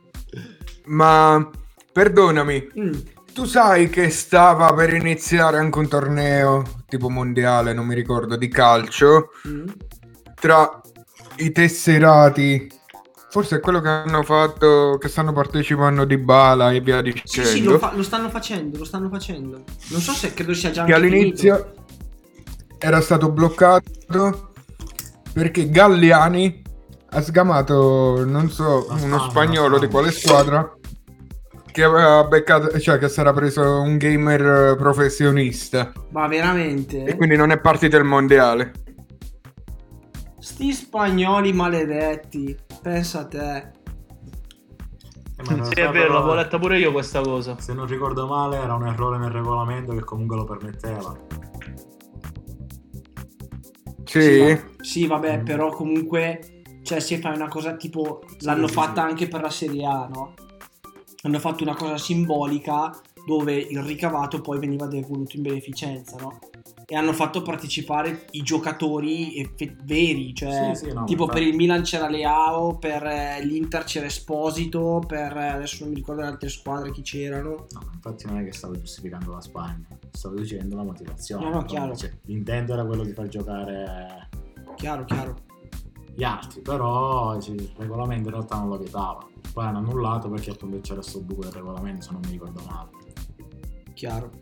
Speaker 10: Ma perdonami, tu sai che stava per iniziare anche un torneo tipo mondiale, non mi ricordo, di calcio tra i tesserati? Forse è quello che hanno fatto, che stanno partecipando Dybala e via dicendo.
Speaker 5: Sì, lo stanno facendo. Non so se credo sia già
Speaker 10: che all'inizio finito. Era stato bloccato perché Galliani ha sgamato, non so, uno spagnolo di quale squadra, che aveva beccato, cioè che si era preso un gamer professionista.
Speaker 5: Ma veramente?
Speaker 10: E quindi non è partito il mondiale.
Speaker 5: Sti spagnoli maledetti, pensa a te.
Speaker 2: Sì, è vero, l'avevo letta pure io questa cosa.
Speaker 6: Se non ricordo male era un errore nel regolamento che comunque lo permetteva.
Speaker 5: Sì, vabbè, però comunque, cioè, se fai una cosa tipo, l'hanno fatta anche per la Serie A, no? Hanno fatto una cosa simbolica dove il ricavato poi veniva devoluto in beneficenza, no? E hanno fatto partecipare i giocatori veri, cioè tipo per il Milan c'era Leao, per l'Inter c'era Esposito, per adesso non mi ricordo le altre squadre chi c'erano.
Speaker 6: No, infatti non è che stavo giustificando la Spagna, stavo dicendo la motivazione.
Speaker 5: No, chiaro.
Speaker 6: Cioè, l'intento era quello di far giocare
Speaker 5: chiaro
Speaker 6: gli altri, però il regolamento in realtà non lo vietava. Poi hanno annullato perché appunto c'era sto buco del regolamento, se non mi ricordo male.
Speaker 5: Chiaro.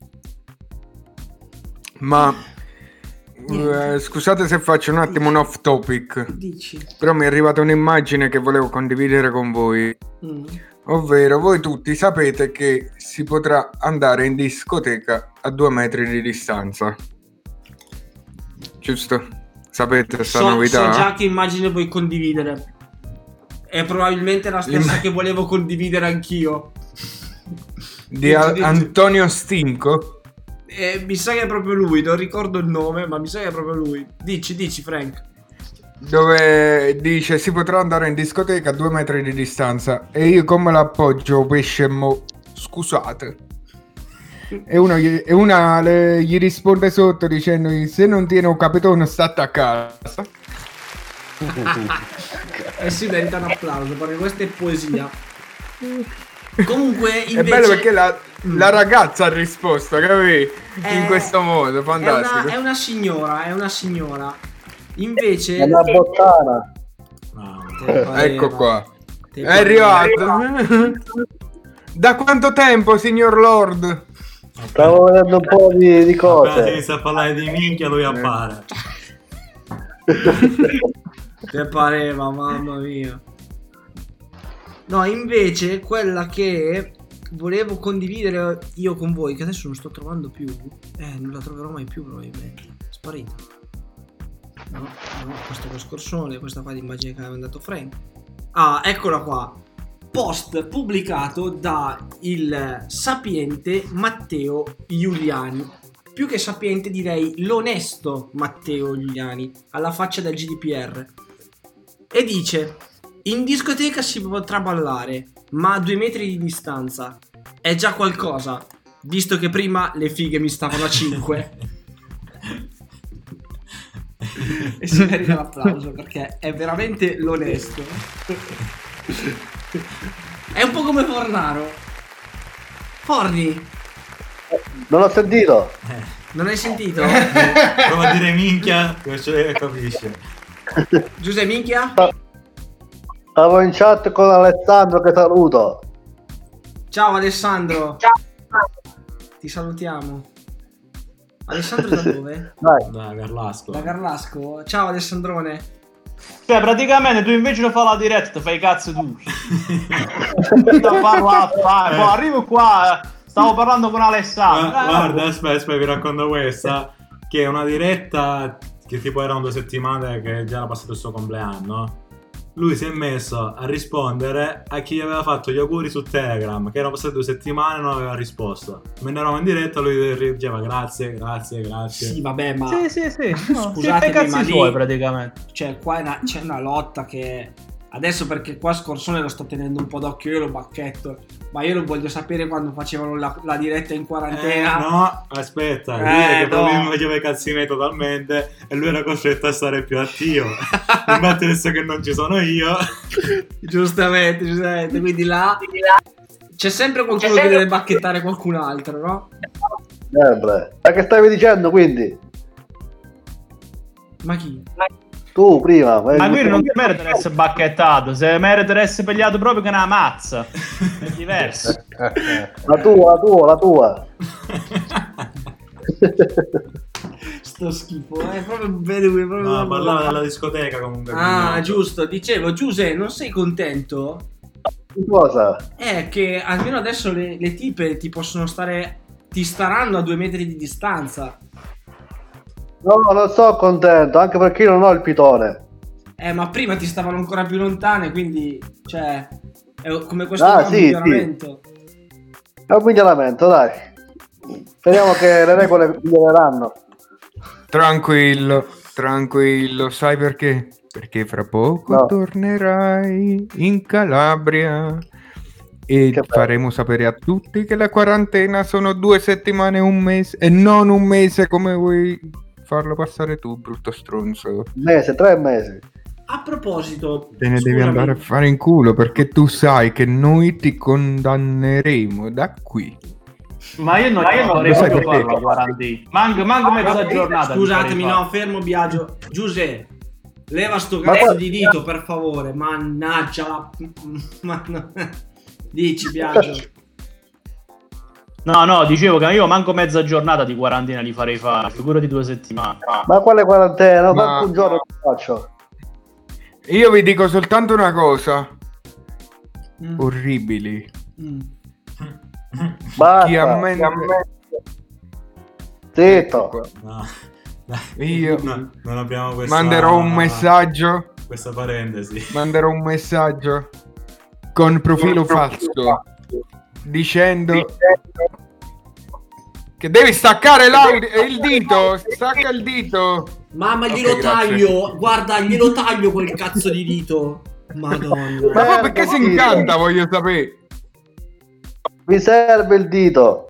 Speaker 10: Ma scusate se faccio un attimo un off topic.
Speaker 5: Dici.
Speaker 10: Però mi è arrivata un'immagine che volevo condividere con voi. Ovvero, voi tutti sapete che si potrà andare in discoteca a 2 metri di distanza. Giusto? Sapete questa novità?
Speaker 5: So già che immagine vuoi condividere. È probabilmente la stessa che volevo condividere anch'io.
Speaker 10: Di Antonio Stinco?
Speaker 5: Mi sa che è proprio lui, non ricordo il nome, ma mi sa che è proprio lui. Dici Frank.
Speaker 10: Dove dice si potrà andare in discoteca a 2 metri di distanza. E io come l'appoggio pesce scusate. E una gli risponde sotto dicendo se non tiene un capitone state a casa.
Speaker 5: Si merita un applauso perché questa è poesia. Comunque invece...
Speaker 10: È bello perché la ragazza ha risposto, capi? In questo modo, fantastico.
Speaker 5: È una signora. Invece...
Speaker 7: È una bottana.
Speaker 10: Ecco qua. È arrivato. Da quanto tempo, signor Lord?
Speaker 7: Stavo vedendo un po' di cose.
Speaker 6: Appena si inizia a parlare di minchia lui appare.
Speaker 5: Che pareva, mamma mia. No, invece quella che volevo condividere io con voi, che adesso non sto trovando più, non la troverò mai più probabilmente, sparita. No, questo è lo scorsone, questa qua è l'immagine che aveva mandato Frank. Ah, eccola qua. Post pubblicato da il sapiente Matteo Giuliani. Più che sapiente direi l'onesto Matteo Giuliani, alla faccia del GDPR. E dice: in discoteca si potrà ballare, ma a 2 metri di distanza. È già qualcosa, visto che prima le fighe mi stavano a 5. E si merita l'applauso perché è veramente l'onesto. È un po' come Fornaro. Forni,
Speaker 7: non l'ho sentito.
Speaker 5: non hai sentito?
Speaker 6: Prova a dire minchia, cioè capisce.
Speaker 5: Giuseppe minchia?
Speaker 7: Stavo in chat con Alessandro che saluto.
Speaker 5: Ciao Alessandro. Ciao. Ti salutiamo. Alessandro da dove?
Speaker 6: Da Garlasco.
Speaker 5: Da Garlasco. Ciao Alessandrone.
Speaker 2: Cioè praticamente tu invece di fare la diretta fai i cazzo tu. Poi arrivo qua, stavo parlando con Alessandro.
Speaker 6: Guarda, aspetta, vi racconto questa. Che è una diretta che tipo erano 2 settimane che già era passato il suo compleanno. Lui si è messo a rispondere a chi gli aveva fatto gli auguri su Telegram, che erano passate 2 settimane e non aveva risposto. Mentre eravamo in diretta lui diceva grazie.
Speaker 5: Sì, vabbè, ma
Speaker 2: Sì. No,
Speaker 5: scusatemi, ma lì
Speaker 2: suoi praticamente.
Speaker 5: Cioè qua c'è una lotta che adesso, perché qua Scorsone lo sto tenendo un po' d'occhio, io lo bacchetto, ma io lo voglio sapere quando facevano la diretta in quarantena.
Speaker 6: No, aspetta, che proprio mi faceva i cazzi miei totalmente e lui era costretto a stare più attivo. Infatti adesso che non ci sono io.
Speaker 5: giustamente, quindi là c'è sempre qualcuno che deve bacchettare qualcun altro, no?
Speaker 7: Sempre. Ma che stavi dicendo quindi?
Speaker 5: Ma chi?
Speaker 7: Tu prima.
Speaker 2: Ma qui non ti merita di essere bacchettato, se merita di essere pigliato proprio che una mazza. È diverso.
Speaker 7: La tua.
Speaker 5: Sto schifo, è proprio bene.
Speaker 6: No, parlava della discoteca comunque.
Speaker 5: Ah, giusto, dicevo, Giuseppe, non sei contento?
Speaker 7: Cosa?
Speaker 5: È che almeno adesso le tipe ti staranno a 2 metri di distanza.
Speaker 7: No, non sono contento, anche perché io non ho il pitone.
Speaker 5: Ma prima ti stavano ancora più lontane, quindi, cioè... È come questo miglioramento.
Speaker 7: È un miglioramento, dai. Speriamo che le regole miglioreranno.
Speaker 10: Tranquillo, sai perché? Perché fra poco tornerai in Calabria e faremo sapere a tutti che la quarantena sono 2 settimane, un mese, e non un mese come vuoi farlo passare tu, brutto stronzo.
Speaker 7: 3 mesi.
Speaker 5: A proposito,
Speaker 10: te ne devi andare a fare in culo, perché tu sai che noi ti condanneremo da qui.
Speaker 2: Ma io non vorrei proprio farlo, guardi. Manco mezza giornata.
Speaker 5: Scusatemi, no, fermo Biagio. Giuseppe, leva sto cazzo di dito, per favore. Mannaggia la... Dici, Biagio.
Speaker 2: No, dicevo che io manco mezza giornata di quarantena li farei fare, figurati 2 settimane.
Speaker 7: Ma quale quarantena? Manco un giorno lo faccio.
Speaker 10: Io vi dico soltanto una cosa. Orribili.
Speaker 7: Basta.
Speaker 10: Chi ammette...
Speaker 7: Zitto.
Speaker 6: No.
Speaker 10: Io
Speaker 6: non abbiamo questa...
Speaker 10: manderò un messaggio.
Speaker 6: Questa parentesi.
Speaker 10: Manderò un messaggio con profilo falso dicendo che devi staccare il dito. Stacca il dito.
Speaker 5: Mamma, glielo taglio. Guarda, glielo taglio quel cazzo di dito. Madonna.
Speaker 10: Ma perché si incanta, voglio sapere.
Speaker 7: Mi serve il dito.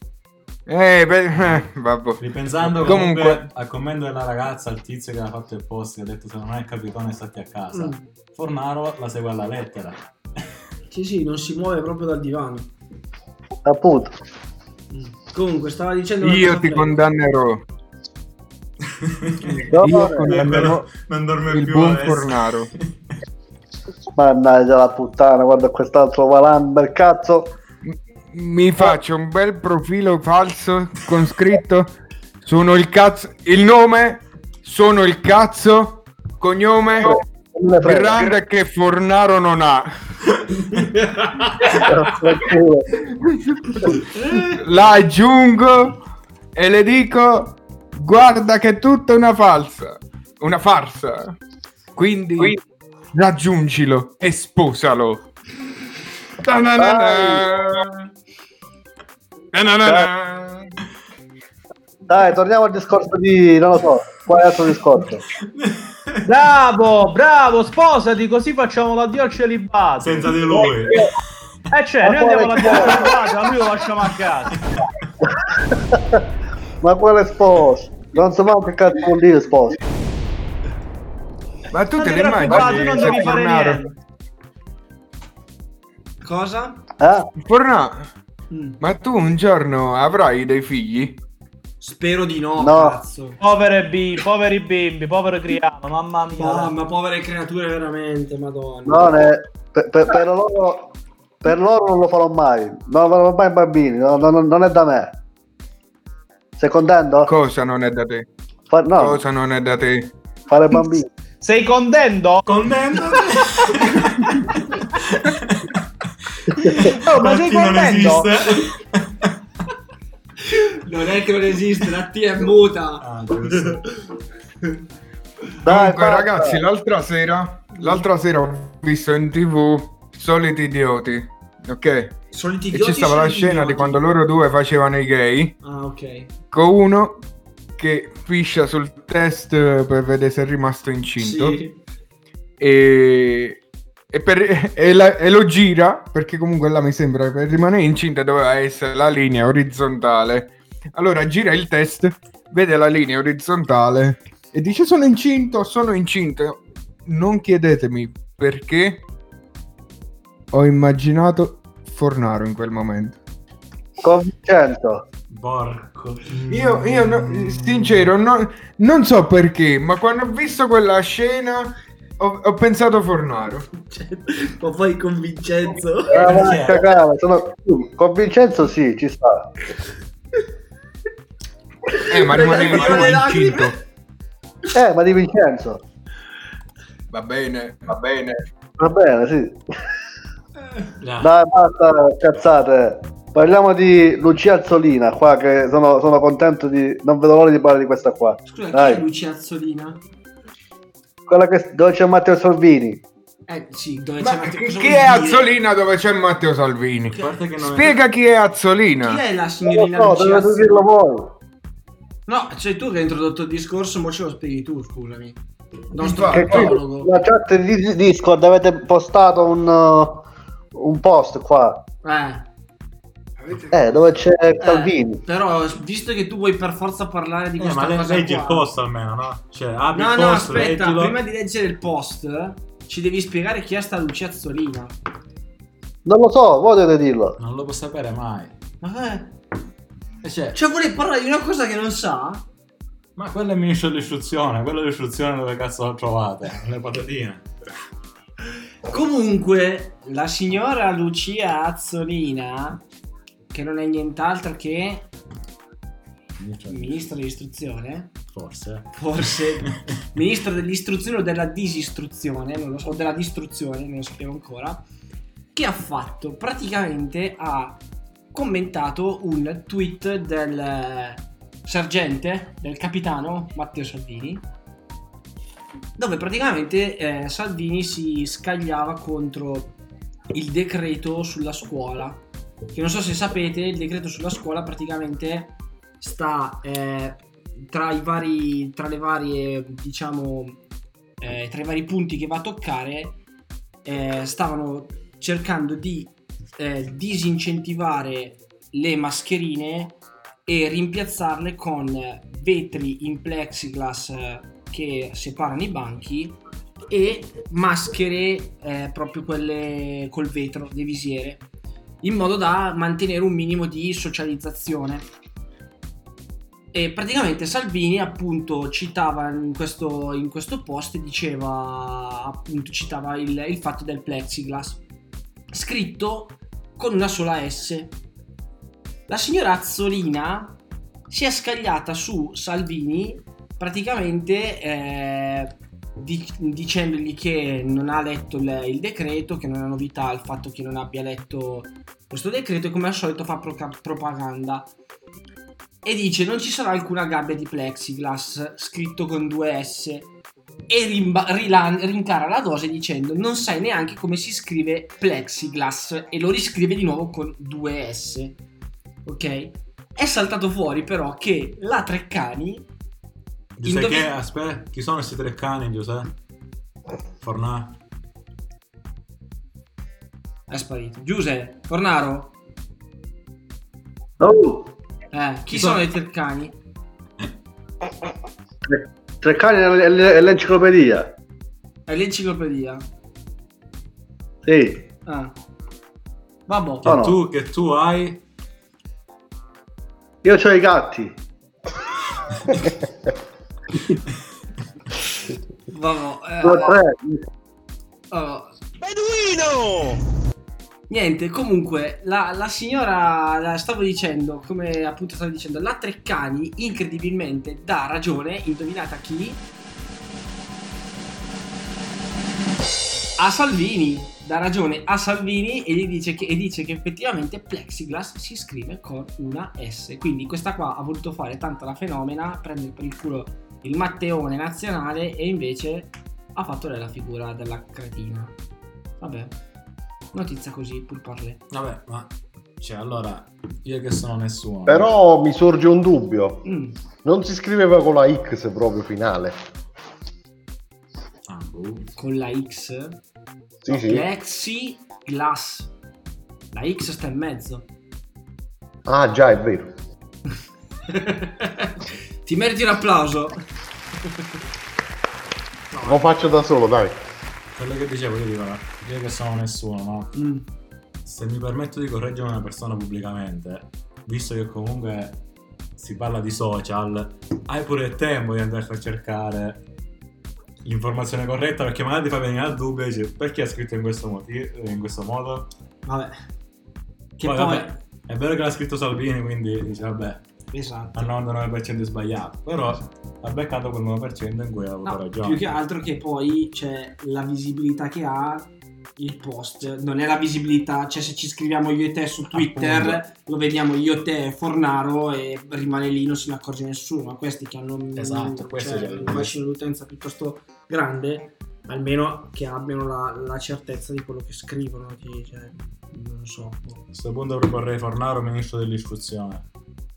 Speaker 10: Vabbè.
Speaker 6: Ripensando comunque al commento della ragazza, al tizio che ha fatto il post, che ha detto se non è capitone stati a casa. Fornaro la segue alla lettera.
Speaker 5: Sì, non si muove proprio dal divano.
Speaker 7: Appunto.
Speaker 5: Comunque stava dicendo...
Speaker 10: Io ti condannerò. Io condannerò
Speaker 6: non dorme
Speaker 10: il
Speaker 6: più
Speaker 10: buon
Speaker 6: adesso.
Speaker 10: Fornaro.
Speaker 7: Mannaggia la puttana, guarda quest'altro Valander, cazzo.
Speaker 10: Mi faccio un bel profilo falso con scritto sono il cazzo, il nome sono il cazzo, cognome grande che Fornaro non ha. La aggiungo e le dico guarda che è tutta una farsa, quindi raggiungilo e sposalo.
Speaker 7: Dai, torniamo al discorso di... non lo so, qual è l'altro discorso?
Speaker 2: Bravo, sposati, così facciamo l'addio al celibato.
Speaker 6: Senza di lui.
Speaker 2: Noi andiamo all'addio al celibato, a lui lo lasciamo a casa.
Speaker 7: Ma quale sposo? Non so mai che cazzo vuol dire sposo.
Speaker 10: Ma tu te ne
Speaker 2: tu non devi fare niente.
Speaker 5: Cosa?
Speaker 10: Fornà, ma tu un giorno avrai dei figli?
Speaker 5: Spero di no. Cazzo.
Speaker 2: Poveri bimbi, povero criato, mamma mia.
Speaker 5: Ma povere creature veramente, madonna.
Speaker 7: Per loro non lo farò mai. Non farò mai bambini, non è da me. Sei contento?
Speaker 10: Cosa non è da te? Cosa non è da te?
Speaker 7: Fare bambini.
Speaker 2: Sei contento?
Speaker 6: Contento?
Speaker 2: Ma sei contento?
Speaker 5: Non è che non esiste, la T è muta.
Speaker 10: Comunque ragazzi, l'altra sera ho visto in TV Soliti Idioti, ok?
Speaker 5: Soliti
Speaker 10: e
Speaker 5: Idioti.
Speaker 10: ci stava la scena di quando loro due facevano i gay.
Speaker 5: Ah, ok.
Speaker 10: Con uno che fiscia sul test per vedere se è rimasto incinto.
Speaker 5: Sì.
Speaker 10: E lo gira, perché comunque là mi sembra che per rimanere incinta doveva essere la linea orizzontale. Allora gira il test, vede la linea orizzontale e dice sono incinto. Non chiedetemi perché ho immaginato Fornaro in quel momento.
Speaker 7: Convincente.
Speaker 6: Porco.
Speaker 10: Io sincero non so perché, ma quando ho visto quella scena ho pensato Fornaro.
Speaker 5: Ma poi con Vincenzo.
Speaker 7: Con Vincenzo sì, ci sta.
Speaker 10: Ma rimanevi incinto.
Speaker 7: Ma di Vincenzo.
Speaker 10: Va bene,
Speaker 7: sì. Dai, basta cazzate. Parliamo di Lucia Azzolina qua, che sono contento di... non vedo l'ora di parlare di questa qua.
Speaker 5: Scusa, chi è Lucia Azzolina?
Speaker 7: Quella dove c'è Matteo Salvini.
Speaker 5: Sì, dove
Speaker 10: Ma
Speaker 5: c'è Matteo,
Speaker 10: chi è Azzolina dove c'è Matteo Salvini? Spiega chi è Azzolina.
Speaker 5: Chi è la signorina
Speaker 7: No,
Speaker 5: Lucia
Speaker 7: dovete dirlo voi.
Speaker 5: No, sei tu che hai introdotto il discorso, mo ce lo spieghi tu, scusami.
Speaker 7: Che qui, la chat di Discord avete postato un post qua. Dove c'è Salvini.
Speaker 5: Però, visto che tu vuoi per forza parlare di questa cosa
Speaker 6: leggi
Speaker 5: qua...
Speaker 6: il post almeno, no? Cioè, apri il
Speaker 5: No,
Speaker 6: post,
Speaker 5: aspetta,
Speaker 6: leggilo.
Speaker 5: prima di leggere il post ci devi spiegare chi è sta Lucia Azzolina.
Speaker 7: Non lo so, voi dovete dirlo.
Speaker 6: Non lo può sapere mai.
Speaker 5: Cioè vuole parlare di una cosa che non sa?
Speaker 6: Ma quello è il ministro dell'istruzione. Quello dell'istruzione dove cazzo lo trovate? Le patatine.
Speaker 5: Comunque, la signora Lucia Azzolina, che non è nient'altro che ministro dell'istruzione,
Speaker 6: forse
Speaker 5: ministro dell'istruzione o della disistruzione, non lo so, o della distruzione, non lo sapevo ancora, che ha fatto praticamente, ha commentato un tweet del sergente, del capitano Matteo Salvini, dove praticamente Salvini si scagliava contro il decreto sulla scuola, che non so se sapete, il decreto sulla scuola praticamente sta tra i vari punti che va a toccare. Stavano cercando di disincentivare le mascherine e rimpiazzarle con vetri in plexiglass che separano i banchi e maschere proprio quelle col vetro, le visiere, in modo da mantenere un minimo di socializzazione. E praticamente Salvini appunto citava in questo post, citava il fatto del plexiglass scritto con una sola S. La signora Azzolina si è scagliata su Salvini praticamente dicendogli che non ha letto il decreto, che non è una novità il fatto che non abbia letto questo decreto, e come al solito fa propaganda e dice non ci sarà alcuna gabbia di plexiglass scritto con 2 S e rincara la dose dicendo non sai neanche come si scrive plexiglass e lo riscrive di nuovo con 2 S. Ok? È saltato fuori però che la Treccani
Speaker 6: aspetta, chi sono questi Treccani, Giuseppe? Fornaro
Speaker 5: è sparito. Giuseppe Fornaro? Chi sono i Treccani?
Speaker 7: Treccani è l'enciclopedia.
Speaker 5: È l'enciclopedia?
Speaker 7: Sì.
Speaker 5: Vabbè.
Speaker 6: Che tu hai?
Speaker 7: Io c'ho i gatti.
Speaker 12: Beduino!
Speaker 5: Niente, comunque la signora, come appunto stavo dicendo, la Treccani incredibilmente dà ragione, indovinate a chi? A Salvini, dà ragione a Salvini e gli dice che effettivamente plexiglass si scrive con una S. Quindi questa qua ha voluto fare tanta la fenomena, prendere per il culo il Matteone nazionale e invece ha fatto lei la figura della cretina. Vabbè. Notizia così, pur parle.
Speaker 6: Vabbè, ma allora io che sono nessuno.
Speaker 11: Però mi sorge un dubbio. Non si scriveva con la X proprio finale?
Speaker 5: Con la X?
Speaker 11: Sì, sì.
Speaker 5: Plexiglass. La X sta in mezzo.
Speaker 11: Ah, già, è vero.
Speaker 5: Ti meriti un applauso.
Speaker 11: Lo faccio da solo, dai.
Speaker 6: Quello che dicevo io che sono nessuno, no? Se mi permetto di correggere una persona pubblicamente, visto che comunque si parla di social, hai pure il tempo di andare a cercare l'informazione corretta, perché magari ti fa venire al dubbio e dici perché ha scritto in questo modo.
Speaker 5: Vabbè.
Speaker 6: Vabbè, è vero che l'ha scritto Salvini, quindi dice vabbè,
Speaker 5: esatto,
Speaker 6: al 99% è sbagliato, però ha beccato quel 9% in cui ha avuto ragione.
Speaker 5: Più che altro che poi c'è la visibilità che ha il post, non è la visibilità, cioè se ci scriviamo io e te su Twitter lo vediamo io, te, Fornaro e rimane lì, non se ne accorge nessuno. Ma questi che hanno
Speaker 6: una
Speaker 5: macchina d'utenza piuttosto grande Almeno che abbiano la certezza di quello che scrivono, cioè, non so.
Speaker 6: A questo punto proporrei Fornaro ministro dell'istruzione.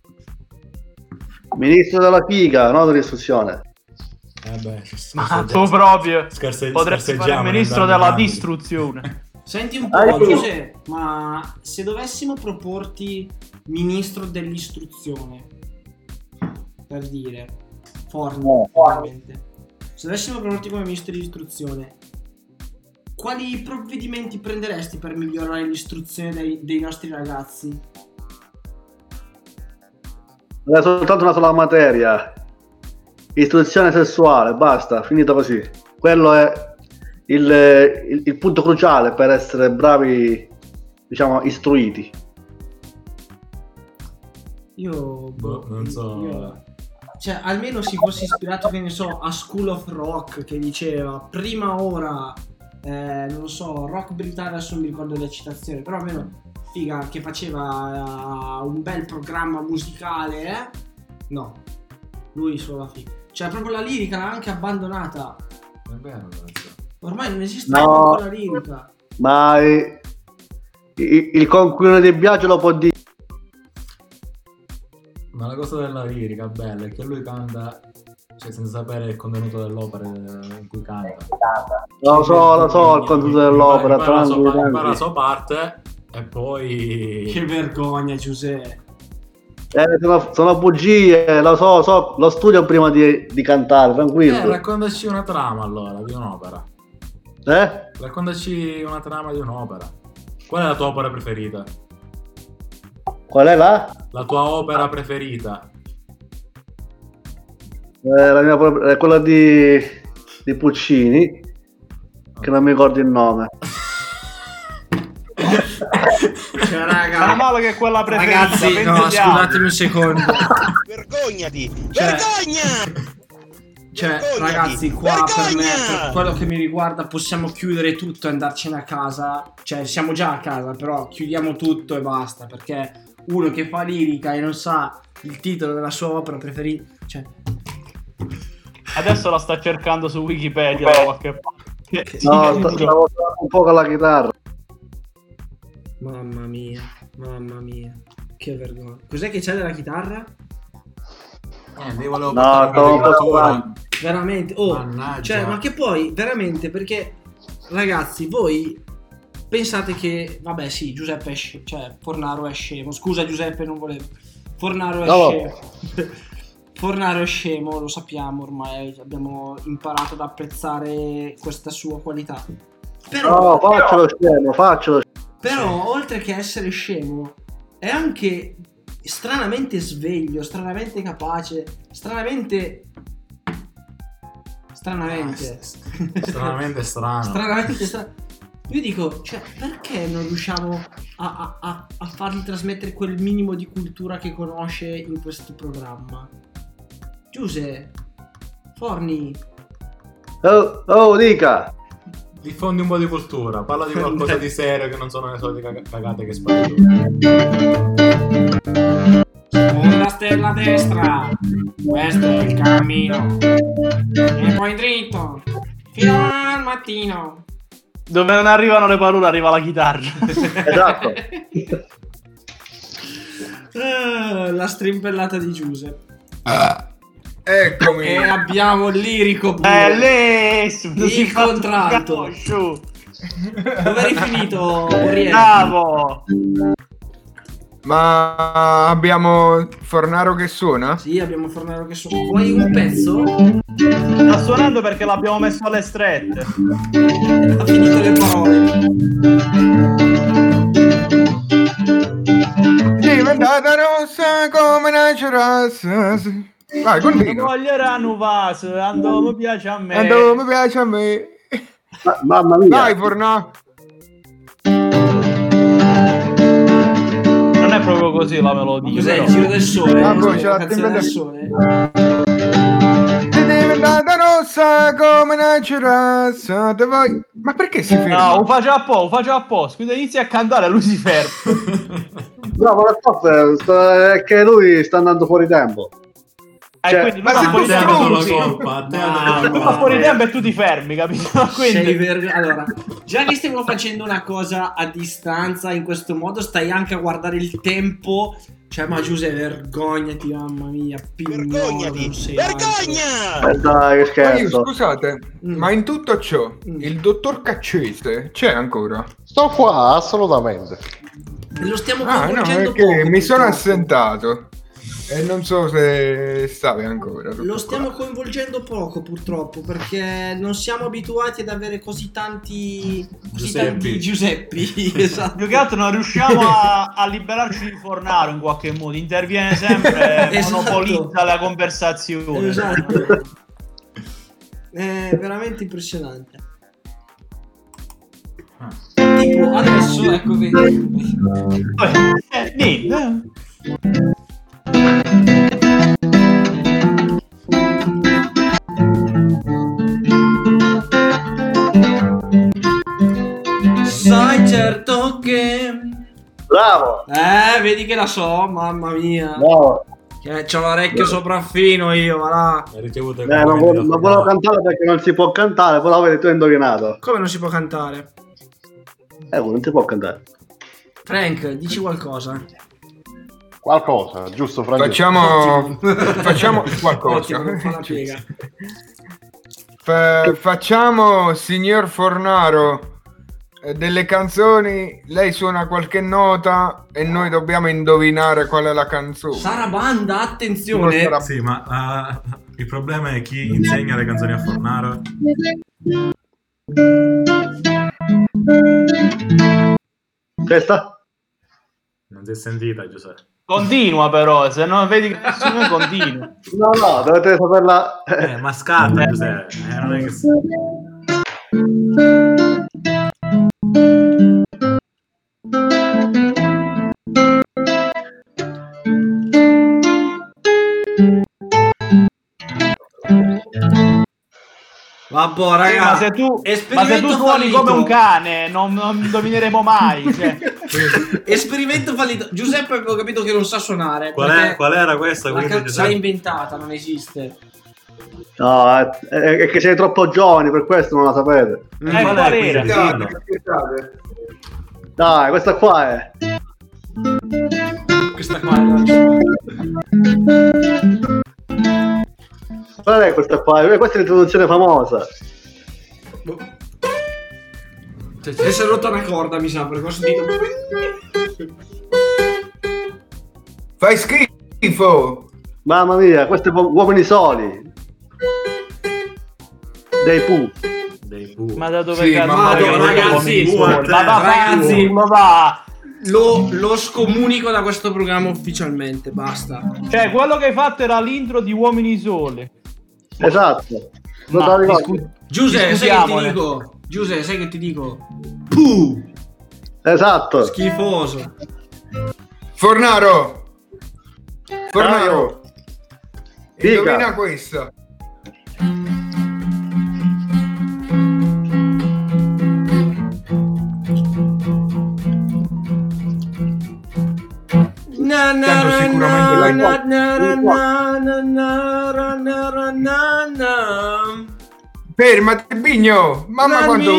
Speaker 7: Ministro della figa, no dell'istruzione.
Speaker 2: Ma tu proprio potresti fare il ministro della distruzione.
Speaker 5: Senti un po', Giuseppe, ma se dovessimo proporti ministro dell'istruzione, per dire, Forni, ovviamente. Se dovessimo proporti come ministro dell'istruzione, quali provvedimenti prenderesti per migliorare l'istruzione dei nostri ragazzi?
Speaker 7: È soltanto una sola materia, istruzione sessuale, basta, finito così. Quello è il punto cruciale per essere bravi, diciamo, istruiti.
Speaker 5: Io
Speaker 6: non so.
Speaker 5: Cioè, almeno si fosse ispirato, che ne so, a School of Rock, che diceva prima ora, non lo so, rock britannico, adesso non mi ricordo le citazioni, però almeno figa, che faceva un bel programma musicale, No, lui solo la figa. Cioè, proprio la lirica l'ha anche abbandonata.
Speaker 6: È vero,
Speaker 5: ormai non esiste più la lirica.
Speaker 7: Ma il conquilino di Biagio lo può dire.
Speaker 6: Ma la cosa della lirica bella è che lui canta, cioè, senza sapere il contenuto dell'opera in cui canta.
Speaker 7: Lo so il contenuto dell'opera.
Speaker 6: Impara la sua parte e poi...
Speaker 5: Che vergogna, Giuseppe.
Speaker 7: Sono bugie, lo so, lo studio prima di cantare, tranquillo.
Speaker 6: Raccontaci una trama allora di un'opera. Raccontaci una trama di un'opera. Qual è la tua opera preferita?
Speaker 7: Qual è la
Speaker 6: tua opera preferita?
Speaker 7: La mia è quella di Puccini, che non mi ricordo il nome.
Speaker 5: Cioè, raga,
Speaker 2: meno male che è quella preferita.
Speaker 5: Ragazzi, no, scusatemi un secondo.
Speaker 12: Vergognati! Vergogna!
Speaker 5: Cioè, ragazzi, qua per me, per quello che mi riguarda, possiamo chiudere tutto e andarcene a casa. Cioè, siamo già a casa, però chiudiamo tutto e basta. Perché uno che fa lirica e non sa il titolo della sua opera preferita, cioè...
Speaker 2: Adesso la sta cercando su Wikipedia da qualche parte.
Speaker 7: No, stavo un po' con la chitarra.
Speaker 5: Mamma mia, che vergogna. Cos'è che c'è della chitarra? Veramente, cioè, ma che poi veramente, perché ragazzi, voi pensate che vabbè, sì, Giuseppe cioè Fornaro è scemo. Scusa Giuseppe, non volevo. Fornaro è scemo. Fornaro è scemo, lo sappiamo ormai, abbiamo imparato ad apprezzare questa sua qualità. Però
Speaker 7: faccelo scemo.
Speaker 5: Però oltre che essere scemo è anche stranamente sveglio, stranamente capace, stranamente strano. Io dico, cioè, perché non riusciamo a fargli trasmettere quel minimo di cultura che conosce in questo programma? Giuseppe, Forni.
Speaker 7: Oh, dica.
Speaker 6: Diffondi un po' di cultura, parla di qualcosa di serio che non sono le solite cagate che spari.
Speaker 5: Con la stella a destra, questo è il cammino, e poi dritto fino al mattino.
Speaker 2: Dove non arrivano le parole arriva la chitarra.
Speaker 7: Esatto.
Speaker 5: La strimpellata di Giuseppe.
Speaker 10: Eccomi.
Speaker 5: E abbiamo il lirico pure. Il contralto. Dove eri finito, Oriente?
Speaker 2: Bravo.
Speaker 10: Ma abbiamo Fornaro che suona?
Speaker 5: Sì, abbiamo Fornaro che suona. Vuoi un pezzo?
Speaker 2: Sta suonando perché l'abbiamo messo alle strette.
Speaker 5: Ha finito le parole.
Speaker 10: Diventata rossa come una cerassa. Vai, continua.
Speaker 2: Voglieranno vas, mi piace a me.
Speaker 10: Mi piace a me.
Speaker 7: Mamma mia.
Speaker 10: Vai, Fornaro.
Speaker 2: Non è proprio così la melodia.
Speaker 5: Cos'è il giro del sole?
Speaker 10: C'è la
Speaker 5: canzone del sole.
Speaker 10: È diventata rossa come una cerassa. Ma perché si ferma?
Speaker 2: No, lo faccio a po'. Scusa, inizia a cantare e lui si ferma.
Speaker 7: No, ma è che lui sta andando fuori tempo.
Speaker 2: Quindi
Speaker 10: ma
Speaker 2: lui fa fuori
Speaker 10: sei
Speaker 2: lui fa fuori tempo e tu ti fermi, capito? Quindi...
Speaker 5: Allora, già che stiamo facendo una cosa a distanza in questo modo, stai anche a guardare il tempo. Cioè, ma Giuseppe, vergognati, mamma mia.
Speaker 12: Vergognati! Vergogna!
Speaker 7: Dai, che scherzo.
Speaker 10: Scusate, ma in tutto ciò il dottor Caccese c'è ancora?
Speaker 11: Sto qua, assolutamente.
Speaker 5: Lo stiamo
Speaker 10: No,
Speaker 5: coinvolgendo
Speaker 10: perché
Speaker 5: poco.
Speaker 10: mi sono
Speaker 5: purtroppo.
Speaker 10: assentato e non so se stavi ancora.
Speaker 5: Lo stiamo coinvolgendo poco, purtroppo, perché non siamo abituati ad avere così tanti Giuseppi. Esatto.
Speaker 2: Più che altro non riusciamo a liberarci di Fornaro in qualche modo. Interviene sempre,
Speaker 5: Esatto.
Speaker 2: monopolizza la conversazione.
Speaker 5: Esatto. È veramente impressionante. Tipo, adesso, ecco, vedi. Sai certo che...
Speaker 7: Bravo!
Speaker 5: Vedi che la so, mamma mia.
Speaker 7: Bravo.
Speaker 5: Che c'ho l'orecchio sopraffino io, va là.
Speaker 7: Non volevo cantare perché non si può cantare, però vedi, tu hai indovinato.
Speaker 5: Come non si può cantare?
Speaker 7: Non si può cantare.
Speaker 5: Frank, dici qualcosa.
Speaker 11: Qualcosa, giusto Francesco?
Speaker 10: Facciamo qualcosa.
Speaker 5: Ottimo, fa la piega.
Speaker 10: Facciamo, signor Fornaro, delle canzoni, lei suona qualche nota e noi dobbiamo indovinare qual è la canzone.
Speaker 5: Sarabanda, attenzione.
Speaker 6: Sì, ma il problema è chi insegna le canzoni a Fornaro.
Speaker 7: Questa?
Speaker 6: Non si è sentita, Giuseppe.
Speaker 2: Continua però, se no vedi che nessuno continua.
Speaker 7: No, dovete saperla.
Speaker 6: Ma scatta, Giuseppe. Non è che...
Speaker 5: Vabbè, raga,
Speaker 2: ma se tu suoni come un cane, non indovineremo mai. Cioè.
Speaker 5: Esperimento fallito. Giuseppe avevo capito che non sa suonare.
Speaker 6: Qual era questa?
Speaker 5: La canzone l'ha inventata, non esiste.
Speaker 7: No, è che siete troppo giovani, per questo non la sapete.
Speaker 2: Qual era?
Speaker 7: Dai, questa qua è.
Speaker 5: Questa qua è.
Speaker 7: Qual è questa qua? Questa è l'introduzione famosa.
Speaker 5: Cioè, si è rotta una corda, mi sa, per questo dico.
Speaker 10: Fai schifo!
Speaker 7: Mamma mia, questi uomini soli. Dei Pooh.
Speaker 2: Ma da dove
Speaker 10: Sì,
Speaker 5: ragazzi,
Speaker 2: va.
Speaker 5: Lo scomunico da questo programma ufficialmente, basta.
Speaker 2: Cioè, quello che hai fatto era l'intro di Uomini Soli.
Speaker 7: Esatto.
Speaker 5: Giuseppe, sai che ti dico? Giuseppe, sai che ti dico? Puh!
Speaker 7: Esatto.
Speaker 5: Schifoso.
Speaker 10: Fornaro! Indovina
Speaker 7: Dica.
Speaker 10: questa. Tanto sicuramente l'hai Fermati, Bigno! Mamma quanto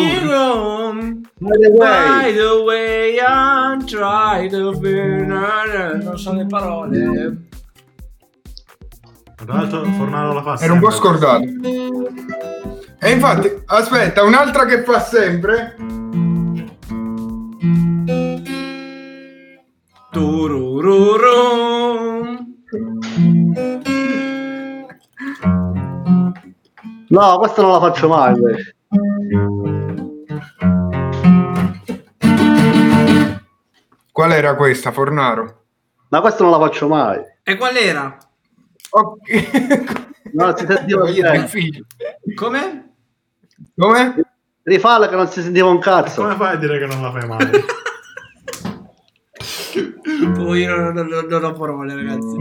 Speaker 5: By the way, I'm trying to feel. Non so le parole.
Speaker 6: Tra l'altro Fornaro la fa
Speaker 10: Era un po'
Speaker 6: sempre.
Speaker 10: scordato. E infatti, aspetta, un'altra che fa sempre.
Speaker 7: No, questa non la faccio mai.
Speaker 10: Qual era questa, Fornaro?
Speaker 7: Ma questa non la faccio mai.
Speaker 5: E qual era?
Speaker 7: No, si sentiva
Speaker 5: Come?
Speaker 10: Come?
Speaker 7: Rifalla che non si sentiva un cazzo.
Speaker 6: Come fai a dire che non la fai mai?
Speaker 5: Poi io non ho parole, ragazzi.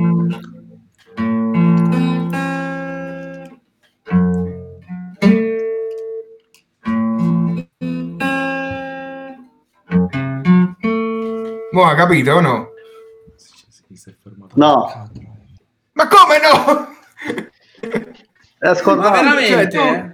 Speaker 10: Mo' ha capito o no?
Speaker 7: No.
Speaker 10: Ma come no?
Speaker 7: Ma
Speaker 5: veramente?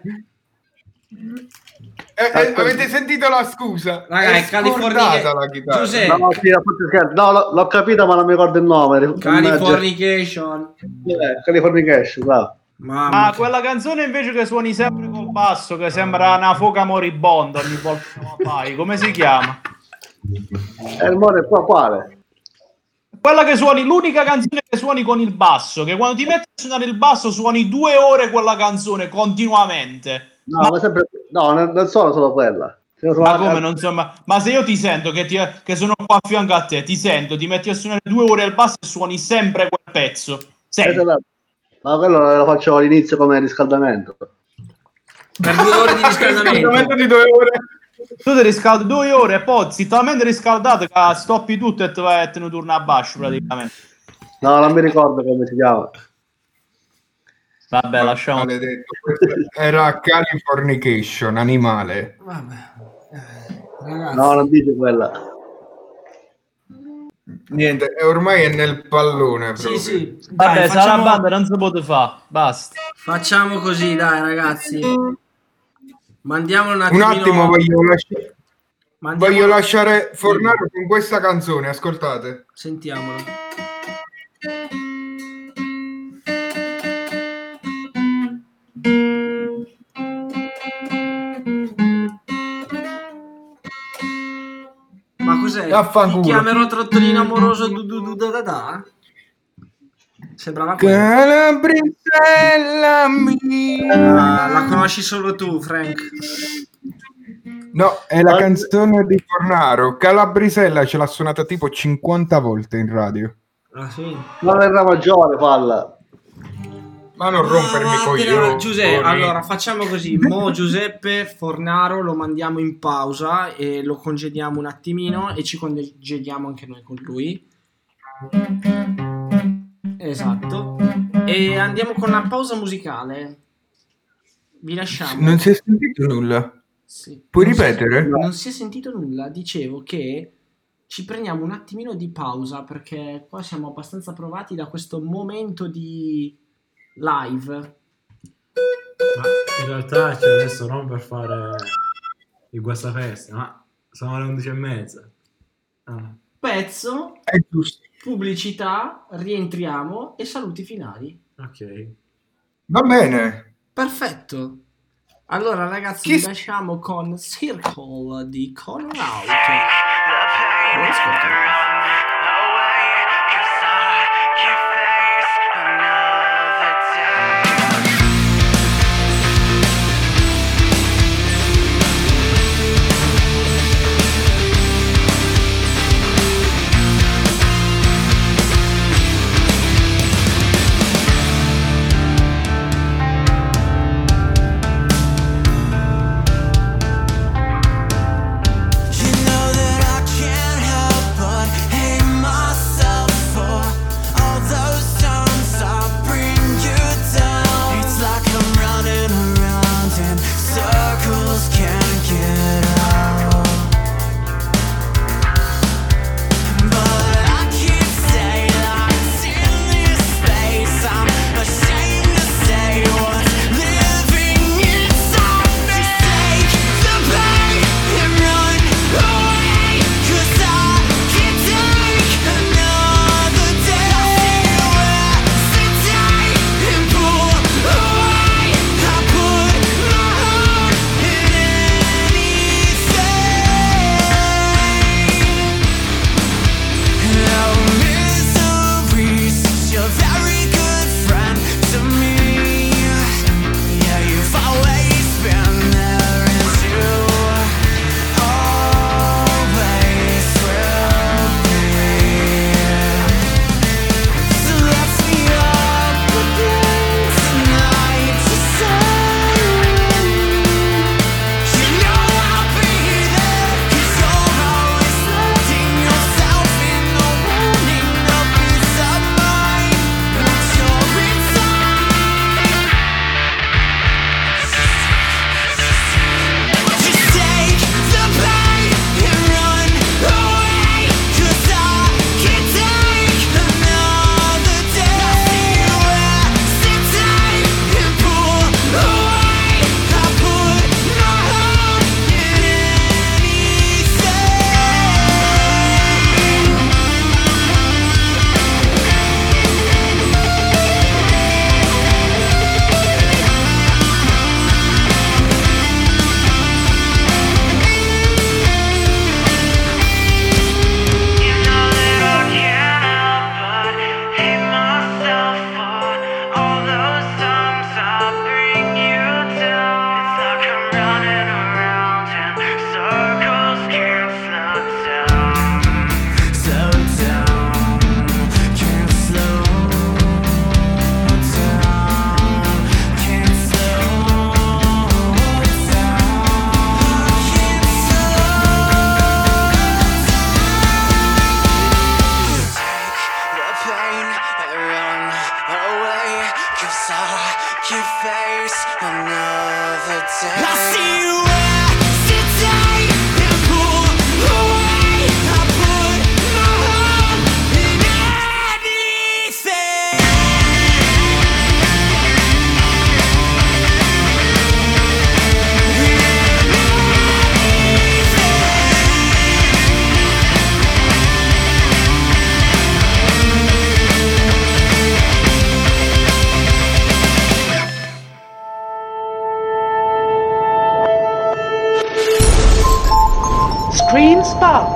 Speaker 10: Avete sentito la scusa?
Speaker 5: Raga, è
Speaker 10: scordata la chitarra.
Speaker 5: Giuseppe.
Speaker 7: No, sì, l'ho capito, ma non mi ricordo il nome.
Speaker 5: Californication.
Speaker 7: Californication, bravo.
Speaker 2: Ma quella canzone invece che suoni sempre col basso, che sembra una foca moribonda ogni volta che la fai, come si chiama?
Speaker 7: Il modo è qua quale?
Speaker 2: Quella che suoni, l'unica canzone che suoni con il basso, che quando ti metti a suonare il basso suoni 2 ore quella canzone continuamente.
Speaker 7: No, ma sempre... no, non sono solo quella.
Speaker 2: Ma come non so, ma se io ti sento che sono qua a fianco a te, ti sento, ti metti a suonare 2 ore al basso e suoni sempre quel pezzo. Sempre.
Speaker 7: Ma quello lo faccio all'inizio come riscaldamento.
Speaker 5: Per 2 ore di riscaldamento.
Speaker 10: Di 2 ore.
Speaker 2: Tu ti riscaldi 2 ore e poi si talmente riscaldato che stoppi tutto e te ne torna a basso praticamente.
Speaker 7: No, non mi ricordo come si chiama.
Speaker 2: Vabbè, lasciamo.
Speaker 10: Era Californication, animale.
Speaker 5: Vabbè. Ragazzi.
Speaker 7: No, non dice quella.
Speaker 10: Niente, ormai è nel pallone proprio.
Speaker 5: Sì.
Speaker 2: Vabbè,
Speaker 5: Dai,
Speaker 2: sarà banda, non si può fare. Basta.
Speaker 5: Facciamo così, dai, ragazzi. Mandiamo un
Speaker 10: attimo, voglio lasciare Fornaro con questa canzone, ascoltate.
Speaker 5: Sentiamolo. Ma cos'è? Ti chiamerò trottolino amoroso da? Sembrava
Speaker 10: Calabrisella mia.
Speaker 5: La conosci solo tu, Frank?
Speaker 10: No, è la canzone di Fornaro. Calabrisella ce l'ha suonata tipo 50 volte in radio.
Speaker 5: Ah sì?
Speaker 7: Non era maggiore, palla.
Speaker 10: Ma non rompermi coglioni.
Speaker 5: Giuseppe, allora facciamo così. Mo Giuseppe Fornaro lo mandiamo in pausa e lo congediamo un attimino e ci congediamo anche noi con lui. Esatto. E andiamo con una pausa musicale. Vi lasciamo.
Speaker 10: Non si è sentito nulla?
Speaker 5: Sì.
Speaker 10: Puoi ripetere?
Speaker 5: Non si è sentito nulla. Dicevo che ci prendiamo un attimino di pausa perché qua siamo abbastanza provati da questo momento di live.
Speaker 6: Ma in realtà c'è adesso non per fare il guastafeste, ma sono le 11:30.
Speaker 5: Pezzo,
Speaker 10: è giusto.
Speaker 5: Pubblicità, rientriamo e saluti finali.
Speaker 6: Ok.
Speaker 10: Va bene.
Speaker 5: Perfetto. Allora ragazzi, vi lasciamo con Circle di Color Out. Buon ascolto.
Speaker 9: You know that I can't help but hate your face another day. I see you hesitate and pull away. I put my heart in anything.
Speaker 13: Screen Spot.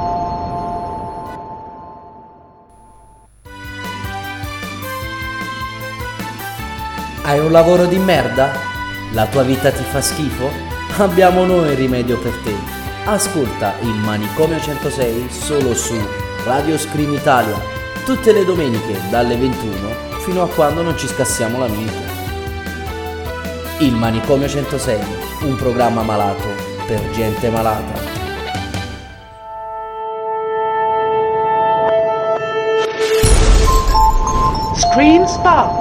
Speaker 16: Hai un lavoro di merda? La tua vita ti fa schifo? Abbiamo noi il rimedio per te. Ascolta il Manicomio 106 solo su Radio Scream Italia, tutte le domeniche dalle 21 fino a quando non ci scassiamo la minchia. Il Manicomio 106, un programma malato per gente malata.
Speaker 13: Screen Spot.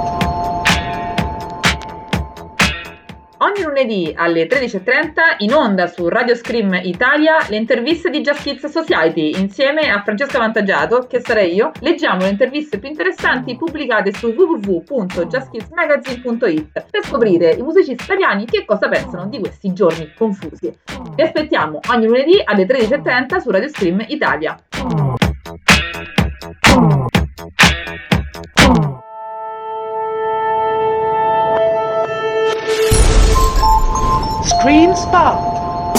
Speaker 20: Ogni lunedì alle 13.30 in onda su Radio Scream Italia le interviste di Just Kids Society insieme a Francesca Vantaggiato, che sarei io. Leggiamo le interviste più interessanti pubblicate su www.justkidsmagazine.it per scoprire i musicisti italiani che cosa pensano di questi giorni confusi. Vi aspettiamo ogni lunedì alle 13.30 su Radio Scream Italia.
Speaker 13: Screen Spot.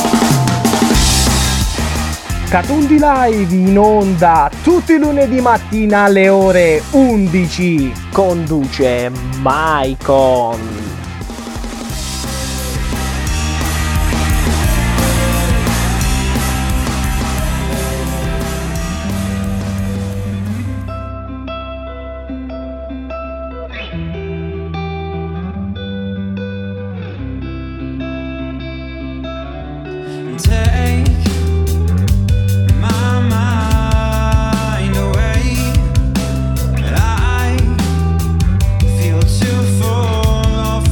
Speaker 13: Catundi Live in onda tutti i lunedì mattina alle ore 11. Conduce Maicon.
Speaker 9: Feel too full of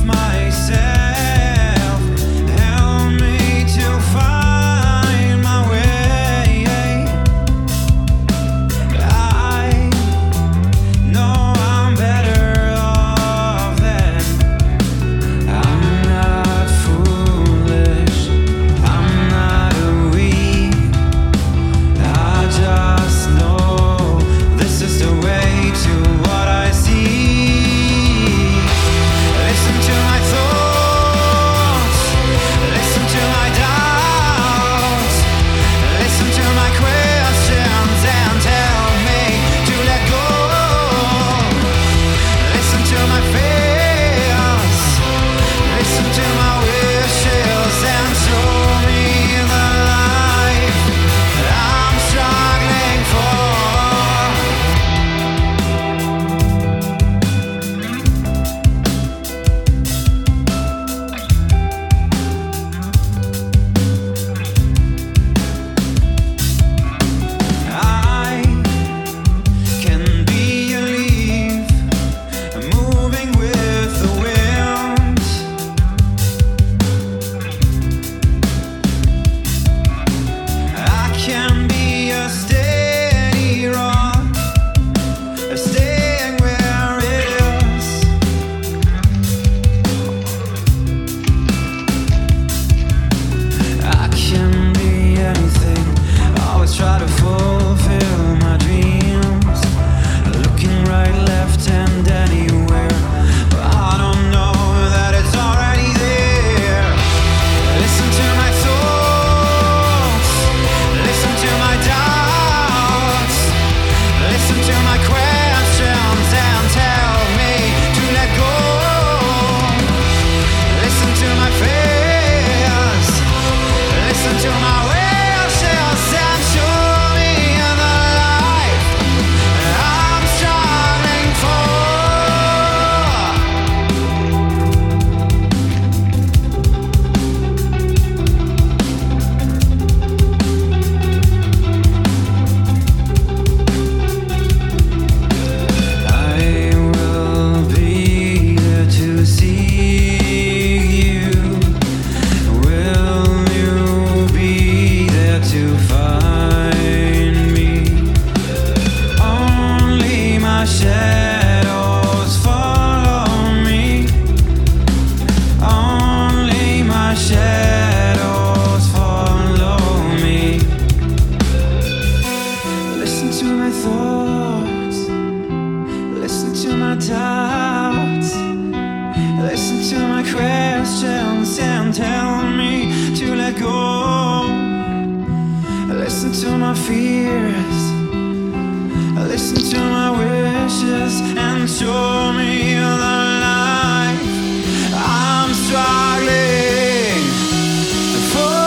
Speaker 9: Listen to my doubts, listen to my questions and tell me to let go. Listen to my fears, listen to my wishes and show me the life I'm struggling for.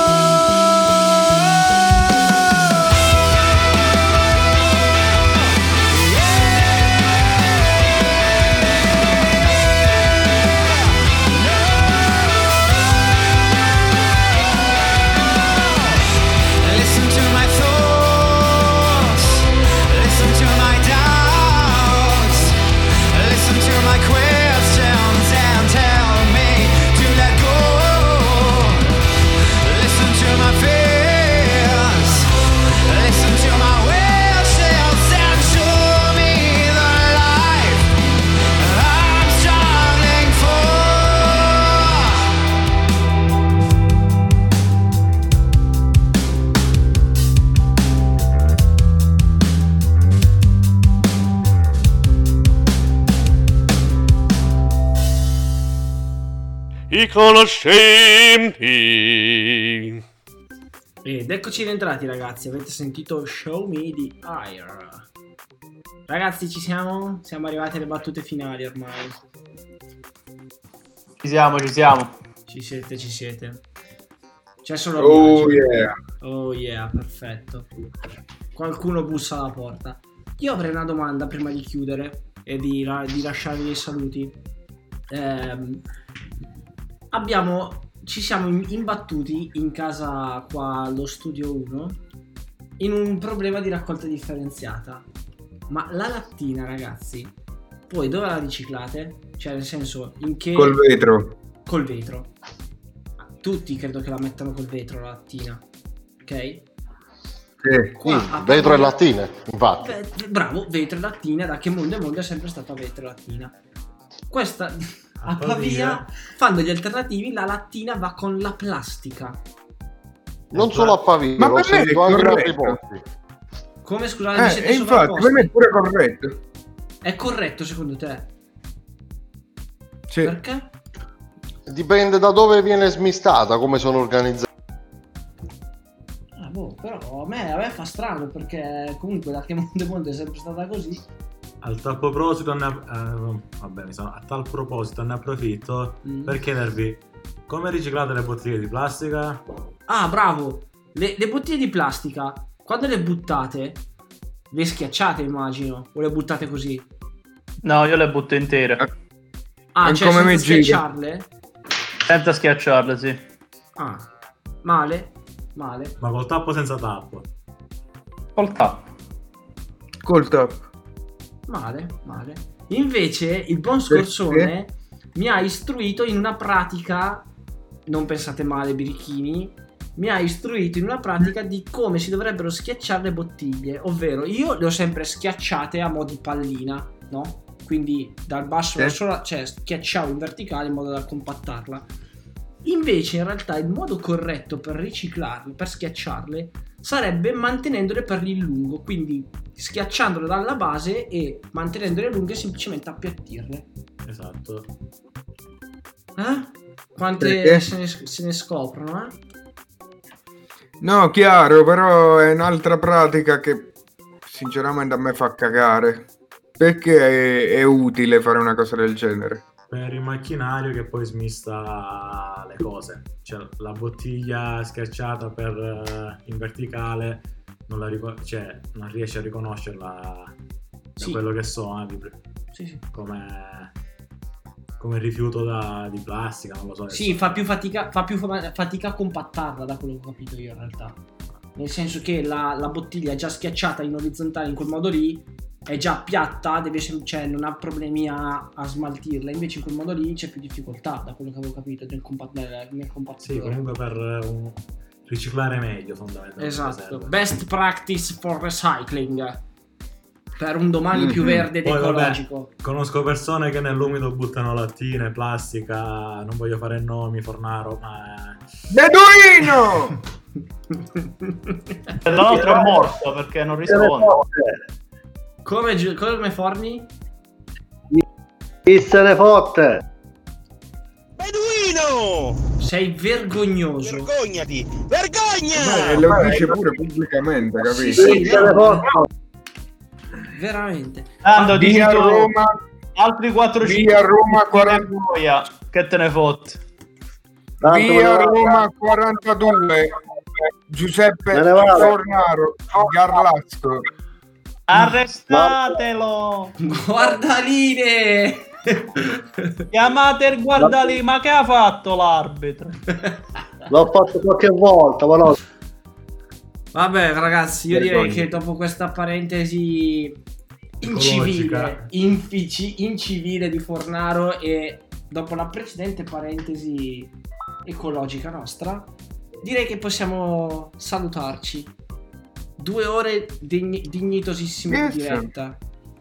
Speaker 3: I conoscenti.
Speaker 5: Ed eccoci rientrati, ragazzi. Avete sentito Show Me the Air. Ragazzi, ci siamo? Siamo arrivati alle battute finali ormai.
Speaker 2: Ci siamo.
Speaker 5: Ci siete. C'è solo
Speaker 10: Oh yeah.
Speaker 5: Oh yeah, perfetto. Qualcuno bussa alla porta. Io avrei una domanda prima di chiudere e di lasciarvi dei saluti. Ci siamo imbattuti in casa qua allo studio 1 in un problema di raccolta differenziata. Ma la lattina, ragazzi, poi dove la riciclate? Cioè, nel senso, in che...
Speaker 10: Col vetro.
Speaker 5: Col vetro. Tutti credo che la mettano col vetro la lattina, ok?
Speaker 11: Qua, vetro e lattine, infatti.
Speaker 5: Bravo, vetro e lattina, da che mondo è sempre stata vetro e lattina. Questa a Pavia fanno gli alternativi, la lattina va con la plastica.
Speaker 11: Non solo a Pavia,
Speaker 10: ma
Speaker 11: l'ho
Speaker 10: per me è
Speaker 11: sentito anche in altri
Speaker 10: corretto.
Speaker 11: posti.
Speaker 5: Come, scusate, mi siete
Speaker 10: infatti,
Speaker 5: sovrapposti?
Speaker 10: per me è pure corretto.
Speaker 5: È corretto secondo te?
Speaker 10: Sì.
Speaker 5: Perché?
Speaker 11: Dipende da dove viene smistata, come sono organizzate.
Speaker 5: Però a me fa strano, perché comunque da che mondo è sempre stata così.
Speaker 6: A tal proposito ne approfitto per chiedervi come riciclate le bottiglie di plastica?
Speaker 5: Ah, bravo! Le bottiglie di plastica, quando le buttate, le schiacciate, immagino, o le buttate così?
Speaker 2: No, io le butto intere.
Speaker 5: Ah, cioè senza schiacciarle?
Speaker 2: Senza schiacciarle, sì.
Speaker 5: Ah, male.
Speaker 6: Ma col tappo o senza tappo?
Speaker 2: Col tappo.
Speaker 10: Col tappo.
Speaker 5: Male. Invece il buon Scorsone mi ha istruito in una pratica, non pensate male birichini, mi ha istruito in una pratica di come si dovrebbero schiacciare le bottiglie, ovvero io le ho sempre schiacciate a mo' di pallina, no? Quindi dal basso verso la, cioè schiacciavo in verticale in modo da compattarla. Invece in realtà il modo corretto per riciclarle, per schiacciarle, sarebbe mantenendole per il lungo, quindi schiacciandole dalla base e mantenendole lunghe e semplicemente appiattirle.
Speaker 6: Esatto.
Speaker 5: Quante se ne scoprono,
Speaker 10: No, chiaro, però è un'altra pratica che sinceramente a me fa cagare. Perché è utile fare una cosa del genere?
Speaker 6: Per il macchinario che poi smista le cose, cioè la bottiglia schiacciata in verticale non riesce a riconoscerla da quello che so, come rifiuto di plastica, non lo so.
Speaker 5: Sì, fa più fatica a compattarla, da quello che ho capito io in realtà. Nel senso che la bottiglia è già schiacciata in orizzontale in quel modo lì, è già piatta, non ha problemi a smaltirla, invece in quel modo lì c'è più difficoltà, da quello che avevo capito, nel compattore.
Speaker 6: Sì, comunque per riciclare meglio fondamentalmente.
Speaker 5: Esatto, best practice for recycling, per un domani più verde ed ecologico.
Speaker 6: Vabbè, conosco persone che nell'umido buttano lattine, plastica, non voglio fare nomi, Fornaro, ma...
Speaker 10: Beduino!
Speaker 2: Tra l'altro è morto perché non risponde.
Speaker 5: Come Forni?
Speaker 7: Chi se ne fotte?
Speaker 12: Beduino!
Speaker 5: Sei vergognoso.
Speaker 12: Vergognati! Vergogna!
Speaker 10: E lo dice pure pubblicamente, capito?
Speaker 5: Sì,
Speaker 7: Chi se ne fotte?
Speaker 5: Veramente.
Speaker 2: Tanto dici
Speaker 10: Via
Speaker 2: tu,
Speaker 10: Roma,
Speaker 2: altri 4
Speaker 10: via Roma 40,
Speaker 2: che te ne fotte?
Speaker 10: via Roma 42, Giuseppe
Speaker 7: Me ne vado.
Speaker 10: Fornaro, Garlasco.
Speaker 2: Arrestatelo!
Speaker 5: Guardaline!
Speaker 2: Chiamate il guardalì, ma che ha fatto l'arbitro?
Speaker 7: L'ho fatto qualche volta, ma no.
Speaker 5: Vabbè, ragazzi, io direi
Speaker 6: Vergogna.
Speaker 5: che dopo questa parentesi
Speaker 6: Ecologica.
Speaker 5: incivile di Fornaro e dopo la precedente parentesi ecologica nostra, direi che possiamo salutarci. 2 ore dignitosissime di
Speaker 10: Yes.
Speaker 5: diretta.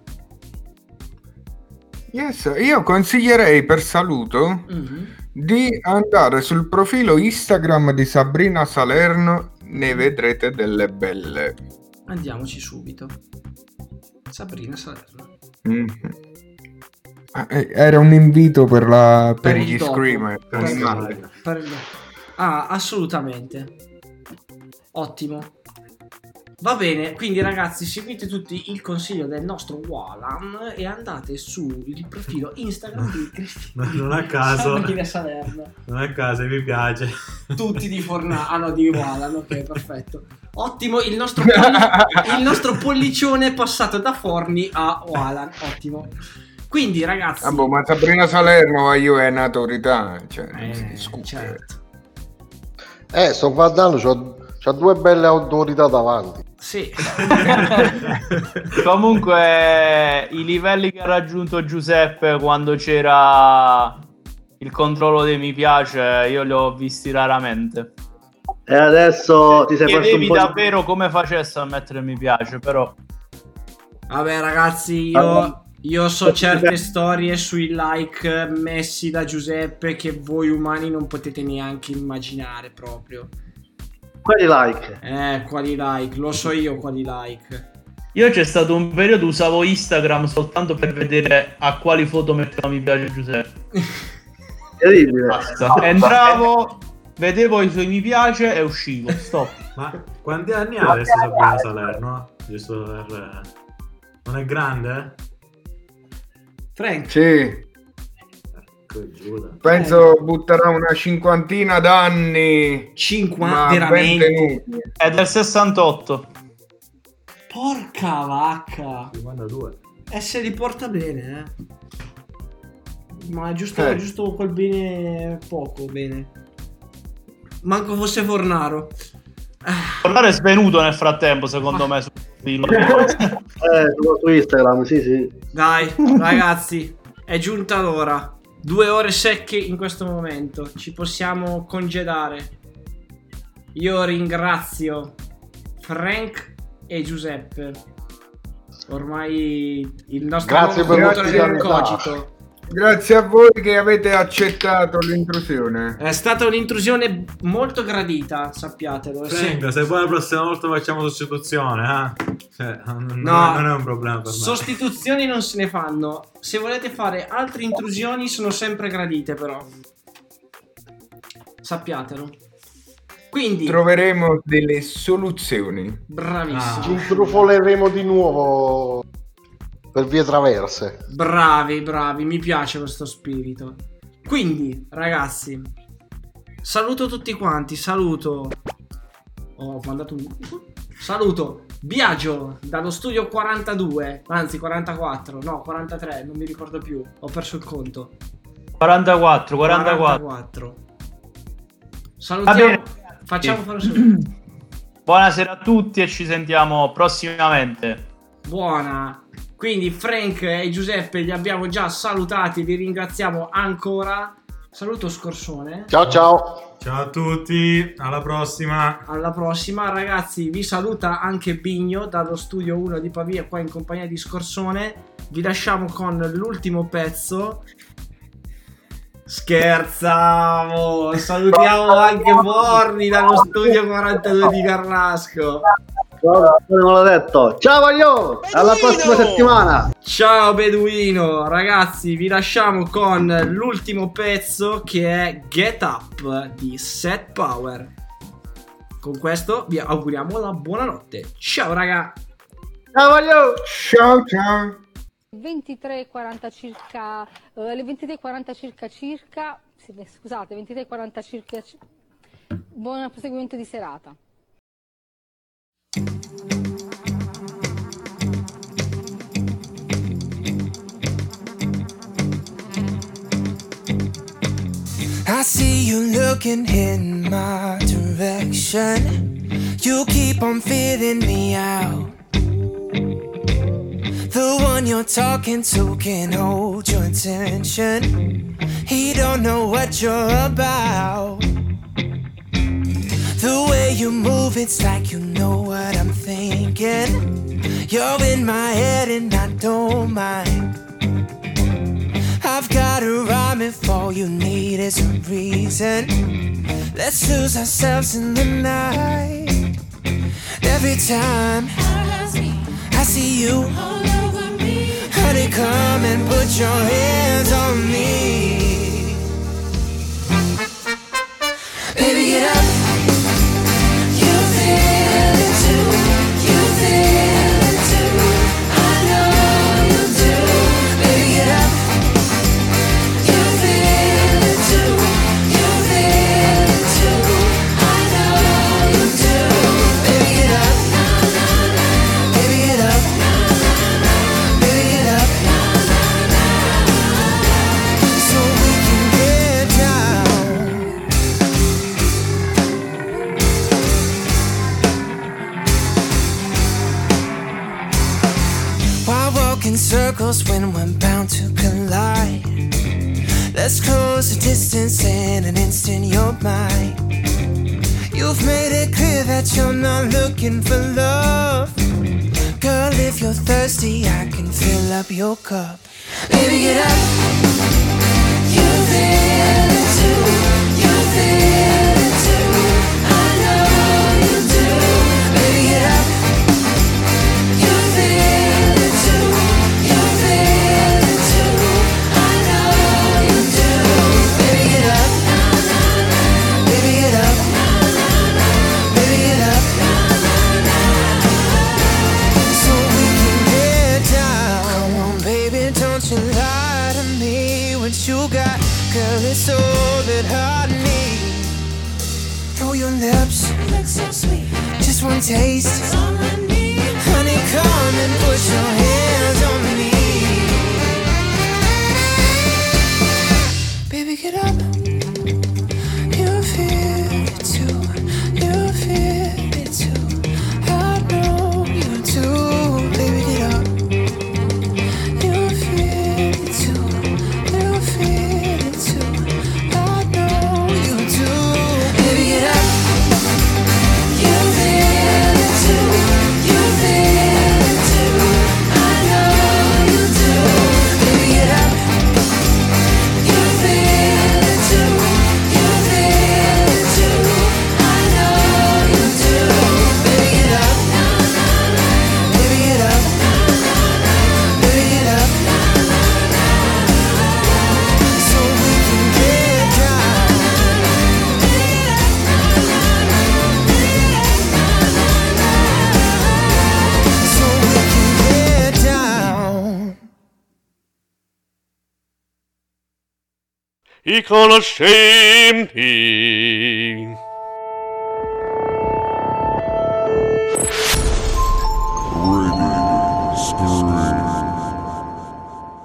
Speaker 10: Yes, io consiglierei per saluto di andare sul profilo Instagram di Sabrina Salerno, ne vedrete delle belle.
Speaker 5: Andiamoci subito. Sabrina Salerno.
Speaker 10: Era un invito per
Speaker 5: il
Speaker 10: gli
Speaker 5: dopo.
Speaker 10: screamer.
Speaker 5: Per- Ah, assolutamente. Ottimo. Va bene, quindi ragazzi seguite tutti il consiglio del nostro Walan e andate sul profilo Instagram di Cristina.
Speaker 6: Non a caso.
Speaker 5: Sabrina Salerno.
Speaker 6: Non a caso, mi piace.
Speaker 5: Tutti di Fornaro. Ah no, di Walan, ok, perfetto. Ottimo, il nostro pollicione è passato da Forni a Walan, ottimo. Quindi ragazzi...
Speaker 10: Ah, boh, ma Sabrina Salerno io è un'autorità. Cioè, scusa.
Speaker 5: Certo.
Speaker 11: Sto guardando, c'ho 2 belle autorità davanti.
Speaker 5: Sì.
Speaker 2: Comunque i livelli che ha raggiunto Giuseppe quando c'era il controllo dei mi piace io li ho visti raramente.
Speaker 7: E adesso ti sei perso un
Speaker 2: Chiedevi
Speaker 7: po'
Speaker 2: davvero come facesse a mettere mi piace, però
Speaker 5: Vabbè ragazzi, io so certe storie sui like messi da Giuseppe che voi umani non potete neanche immaginare proprio.
Speaker 7: Quali like?
Speaker 5: Quali like? Lo so io quali like.
Speaker 2: io c'è stato un periodo usavo Instagram soltanto per vedere a quali foto metteva mi piace Giuseppe.
Speaker 7: Terribile.
Speaker 2: Basta. Entravo, vedevo i suoi mi piace e uscivo. Stop.
Speaker 6: Ma quanti anni ha adesso Sabrina Salerno? Giusto per... Non è grande?
Speaker 5: Frank.
Speaker 10: Sì. Penso butterà una 50 d'anni.
Speaker 5: 50 veramente?
Speaker 10: tenuti.
Speaker 2: È del 68.
Speaker 5: Porca vacca.
Speaker 6: 52.
Speaker 5: Se li porta bene, Ma è giusto col bene poco bene. Manco fosse Fornaro.
Speaker 2: Fornaro è svenuto nel frattempo, secondo me, su
Speaker 7: Instagram, sì.
Speaker 5: Dai, ragazzi, è giunta l'ora. 2 ore secche in questo momento. Ci possiamo congedare. Io ringrazio Frank e Giuseppe. Ormai il nostro
Speaker 11: Grazie per
Speaker 5: promotore del
Speaker 11: l'ospitalità.
Speaker 5: cogito.
Speaker 10: Grazie a voi che avete accettato l'intrusione.
Speaker 5: È stata un'intrusione molto gradita, sappiatelo.
Speaker 6: Frank, se poi la prossima volta facciamo sostituzione, cioè, non è un problema per me.
Speaker 5: Sostituzioni non se ne fanno. Se volete fare altre intrusioni sono sempre gradite, però. Sappiatelo. Quindi
Speaker 10: troveremo delle soluzioni.
Speaker 5: Bravissimo.
Speaker 11: Ci intrufoleremo di nuovo per vie traverse.
Speaker 5: Bravi, mi piace questo spirito. Quindi, ragazzi, saluto tutti quanti, saluto Biagio dallo studio 42, anzi 44, no 43, non mi ricordo più, ho perso il conto.
Speaker 2: 44.
Speaker 5: Salutiamo, facciamo fare un saluto.
Speaker 2: Buonasera a tutti e ci sentiamo prossimamente.
Speaker 5: Buona. Quindi Frank e Giuseppe li abbiamo già salutati, li ringraziamo ancora. Saluto Scorsone.
Speaker 11: Ciao.
Speaker 6: Ciao a tutti, alla prossima.
Speaker 5: Alla prossima ragazzi, vi saluta anche Bigno dallo studio 1 di Pavia qua in compagnia di Scorsone. Vi lasciamo con l'ultimo pezzo. Scherzavo, salutiamo anche Borni dallo studio 42 di Carrasco.
Speaker 7: Non l'ho detto. Ciao Mario, alla prossima settimana.
Speaker 5: Ciao Beduino, ragazzi, vi lasciamo con l'ultimo pezzo che è Get Up di Set Power. Con questo vi auguriamo la buonanotte. Ciao raga.
Speaker 7: Ciao Mario.
Speaker 10: Ciao ciao.
Speaker 21: 23:40 circa, le 23:40 circa, scusate, 23:40 circa. Buon proseguimento di serata.
Speaker 9: I see you looking in my direction. You keep on feeling me out. The one you're talking to can hold your attention. He don't know what you're about. The way you move, it's like you know what I'm thinking. You're in my head and I don't mind. I've got a rhyme if all you need is a reason. Let's lose ourselves in the night. Every time I see you, honey, come and put your hands on me. Baby, get up. You feel it too. You feel it too. I know you do. Baby, get up. You feel it too. You feel it too. I know you do. Baby, get up. Baby, get up. Baby, get up. So we can get down. Why walk in circles when we're bound to collide? Let's close the distance in an instant, you're mine. You've made it clear that you're not looking for love. Girl, if you're thirsty, I can fill up your cup. Baby, get up. You feel it too. You feel it too. I know you do. Baby, get up. You feel it too. You feel it too. I know you do. Baby, get up. Baby, get up. Baby, get up. So we can get down. Come on, baby, don't you lie to me. What you got, girl, it's all that I need. Oh, your lips look so sweet. Just one taste is all I need. Honey, come and put your hands on me. Baby, get up. You feel it too. You feel it too. I know you do. Baby, get up. You feel it too. You feel it too. I know you do. Baby, get up. You feel it too. You feel it too. I know you do. Baby, get up. You feel it too. You feel it too. I know you do. Baby, get up. Baby, get up. Baby, get up. So we can get down. So we can get down.
Speaker 3: I conoscenti.
Speaker 9: Radio Scream.